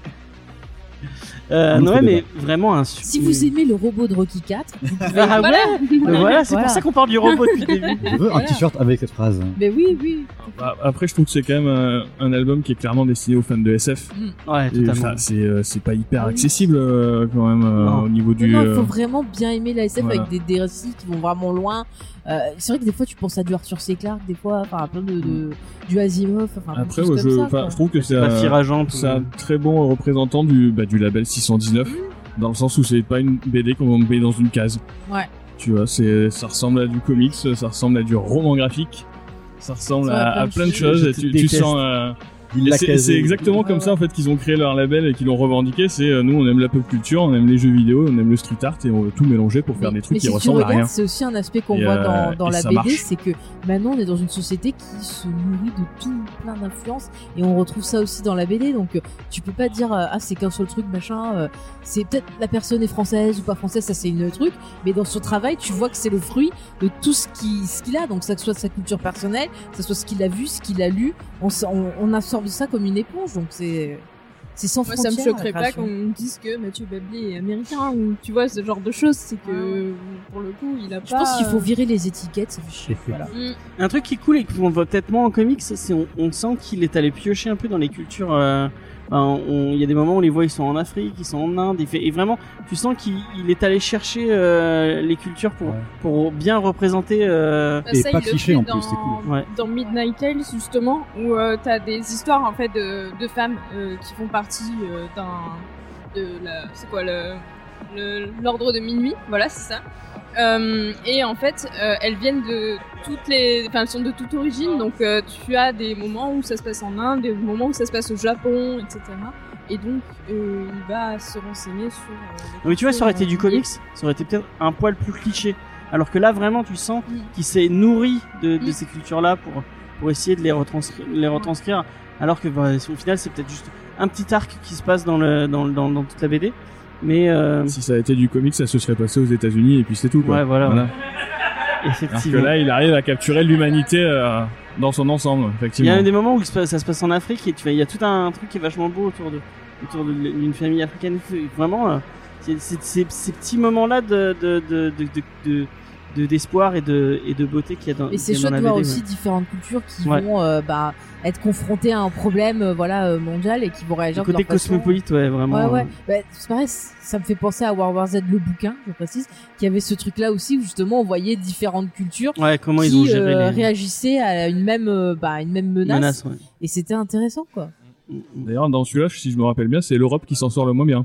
Euh, Un non, autre ouais, mais débat. vraiment un. Si vous aimez le robot de Rocky quatre, vous pouvez... Ah Voilà. ouais. Mais voilà, c'est Voilà. pour ça qu'on parle du robot depuis le début. Je veux un Voilà. t-shirt avec cette phrase. Mais oui, oui. Bah, après, je trouve que c'est quand même un, un album qui est clairement destiné aux fans de S F. Ouais, Et, totalement. enfin, c'est euh, c'est pas hyper Ah oui. accessible euh, quand même euh, Non. au niveau Non, du. non, il euh, faut vraiment bien aimer la S F voilà. avec des, des récits qui vont vraiment loin. Euh, c'est vrai que des fois tu penses à du Arthur C. Clarke, des fois, enfin à plein de, de du Asimov, enfin plein de Après, choses ouais, comme je, ça, enfin, quoi. je trouve que c'est Pas un, Firageant. c'est un très bon représentant du, bah, du label six cent dix-neuf, dans le sens où c'est pas une B D qu'on met dans une case. Ouais. Tu vois, c'est, ça ressemble à du comics, ça ressemble à du roman graphique, ça ressemble Ça à, va à plein plein de de choses. choses. Et Je tu, te tu déteste. sens. euh, Il et l'a c'est, casé. c'est exactement comme Ouais, ça en fait qu'ils ont créé leur label et qu'ils l'ont revendiqué. C'est euh, nous, on aime la pop culture, on aime les jeux vidéo, on aime le street art et on veut tout mélanger pour faire Mais- des trucs mais qui si ressemblent tu à regardes, rien. c'est aussi un aspect qu'on Et, voit euh, dans, dans et la ça B D, marche. c'est que maintenant on est dans une société qui se nourrit de tout plein d'influences et on retrouve ça aussi dans la B D. Donc euh, tu peux pas dire euh, ah c'est qu'un seul truc machin. euh, c'est peut-être la personne est française ou pas française, ça c'est une truc. Mais dans son travail, tu vois que c'est le fruit de tout ce qui ce qu'il a. Donc ça que soit sa culture personnelle, que ce soit ce qu'il a vu, ce qu'il a lu, on, s- on, on absorbe ça comme une éponge. Donc c'est c'est sans Moi, frontières. ça me choquerait la pas création. qu'on me dise que Mathieu Bablé est américain ou tu vois ce genre de choses. C'est que pour le coup, il a pas. Je pense qu'il faut virer les étiquettes, ça fait chier. Voilà. Mm. Un truc qui est cool et qu'on voit peut-être moins en comics, c'est on, on sent qu'il est allé piocher un peu dans les cultures. euh, enfin, on- Il y a des moments où on les voit, ils sont en Afrique, ils sont en Inde, il fait- et vraiment, tu sens qu'il il est allé chercher euh, les cultures pour Ouais. pour bien représenter. Euh... Bah, Et ça, pas il le cliché, fait en plus, dans- c'est cool. Ouais. Dans Midnight Tales justement, où euh, t'as des histoires en fait de, de femmes euh, qui font partie euh, d'un de la c'est quoi le le- l'ordre de minuit, voilà c'est ça. Euh, et en fait, euh, elles viennent de toutes les, enfin elles sont de toute origine, donc euh, tu as des moments où ça se passe en Inde, des moments où ça se passe au Japon, et cetera. Et donc euh, il va se renseigner sur. Euh, les Mais tu vois, ça aurait été du cultures, euh, comics, ça aurait été peut-être un poil plus cliché. Alors que là, vraiment, tu sens Mm. qu'il s'est nourri de, de Mm. ces cultures-là pour, pour essayer de les retranscrire, les retranscrire. Alors que, bah, au final, c'est peut-être juste un petit arc qui se passe dans, le, dans, dans, dans toute la B D. Mais, euh, Si ça a été du comics, ça se serait passé aux États-Unis et puis c'est tout. Quoi. ouais, voilà. Voilà. ouais. Alors que Effectivement. là, il arrive à capturer l'humanité euh, dans son ensemble, Il y effectivement. a des moments où il se passe- ça se passe en Afrique et tu vois, il y a tout un truc qui est vachement beau autour de, autour de l- d'une famille africaine. Vraiment, euh, c'est, c'est, c'est- ces petits moments-là de, de, de, de, de, de- de- d'espoir et de, et de beauté qu'il y a dans, Et c'est qu'il y a chouette dans de la voir B D. aussi ouais. différentes cultures qui Ouais. vont euh, bah, être confrontées à un problème euh, voilà euh, mondial et qui vont réagir Le côté de leur façon. cosmopolite, ouais, vraiment. Ouais, ouais. euh, Bah, c'est pareil, c- ça me fait penser à World War Z, le bouquin, je précise, qui avait ce truc-là aussi où justement on voyait différentes cultures Ouais, comment qui ils ont géré euh, les réagissaient à une même, euh, bah, une même menace. menaces. Ouais. Et c'était intéressant, quoi. D'ailleurs, dans celui-là, si je me rappelle bien, c'est l'Europe qui s'en sort le moins bien.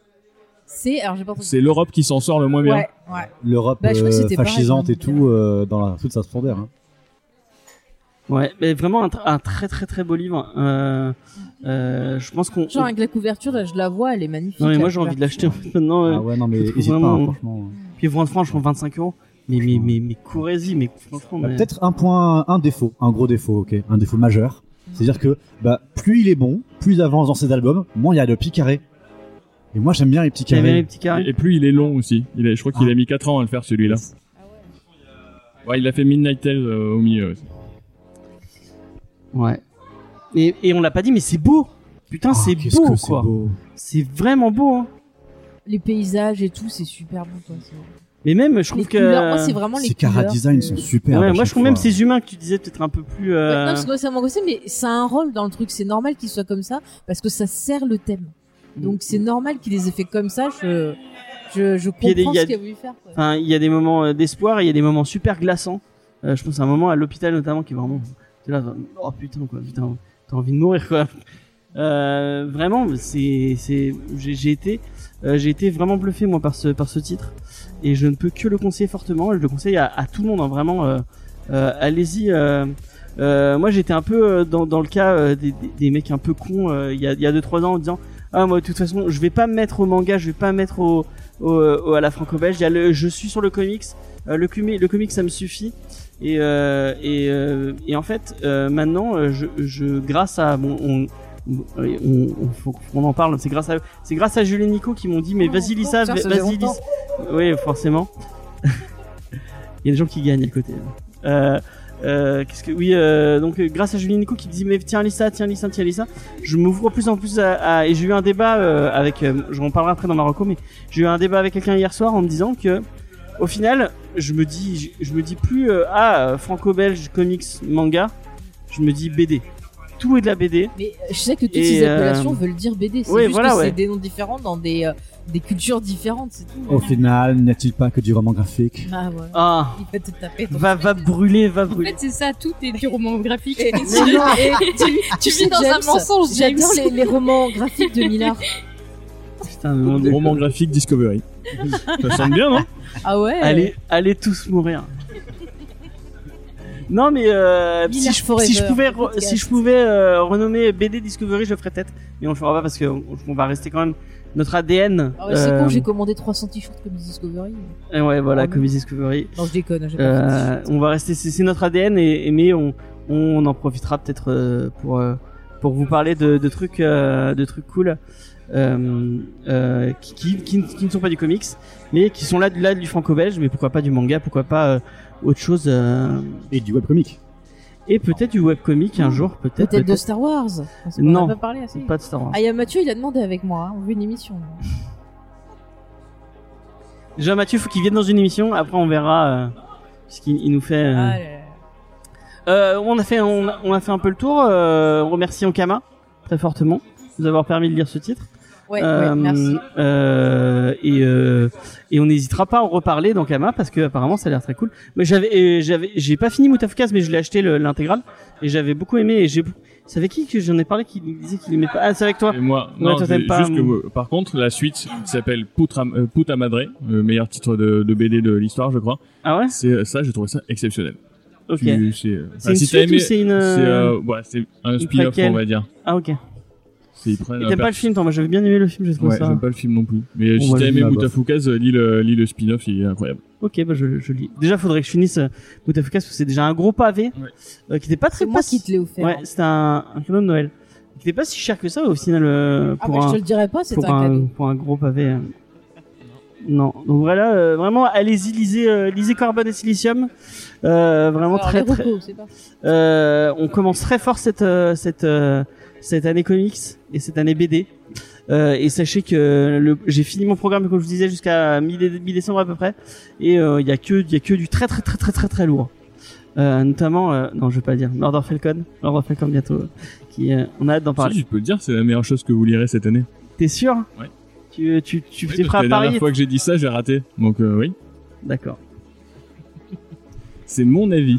C'est, alors j'ai pas entendu. C'est l'Europe qui s'en sort le moins bien. Ouais, ouais. L'Europe Bah, je crois que euh, c'était pareil, fascisante hein, et tout euh, dans la, toute sa splendeur. Hein. Ouais, mais vraiment un, tr- un très très très beau livre. Euh, euh, je pense qu'on. Genre avec la couverture, là, je la vois, elle est magnifique. Non mais la moi j'ai envie de l'acheter en couverture. fait maintenant. euh, Ah ouais, non, mais je trouve hésite pas, vraiment- hein, franchement. Puis vendre franchement vingt-cinq euros. Mais mais mais mais courez-y, mais franchement. Bah, mais- peut-être un point, un défaut, un gros défaut, ok, un défaut majeur. C'est-à-dire que bah, plus il est bon, plus il avance dans ses albums, moins il y a de petits carrés. Et moi j'aime bien les petits T'aimes bien les carrés. petits carrés. Et, et plus il est long aussi. Il a, je crois qu'il Ah. a mis quatre ans à le faire celui-là. Ouais, il a fait Midnight Tales euh, au milieu. aussi. Ouais. Et et on l'a pas dit, mais c'est beau. Putain, Ah, c'est qu'est-ce beau que c'est quoi. beau. C'est vraiment beau. Hein. Les paysages et tout, c'est super beau, quoi. C'est- Mais même je Les trouve que. couleurs, moi, c'est vraiment les Ces couleurs. cara design que- sont super. Ouais, moi je trouve même ces humains que tu disais peut-être un peu plus. Ouais, Euh... non, parce que moi, ça m'a angoissé, mais ça a un rôle dans le truc. C'est normal qu'il soit comme ça parce que ça sert le thème. Donc c'est normal qu'il les ait fait comme ça. Je, je, je Puis il y a des- comprends il y a- ce qu'il a voulu faire. Quoi. Enfin, il y a des moments euh, d'espoir et il y a des moments super glaçants. Euh, je pense à un moment à l'hôpital notamment qui est vraiment. T'es là, oh putain quoi, putain, t'as envie de mourir quoi. Euh, vraiment, c'est, c'est, j'ai, j'ai été, euh, j'ai été vraiment bluffé moi par ce, par ce titre et je ne peux que le conseiller fortement. Je le conseille à, à tout le monde, hein, vraiment. Euh, euh, allez-y. Euh, euh, moi, j'étais un peu euh, dans, dans le cas euh, des, des, des mecs un peu cons euh, il y a, il y a deux trois ans en disant ah moi de toute façon je vais pas me mettre au manga, je vais pas me mettre au, au, au- à la franco-belge. Il y a le, je suis sur le comics. Euh, le comics, le comics ça me suffit. Et euh, et, euh, et en fait euh, maintenant euh, je, je grâce à bon on on, on, on- faut qu'on en parle, c'est grâce à eux. C'est grâce à Jules et Nico qui m'ont dit mais Oh, vas-y lis encore, ça, tiens, ça vas-y fait lis. longtemps. Oui, forcément. Il y a des gens qui gagnent à côté. Euh, Euh, qu'est-ce que oui euh, donc euh, grâce à Julie Nico qui me dit mais tiens lis ça tiens lis ça tiens lis ça je m'ouvre plus en plus à, à et j'ai eu un débat euh, avec euh, j'en parlerai après dans ma reco mais j'ai eu un débat avec quelqu'un hier soir en me disant que au final je me dis je, je me dis plus euh, ah franco-belge comics manga je me dis B D tout est de la B D Mais je sais que toutes Et, ces appellations euh, veulent dire B D. C'est ouais, juste voilà, que ouais. c'est des noms différents dans des, euh, des cultures différentes, c'est tout. Au final, n'y a-t-il pas que du roman graphique? Ah, voilà. ah Il fait te taper. ton- va va brûler va En brûler fait, c'est ça, tout est du roman graphique. Et- tu Mais non, et tu, tu sais, vis dans James, un mensonge, James. J'adore les, les romans graphiques de Millard. putain mon Dieu. Roman graphique Discovery. Ça sonne bien, non? Ah ouais. allez allez tous mourir. Non mais euh, si, Miller je, Forever, si je pouvais le re- podcast. si je pouvais euh, renommer B D Discovery je ferais tête mais on le fera pas parce que on, on va rester quand même notre A D N. Ah ouais, c'est euh, con, j'ai commandé trois cents t-shirts comme Discovery. et ouais voilà Oh non. comme Discovery. Non, je déconne, j'ai pas Euh, fait de on va rester c'est, c'est notre A D N et, et mais on on en profitera peut-être euh, pour euh, pour vous parler de, de trucs euh, de trucs cool euh, euh, qui, qui, qui qui ne sont pas du comics mais qui sont là du là du franco-belge mais pourquoi pas du manga pourquoi pas euh, autre chose euh, Et du webcomic. et peut-être du webcomic un jour peut-être Peut-être de Star Wars. Parce qu'on Non. en a pas parlé assez. pas de Star Wars. Ah, il y a Mathieu, il a demandé avec moi. Hein. On veut une émission. Déjà Mathieu faut qu'il vienne dans une émission après on verra euh, ce qu'il il nous fait euh. Ah, là, là. Euh, on a fait on a, on a fait un peu le tour euh, on remercie Ankama très fortement de nous avoir permis de lire ce titre. Ouais, Euh, ouais, merci. euh, et euh, et on n'hésitera pas à en reparler dans Kama parce que apparemment ça a l'air très cool. Mais j'avais et j'avais j'ai pas fini Mutafukaz mais je l'ai acheté le- l'intégrale et j'avais beaucoup aimé et j'ai c'est avec qui que j'en ai parlé qui disait qu'il aimait pas ah c'est avec toi. Et moi, Ouais, non, toi, c'est t'aimes pas, juste que, hum. euh, par contre, la suite qui s'appelle Puta, euh, Puta Madre, le meilleur titre de, de B D de l'histoire, je crois. Ah ouais. C'est ça, j'ai trouvé ça exceptionnel. Ok. Tu- c'est, euh, C'est une si suite t'as aimé, ou c'est une, euh, c'est, euh, ouais, c'est un spin-off, préquelle on va dire. Ah ok. C'est, ils prennent Et un t'aimes pas per- le film toi moi j'avais bien aimé le film j'ai trouvé Ouais, ça. j'aime pas le film non plus. Mais On si va t'as le aimé film, Mutafukaz, lis le, lis le spin-off, il est incroyable. Ok bah je je lis. Déjà faudrait que je finisse euh, Mutafukaz parce que c'est déjà un gros pavé Ouais. euh, qui était pas très C'est moi pas qui si- te l'ai offert. Ouais c'était un un cadeau de Noël. Qui était pas si cher que ça au final euh, Ah pour bah, un je te le dirais pas, c'est pour un un, cadeau. pour un gros pavé. euh. Non, donc voilà, euh, vraiment, allez-y, lisez, euh, lisez Carbone et Silicium. Euh, vraiment Alors, très, les très. recos, c'est pas. Euh, on commence très fort cette euh, cette euh, cette année comics et cette année B D. Euh, et sachez que le, j'ai fini mon programme comme je vous disais jusqu'à mi- mi-décembre à peu près. Et euh, il y a que il y a que du très très très très très très lourd. Euh, notamment, euh, non, je vais pas le dire. Lord of Falcon, Lord of Falcon bientôt. euh, Qui, euh, on a hâte d'en Si, parler. je peux te dire, c'est la meilleure chose que vous lirez cette année. T'es sûr? Ouais. Tu tu tu Oui, t'es parce prêt que à la parier? dernière fois que j'ai dit ça, j'ai raté. Donc euh, oui, D'accord. c'est mon avis.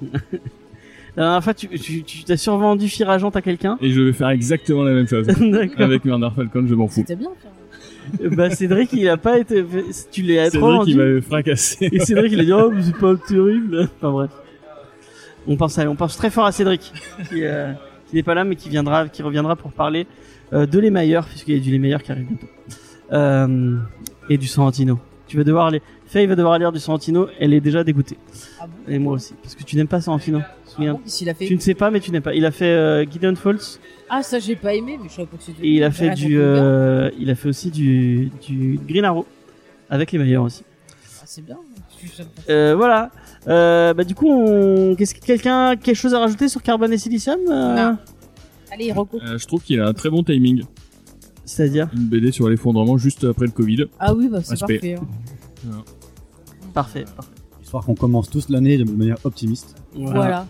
La dernière fois, tu, tu, tu t'as survendu Firagente à quelqu'un. Et je vais faire exactement la même chose. D'accord. Avec Murder Falcon, je m'en fous. C'était bien. Faire. Bah, Cédric, il a pas été, tu l'as trop Cédric, il vendu. m'avait fracassé. Et Cédric, il a dit, oh, mais c'est pas terrible. Enfin, bref. On pense à, on pense très fort à Cédric, qui, euh, qui n'est pas là, mais qui viendra, qui reviendra pour parler, euh, de Les Meilleurs, puisqu'il y a du Les Meilleurs qui arrive bientôt. Euh, et du Sorrentino. Tu vas devoir aller, Faye va devoir lire du Sorrentino, elle est déjà dégoûtée. Ah bon? Et moi aussi. Parce que tu n'aimes pas Sorrentino. Souviens. Ah bon, qu'est-ce qu'il a fait? Tu ne sais pas, mais tu n'aimes pas. Il a fait, euh, Gideon Falls. Ah, ça, j'ai pas aimé, mais je savais pas que c'était. Et il a j'ai fait rien du, contre le gars. euh, il a fait aussi du, du Green Arrow. Avec Les Meilleurs aussi. Ah, c'est bien. Je suis- j'aime pas. Euh, voilà. Euh, bah du coup, on... qu'est-ce que quelqu'un quelque chose à rajouter sur Carbone et Silicium euh, Non. Allez, Rocco. Euh, je trouve qu'il a un très bon timing. C'est-à-dire Une B D sur l'effondrement juste après le Covid. Ah oui, bah c'est Respect. parfait. hein. parfait. parfait. Histoire qu'on commence tous l'année de manière optimiste. Voilà.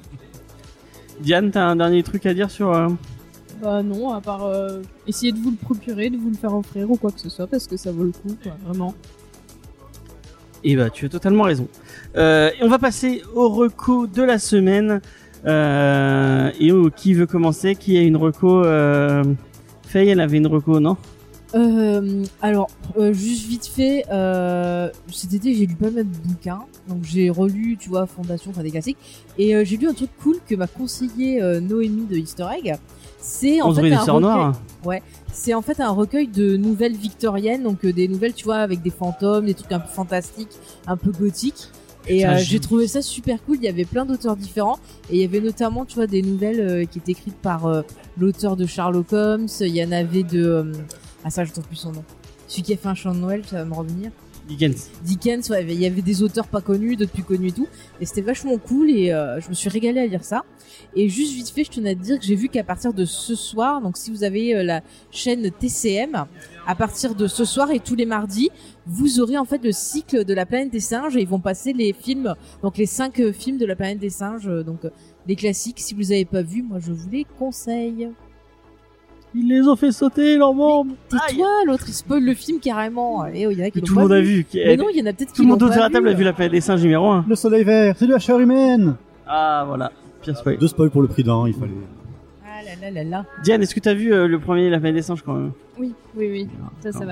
Diane, t'as un dernier truc à dire sur euh, Bah non, à part euh, essayer de vous le procurer, de vous le faire offrir ou quoi que ce soit, parce que ça vaut le coup, quoi, vraiment. Et bah tu as totalement raison. Euh, et on va passer au reco de la semaine. Euh, et oh, qui veut commencer? Qui a une reco euh... Faye, elle avait une reco, non? Euh, alors, euh, juste vite fait, euh, cet été j'ai lu pas mal de bouquins, donc j'ai relu, tu vois, Fondation, enfin des classiques, et euh, j'ai lu un truc cool que m'a conseillé euh, Noémie de Easter Egg. C'est en onze fait rue des un Sœurs recueil. Noires. C'est en fait un recueil de nouvelles victoriennes, donc euh, des nouvelles, tu vois, avec des fantômes, des trucs un peu fantastiques, un peu gothiques. Et Putain, euh, j'ai- j'ai trouvé ça super cool. Il y avait plein d'auteurs différents, et il y avait notamment, tu vois, des nouvelles euh, qui étaient écrites par euh, l'auteur de Sherlock Holmes. Il y en avait de euh, ah ça, je trouve plus son nom. Celui qui a fait un chant de Noël, ça va me revenir. Dickens. Dickens, ouais, il y avait des auteurs pas connus, d'autres plus connus et tout, et c'était vachement cool et euh, je me suis régalée à lire ça. Et juste vite fait, je tenais à te dire que j'ai vu qu'à partir de ce soir, donc si vous avez euh, la chaîne T C M, à partir de ce soir et tous les mardis, vous aurez en fait le cycle de la planète des singes et ils vont passer les films, donc les cinq euh, films de la planète des singes, euh, donc euh, les classiques. Si vous les avez pas vus, moi je vous les conseille. Ils les ont fait sauter, leurs membres. Tais-toi, l'autre il spoil le film carrément. Et oh, il y en a qui Que l'ont tout le pas monde vu. a vu. qui- Mais non, il y en a peut-être qui Tout le monde l'ont autour de pas la table vu. a vu la planète des singes numéro un. Le soleil vert, c'est de la chair humaine. Ah, voilà. Pire spoil. Deux spoils pour le prix d'un, il fallait. Ah là là là là. Diane, est-ce que t'as vu euh, le premier La planète des singes quand même? Oui, oui, oui. Ça, ça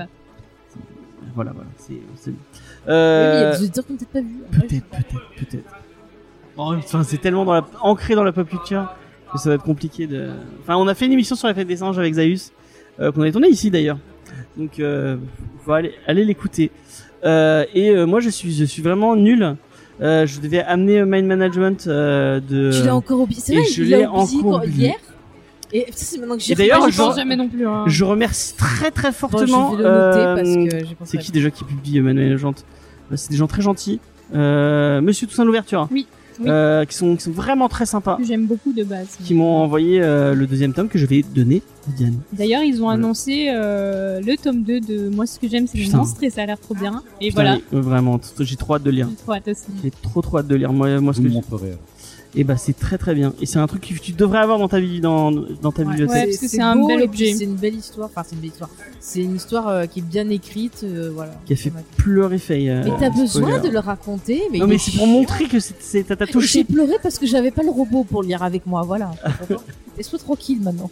Non. va. Voilà, voilà. C'est, c'est... Oui, mais il y a Euh... des auditeurs qui n'ont peut-être pas vu. Peut-être, peut-être, peut-être. Oh, enfin, c'est tellement dans la... ancré dans la pop culture que ça va être compliqué de... Enfin, on a fait une émission sur la fête des singes avec Zaius, euh, qu'on avait tourné ici d'ailleurs. Donc, euh, faut aller, aller l'écouter. Euh, et euh, moi, je suis, je suis vraiment nul. Euh, je devais amener Mind Management euh, de... Tu l'as encore oublié. C'est et vrai, je il l'a l'ai oublié encore quand- oublié. hier. Et putain, c'est maintenant que j'y Et d'ailleurs, repense. J'y pense je- jamais non plus. Hein. Je remercie très très Bon, fortement... je vais le noter euh, parce que j'ai pensé C'est à qui déjà qui publie Manuel Legend? Bah, c'est des gens très gentils. Euh, Monsieur Toussaint Louverture. Oui, oui. Euh, qui sont qui sont vraiment très sympas. Que j'aime beaucoup de base. Qui m'ont envoyé euh, le deuxième tome que je vais donner à Diane. D'ailleurs, ils ont Voilà. annoncé euh, le tome deux de Moi, ce que j'aime, c'est les Putain. monstres et ça a l'air trop bien. Et Putain, voilà. mais, euh, vraiment, t- j'ai trop hâte de lire. J'ai trop hâte aussi. J'ai trop trop hâte de lire. Moi, moi ce Vous que me je... montrerez. alors. Et bah c'est très très bien. Et c'est un truc que tu devrais avoir dans ta vie, dans dans ta Ouais. bibliothèque. Ouais, parce que c'est un beau bel et puis objet. C'est une belle histoire. Enfin, c'est une belle histoire. C'est une histoire euh, qui est bien écrite. euh, voilà. Qui a fait pleurer Faye. euh, Et t'as besoin spoiler. de le raconter. Mais Non il mais est c'est pour chiant. montrer que c'est c'est- t'as t'as J'ai touché. pleuré parce que j'avais pas le robot pour lire avec moi. Voilà. Laisse-moi tranquille maintenant.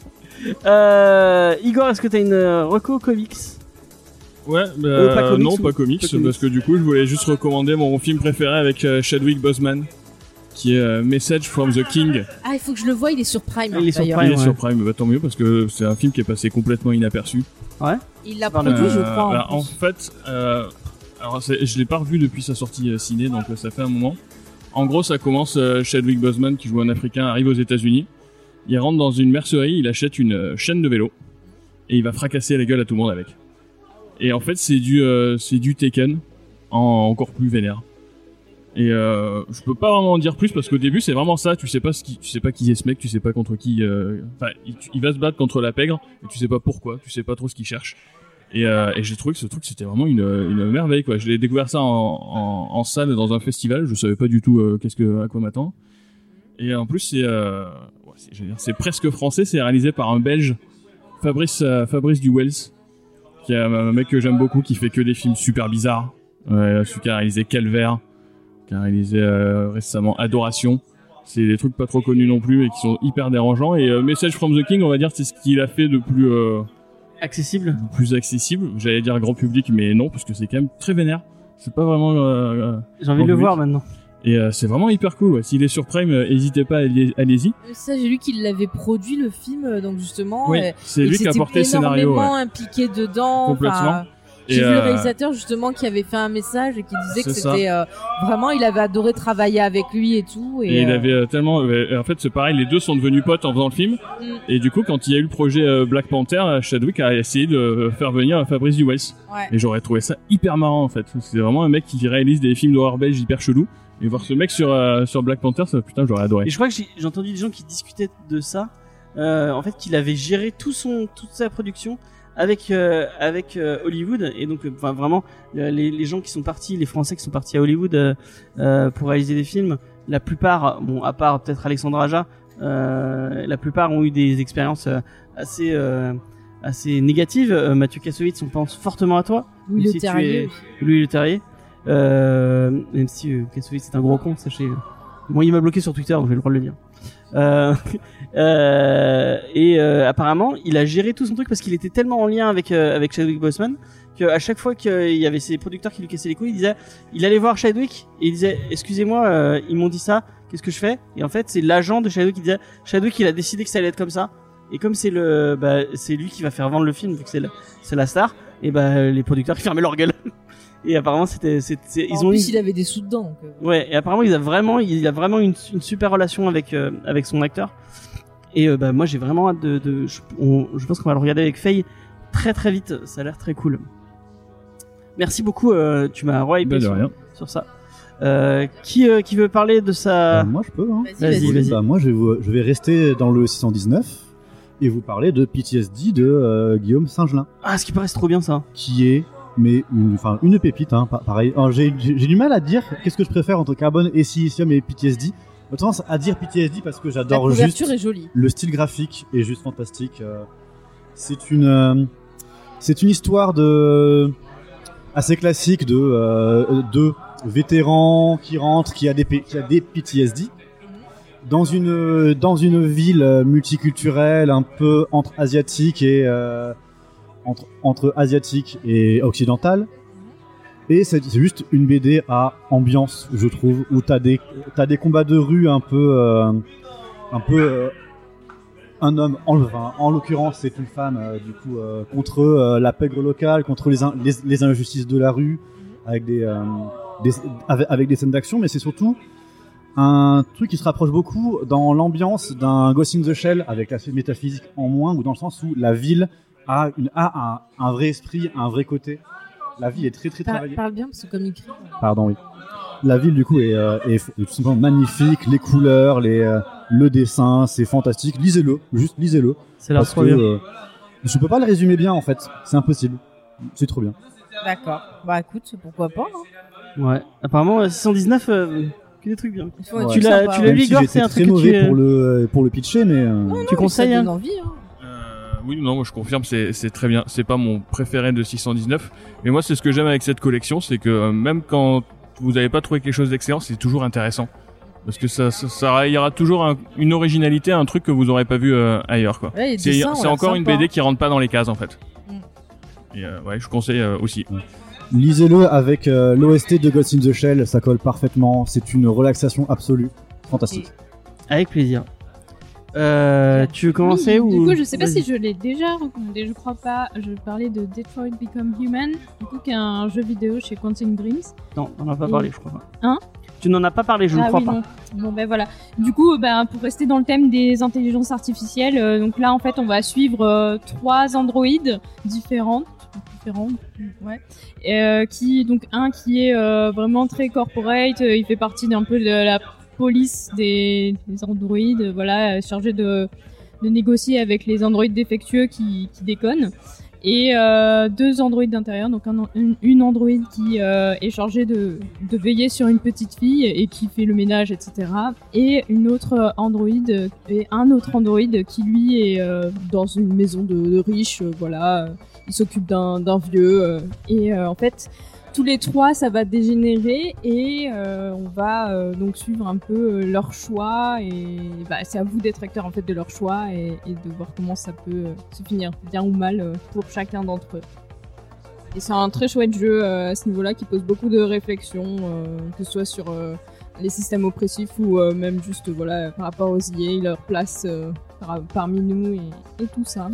Euh, Igor, est-ce que t'as une euh, reco comics? Ouais, bah, Euh, pas comics non, ou- pas comics, pas comics. parce que du coup, je voulais juste recommander mon film préféré avec euh, Chadwick Boseman, qui est euh, Message from the King. Ah, il faut que je le voie. Il est sur Prime. Il est sur d'ailleurs. Prime. Il est ouais. sur Prime, bah, tant mieux, parce que c'est un film qui est passé complètement inaperçu. Il l'a Par produit, le- je Euh, crois. bah, en en plus. fait, euh, alors c'est- je l'ai pas revu depuis sa sortie euh, ciné, donc euh, ça fait un moment. En gros, ça commence, euh, Chadwick Boseman, qui joue un Africain, arrive aux États-Unis. Il rentre dans une mercerie, il achète une euh, chaîne de vélo et il va fracasser la gueule à tout le monde avec. Et en fait, c'est du euh, c'est du Tekken en encore plus vénère. Et euh, je peux pas vraiment en dire plus parce qu'au début, c'est vraiment ça. Tu sais pas ce qui, tu sais pas qui est ce mec, tu sais pas contre qui. euh, Enfin, il, il va se battre contre la pègre, et tu sais pas pourquoi, tu sais pas trop ce qu'il cherche. Et, euh, et j'ai trouvé que ce truc c'était vraiment une, une merveille quoi. Je l'ai découvert ça en, en, en salle dans un festival. Je savais pas du tout euh, qu'est-ce que à quoi m'attendre. Et en plus c'est euh, ouais, c'est, je veux dire, c'est presque français. C'est réalisé par un Belge, Fabrice euh, Fabrice Duwels, qui est un mec que j'aime beaucoup, qui fait que des films super bizarres. Ouais, celui qui a réalisé Calvaire, qui a réalisé euh, récemment Adoration. C'est des trucs pas trop connus non plus et qui sont hyper dérangeants. Et euh, Message from the King, on va dire, c'est ce qu'il a fait de plus euh, Accessible. plus accessible. J'allais dire grand public, mais non, parce que c'est quand même très vénère. C'est pas vraiment. Euh, euh, J'ai envie de le Grand voir public. maintenant. et euh, c'est vraiment hyper cool. Ouais. S'il est sur Prime, euh, n'hésitez pas, allez- allez-y. Euh, Ça, j'ai lu qu'il l'avait produit le film, euh, donc justement. Oui, euh, c'est et lui qui a c'était porté le scénario. énormément Ouais. impliqué dedans. Complètement. Enfin, J'ai Et, vu le euh, réalisateur justement qui avait fait un message et qui disait que C'est ça. c'était euh, vraiment, il avait adoré travailler avec lui et tout. Et, Et il euh, avait euh, tellement. euh, en fait, c'est pareil, les deux sont devenus potes en faisant le film. Mm. Et du coup, quand il y a eu le projet euh, Black Panther, euh, Chadwick a essayé de euh, faire venir Fabrice Duwels. ouais. Et j'aurais trouvé ça hyper marrant en fait. C'est vraiment un mec qui réalise des films d'horreur belge hyper chelous. Et voir ce mec sur euh, sur Black Panther, ça, putain, j'aurais adoré. Et je crois que j'ai j'ai entendu des gens qui discutaient de ça. Euh, en fait, qu'il avait géré tout son toute sa production avec euh, avec euh, Hollywood et donc enfin vraiment euh, les les gens qui sont partis, les Français qui sont partis à Hollywood euh, euh, pour réaliser des films, la plupart, bon à part peut-être Alexandre Aja, euh, la plupart ont eu des expériences euh, assez euh, assez négatives. Euh, Mathieu Kassovitz, on pense fortement à toi. Louis Même Le si tu Terrier es- aussi. Louis Le Terrier. Euh, même si euh, Kassovitz c'est un gros con, sachez. Bon, il m'a bloqué sur Twitter, donc j'ai le droit de le dire. Euh, euh, et euh, apparemment, il a géré tout son truc parce qu'il était tellement en lien avec euh, avec Chadwick Boseman qu'à chaque fois qu'il y avait ses producteurs qui lui cassaient les couilles, il disait, il allait voir Chadwick et il disait, excusez-moi, euh, ils m'ont dit ça, qu'est-ce que je fais? Et en fait, c'est l'agent de Chadwick qui disait, Chadwick, il a décidé que ça allait être comme ça. Et comme c'est le, bah, c'est lui qui va faire vendre le film vu que c'est le, c'est la star, et bah les producteurs ils fermaient leur gueule. Et apparemment, c'était, c'est, c'est- ils en ont plus, eu- il avait des sous dedans. Donc, euh, Ouais, et apparemment il a vraiment, il a vraiment une, une super relation avec euh, avec son acteur. Et euh, bah moi j'ai vraiment hâte de, de je, on- je pense qu'on va le regarder avec Faye très très vite. Ça a l'air très cool. Merci beaucoup, euh, tu m'as rehypé Bah, de sur, rien. sur ça. Euh, qui, euh, qui veut parler de sa... Euh, moi, je peux. Hein. Vas-y, Vas-y, vas-y. vas-y. Bah, moi, je vais, vous- je vais rester dans le six cent dix-neuf et vous parler de P T S D de euh, Guillaume Singelin, Ah, ce qui paraît c'est trop bien ça. qui est mais une, enfin, une pépite. Hein, pa- pareil. Alors, j'ai, j'ai j'ai du mal à dire qu'est-ce que je préfère entre Carbone et Silicium et P T S D. J'ai tendance à dire P T S D parce que La j'adore juste couverture est jolie. le style graphique est juste fantastique. Euh, C'est une, euh, c'est une histoire de assez classique de euh, de vétérans qui rentrent, qui a des P- qui a des P T S D dans une dans une ville euh, multiculturelle, un peu entre asiatique et euh, entre entre asiatique et occidentale. Et c'est c'est juste une B D à ambiance, je trouve, où t'as des t'as des combats de rue un peu euh, un peu euh, un homme, en, enfin, en l'occurrence c'est une femme, euh, du coup, euh, contre euh, la pègre locale, contre les, in- les, les injustices de la rue, avec des, euh, des avec, avec des scènes d'action, mais c'est surtout un truc qui se rapproche beaucoup dans l'ambiance d'un Ghost in the Shell, avec l'aspect métaphysique en moins, ou dans le sens où la ville a, une, a un, un vrai esprit, un vrai côté. La ville est très très Par- travaillée. parle bien parce que comme il crie. Pardon, oui. La ville, du coup, est, euh, est, est tout simplement magnifique. Les couleurs, les, euh, le dessin, c'est fantastique. Lisez-le, juste lisez-le. C'est l'air Parce que trop bien. euh, je peux pas le résumer bien, en fait. C'est impossible. C'est trop bien. D'accord. Bah écoute, pourquoi pas. Hein. Ouais. Apparemment, euh, six cent dix-neuf, euh, que des trucs bien. Il faut Ouais. être Tu l'as- sympa, tu ouais. l'as Même lu, si Igor, j'étais c'est un très truc que mauvais tu, euh, pour le pour le pitcher, mais euh, Non, Tu mais conseilles, ça hein. donne envie, hein. Euh, oui, non, moi je confirme, c'est c'est très bien. C'est pas mon préféré de six cent dix-neuf, mais moi c'est ce que j'aime avec cette collection, c'est que euh, même quand vous n'avez pas trouvé quelque chose d'excellent, c'est toujours intéressant. Parce que ça, ça, ça il y aura toujours un- une originalité, un truc que vous aurez pas vu euh, ailleurs, quoi. Ouais, les C'est dessins ont c'est l'air encore une sympas. B D qui rentre pas dans les cases en fait. Mm. Et euh, ouais, je conseille euh, aussi. lisez-le avec euh, l'O S T de Ghost in the Shell. Ça colle parfaitement. C'est une relaxation absolue. Fantastique. Avec plaisir. Euh, tu veux commencer Oui, ou... Du coup, je sais pas Vas-y. si je l'ai déjà recommandé, je crois pas. Je parlais de Detroit Become Human, du coup, qui est un jeu vidéo chez Quantic Dreams. Non, on n'en a pas Et- parlé, je crois pas. Hein Tu n'en as pas parlé, je ne ah crois oui, pas. non. Bon, ben voilà. Du coup, ben, pour rester dans le thème des intelligences artificielles, euh, donc là, en fait, on va suivre euh, trois androïdes différentes. différentes, ouais. Et, euh, qui, donc, un qui est euh, vraiment très corporate, euh, il fait partie d'un peu de la police des, des androïdes, euh, voilà, euh, chargé de, de négocier avec les androïdes défectueux qui, qui déconnent. Et euh, deux androïdes d'intérieur, donc un, une, une androïde qui euh, est chargée de, de veiller sur une petite fille et qui fait le ménage, et cetera. Et une autre androïde et un autre androïde qui lui est euh, dans une maison de, de riches, euh, voilà, euh, il s'occupe d'un d'un vieux. euh, et euh, en fait, tous les trois, ça va dégénérer et euh, on va euh, donc suivre un peu euh, leur choix et bah, c'est à vous d'être acteur en fait de leur choix et, et de voir comment ça peut euh, se finir, bien ou mal euh, pour chacun d'entre eux. Et c'est un très chouette jeu euh, à ce niveau-là qui pose beaucoup de réflexions, euh, que ce soit sur euh, les systèmes oppressifs ou euh, même juste voilà par rapport aux I A, leur place euh, par- parmi nous et, et tout ça.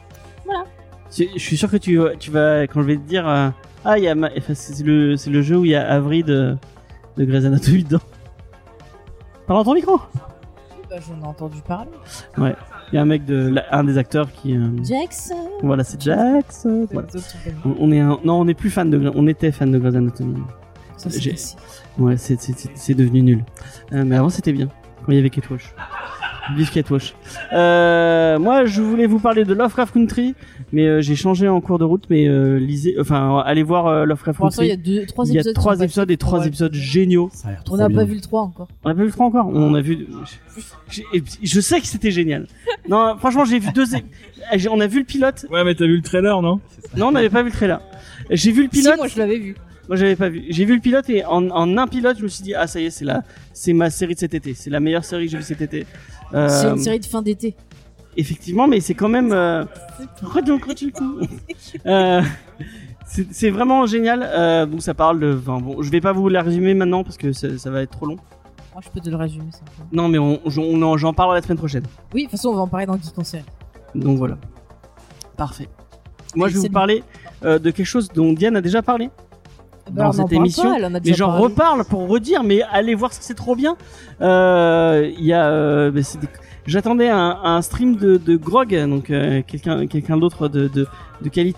Je je suis sûr que tu, tu vas, quand je vais te dire, euh, ah, il y a, ma... enfin, c'est le, c'est le jeu où il y a Avery de, de Grey's Anatomy dedans. Parle dans ton micro. Bah, j'en ai entendu parler. Il y a un mec de, la- un des acteurs qui, euh, Jax. voilà, c'est Jax. euh, voilà. On, on est, un- non, on est plus fan de, Grey- on était fan de Grey's Anatomy. Ça, c'est J'ai- possible. Ouais, c'est, c'est, c'est, c'est devenu nul. Euh, mais avant, c'était bien. Quand il y avait Kate Walsh. Vive Kate Walsh. Euh, moi, je voulais vous parler de Lovecraft Country, mais euh, j'ai changé en cours de route. Mais euh, lisez, enfin, allez voir euh, Lovecraft Pour l'instant, il y Country. a deux, trois Il y a épisodes. trois qui sont épisodes et passés. trois Ouais. épisodes géniaux. Ça a l'air trop On n'a bien. pas vu le trois encore. On a pas vu le trois encore. On a vu. Je, je- je sais que c'était génial. Non, franchement, j'ai vu deux. é- j'ai- On a vu le pilote. Ouais, mais t'as vu le trailer, non? Non, on n'avait pas vu le trailer. J'ai vu le pilote. Si, moi je l'avais vu. Moi, j'avais pas vu. J'ai vu le pilote et en, en un pilote, je me suis dit ah ça y est, c'est la, c'est ma série de cet été. C'est la meilleure série que j'ai vue cet été. Euh, C'est une série de fin d'été. Effectivement, mais c'est quand même. Euh... Redon, redon, redon. euh... C'est c'est vraiment génial. Euh, donc ça parle de. Enfin, bon, je vais pas vous la résumer maintenant parce que ça, ça va être trop long. Moi, je peux te le résumer, ça. Non, mais on, on, en- j'en parle la semaine prochaine. Oui, de toute façon, on va en parler dans Geek en série. Donc voilà. Parfait. Moi, Et je vais c'est vous parler euh, de quelque chose dont Diane a déjà parlé. Bah, Dans on en cette parle émission, pas, elle en a Mais déjà j'en parlé. reparle pour redire, mais allez voir ça, c'est trop bien. Euh, Il y a, euh, bah, c'est des- j'attendais un, un stream de, de Grog, donc euh, quelqu'un, quelqu'un d'autre de, de, de qualité,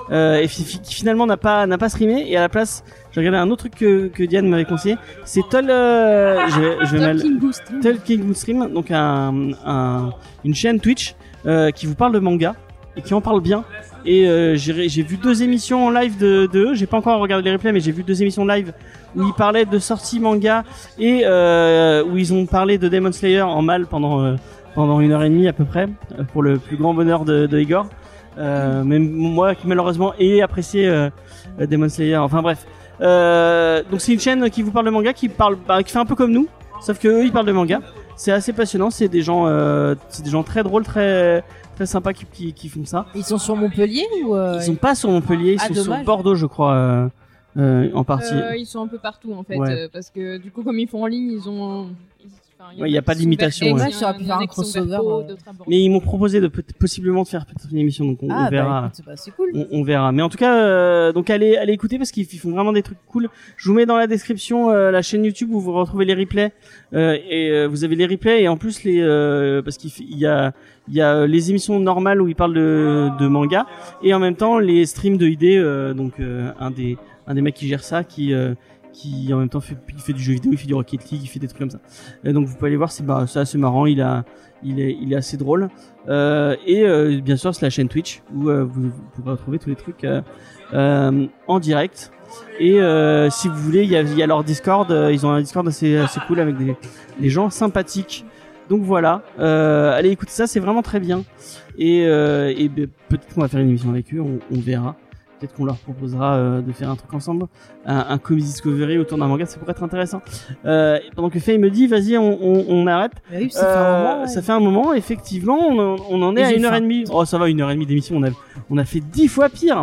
euh, et fi- qui finalement n'a pas n'a pas streamé. Et à la place, j'ai regardé un autre truc que, que Diane m'avait conseillé. C'est Tol, euh, je vais, je vais mal. Talking Ghost Stream. Talking Stream, donc un, un une chaîne Twitch euh, qui vous parle de manga et qui en parle bien. Et euh, j'ai j'ai vu deux émissions en live de de eux. J'ai pas encore regardé les replays, mais j'ai vu deux émissions live où ils parlaient de sorties manga et euh, où ils ont parlé de Demon Slayer en mal pendant euh, pendant une heure et demie à peu près, euh, pour le plus grand bonheur de, de Igor. Euh, même moi qui malheureusement ai apprécié euh, Demon Slayer. Enfin bref. Euh, donc c'est une chaîne qui vous parle de manga, qui parle, bah, qui fait un peu comme nous, sauf que eux ils parlent de manga. C'est assez passionnant. C'est des gens, euh, c'est des gens très drôles, très très sympas qui, qui, qui font ça. Ils sont sur Montpellier ou euh... Ils sont pas sur Montpellier, ils Ah, sont dommage. sur Bordeaux, je crois, euh, euh, en partie. Euh, ils sont un peu partout en fait, Ouais. euh, parce que du coup, comme ils font en ligne, ils ont. ils- enfin, Ouais, y a qui pas de sont limitation, vers ouais. Aix, Ouais, ça aurait pu il y en faire a un qui sont vers crossover, Pau, euh. d'autres à Bordeaux. Mais ils m'ont proposé de peut- possiblement de faire peut-être une émission, donc on, Ah on verra. bah, écoute, bah, c'est cool. on, on verra. Mais en tout cas, euh, donc allez, allez écouter parce qu'ils ils font vraiment des trucs cool. Je vous mets dans la description euh, la chaîne YouTube où vous retrouvez les replays euh, et euh, vous avez les replays et en plus les euh, parce qu'il f- il y a il y a les émissions normales où ils parlent de, de manga et en même temps les streams de I D, euh, donc euh, un des un des mecs qui gère ça, qui euh, qui en même temps fait il fait du jeu vidéo, il fait du Rocket League, il fait des trucs comme ça. Et donc vous pouvez aller voir, c'est bah, c'est assez marrant, il a il est il est assez drôle. Euh, et euh, bien sûr c'est la chaîne Twitch où euh, vous, vous pourrez retrouver tous les trucs euh, euh, en direct. Et euh, si vous voulez, il y a, il y a leur Discord, euh, ils ont un Discord assez assez cool avec des, des gens sympathiques. Donc voilà, euh, allez écouter ça, c'est vraiment très bien. Et, euh, et ben, peut-être qu'on va faire une émission avec eux, on, on verra. Peut-être qu'on leur proposera euh, de faire un truc ensemble, un, un Comics Discovery autour d'un manga, ça pourrait être intéressant. Euh, et pendant que Faye me dit, vas-y, on, on, on arrête. Bah oui, ça fait un Euh, moment. ouais. ça fait un moment, effectivement, on, en- on en est Et à j'ai une heure faim. et demie. Oh, ça va, une heure et demie d'émission, on a, on a fait dix fois pire.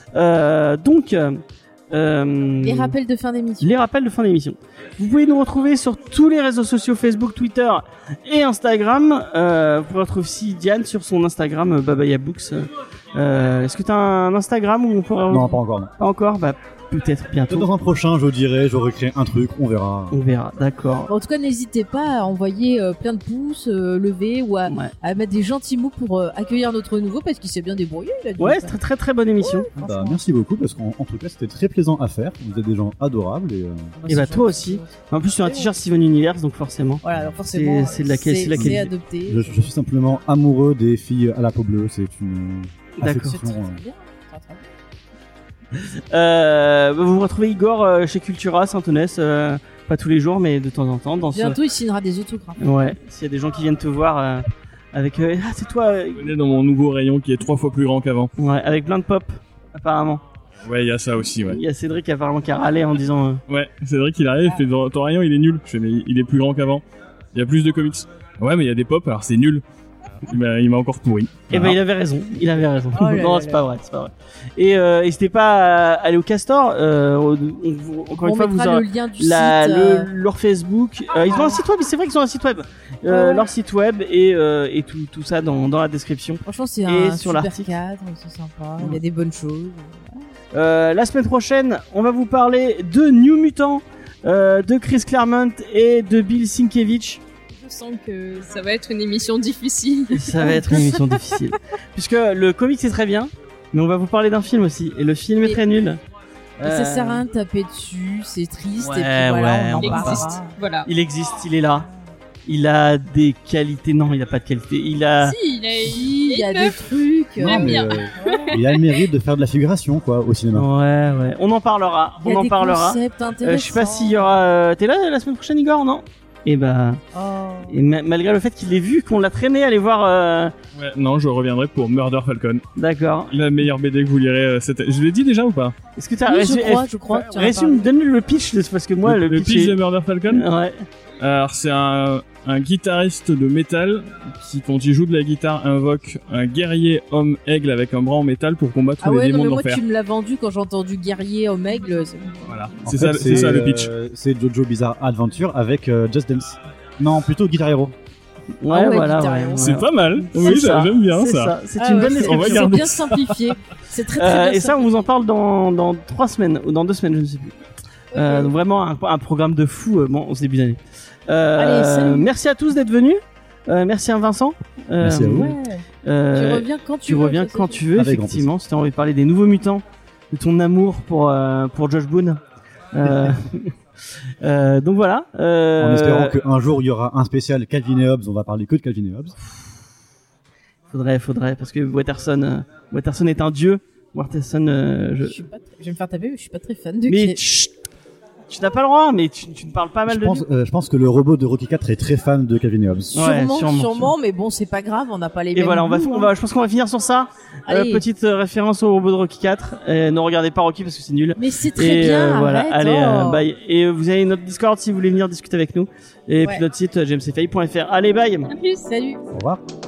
Euh, donc, euh, Les rappels de fin d'émission. les rappels de fin d'émission. Vous pouvez nous retrouver sur tous les réseaux sociaux, Facebook, Twitter et Instagram. Euh, vous pouvez retrouver aussi Diane sur son Instagram, euh, Babaya Books. Euh, est-ce que tu as un Instagram où on pourra... Non, pas encore. Non. Pas encore, bah peut-être bientôt. Dans un prochain, je dirais, j'aurai créé un truc, on verra. On verra, d'accord. Bon, en tout cas, n'hésitez pas à envoyer euh, plein de pouces euh, levés ou à, Ouais, à mettre des gentils mots pour euh, accueillir notre nouveau parce qu'il s'est bien débrouillé. Il a dû ouais, faire. c'est très très très bonne émission. Bah, franchement. merci beaucoup parce qu'en en tout cas c'était très plaisant à faire. Vous êtes des gens adorables et euh, Et bah c'est toi gentil. aussi. En plus sur un t-shirt Steven Universe, donc forcément. Voilà, alors forcément, C'est- c'est de la quali- c'est de la c'est qualité. adopté. je, je suis simplement amoureux des filles à la peau bleue. C'est une D'accord. C'est affection. très, euh, très bien. Très, très bien. Euh, bah, vous retrouvez Igor euh, chez Cultura, Saint-Onès, euh, pas tous les jours, mais de temps en temps. Dans ce... Bientôt, il signera des autographes. Ouais, s'il y a des gens qui viennent te voir euh, avec euh, ah c'est toi, euh, On est dans mon nouveau rayon qui est trois fois plus grand qu'avant. ouais, avec plein de pop apparemment. Ouais, il y a ça aussi, ouais. Il y a Cédric apparemment qui a râlé en disant euh, Ouais, c'est vrai qu'il arrive, il fait ton ton rayon il est nul. Je fais mais il est plus grand qu'avant. Il y a plus de comics. Ouais, mais il y a des pop, alors c'est nul. Il m'a, il m'a encore pourri. eh ben il avait raison, il avait raison. Oh là non, là c'est là. pas vrai, c'est pas vrai. Et euh, n'hésitez pas à aller au Castor. Euh, on vous- encore On une fois, vous mettra aurez le lien du la, site. le, euh, leur Facebook. Euh, ils ont un site web, c'est vrai qu'ils ont un site web. Euh, Ouais. Leur site web et, euh, et tout, tout ça dans, dans la description. Franchement, c'est Et un sur super l'article. cadre, c'est sympa. Il y a des bonnes choses. Euh, la semaine prochaine, on va vous parler de New Mutant, euh, de Chris Claremont et de Bill Sienkiewicz. Je sens que ça va être une émission difficile. Ça va être une émission difficile. Puisque le comic c'est très bien, mais on va vous parler d'un film aussi. Et le film est Et- très nul. Et Euh, ça sert à rien de taper dessus, c'est triste. ouais, et puis voilà, ouais, on en on Il va parlera. existe. Voilà. Il existe, il est là. Il a des qualités. Non, il a pas de qualité. Il a. Si, il a Si, il y a une des meuf. trucs. Non, euh, mais bien. euh, il a le mérite de faire de la figuration quoi au cinéma. Ouais, ouais. On en parlera. il y On a en des parlera. concepts Euh, intéressants. je sais pas s'il y aura. euh, T'es là la semaine prochaine, Igor, non? Et bah. Oh. Et ma- malgré le fait qu'il l'ait vu, qu'on l'a traîné à aller voir. euh, Ouais, non, je reviendrai pour Murder Falcon. D'accord. La meilleure B D que vous lirez euh, cette... Je l'ai dit déjà ou pas? Est-ce que t'as Oui, je résu- crois, eh, je crois que tu en as Résume, donne-lui le pitch de- parce que moi le, le pitch, pitch est- de Murder Falcon. Ouais. Alors c'est un, un guitariste de métal qui, quand il joue de la guitare, invoque un guerrier homme aigle avec un bras en métal pour combattre Ah les ouais, non, démons mais de moi l'enfer. tu me l'as vendu quand j'ai entendu guerrier au aigle. c'est- Voilà, En c'est fait, ça, c'est ça le pitch. euh, c'est Jojo Bizarre Adventure avec euh, Just Dance. Non, plutôt Guitar Hero. Ouais, Ah ouais, voilà. Guitar ouais, Hero. ouais. C'est pas mal. C'est Oui, ça, j'aime bien c'est ça. C'est Ah une ouais, bonne c'est- On va description. C'est garder bien simplifié. C'est très très Euh, bien et ça, on vous en simplifié. parle dans, dans trois semaines ou dans deux semaines, je ne sais plus. Euh, donc vraiment un, un programme de fou. Euh, bon, au début d'année. Euh, Allez, salut. merci à tous d'être venus. Euh, merci à Vincent. Euh, Merci à vous. Ouais. Euh, Tu reviens quand tu, tu veux. reviens ça, c'est quand sûr. tu veux, Avec effectivement. Si tu as envie de parler des nouveaux mutants, de ton amour pour euh, pour Josh Boone. Euh, euh, donc voilà. Euh, En espérant qu'un jour il y aura un spécial Calvin et Hobbes, on va parler que de Calvin et Hobbes. Faudrait, faudrait, parce que Watterson, euh, Watterson est un dieu. Watterson, euh, je... Je, suis pas très- je vais me faire taper, mais je suis pas très fan de mais Kate. chut, tu n'as pas le droit, mais tu, tu ne parles pas mal Je de pense, lui. euh, je pense que le robot de Rocky quatre est très fan de Calvin et Hobbes. Ouais, Sûrement, sûrement, sûrement, mais bon, c'est pas grave, on n'a pas les Et mêmes. voilà, on va, goûts, on hein. va, je pense qu'on va finir sur ça. Euh, Allez. petite euh, référence au robot de Rocky quatre. Euh, ne regardez pas Rocky parce que c'est nul. Mais c'est très Et bien, euh, voilà, arrête, allez, euh, oh. bye. Et euh, vous avez notre Discord si vous voulez venir discuter avec nous. Et Ouais. puis notre site euh, james c f a i point f r. Allez, bye. À plus. Salut. Au revoir.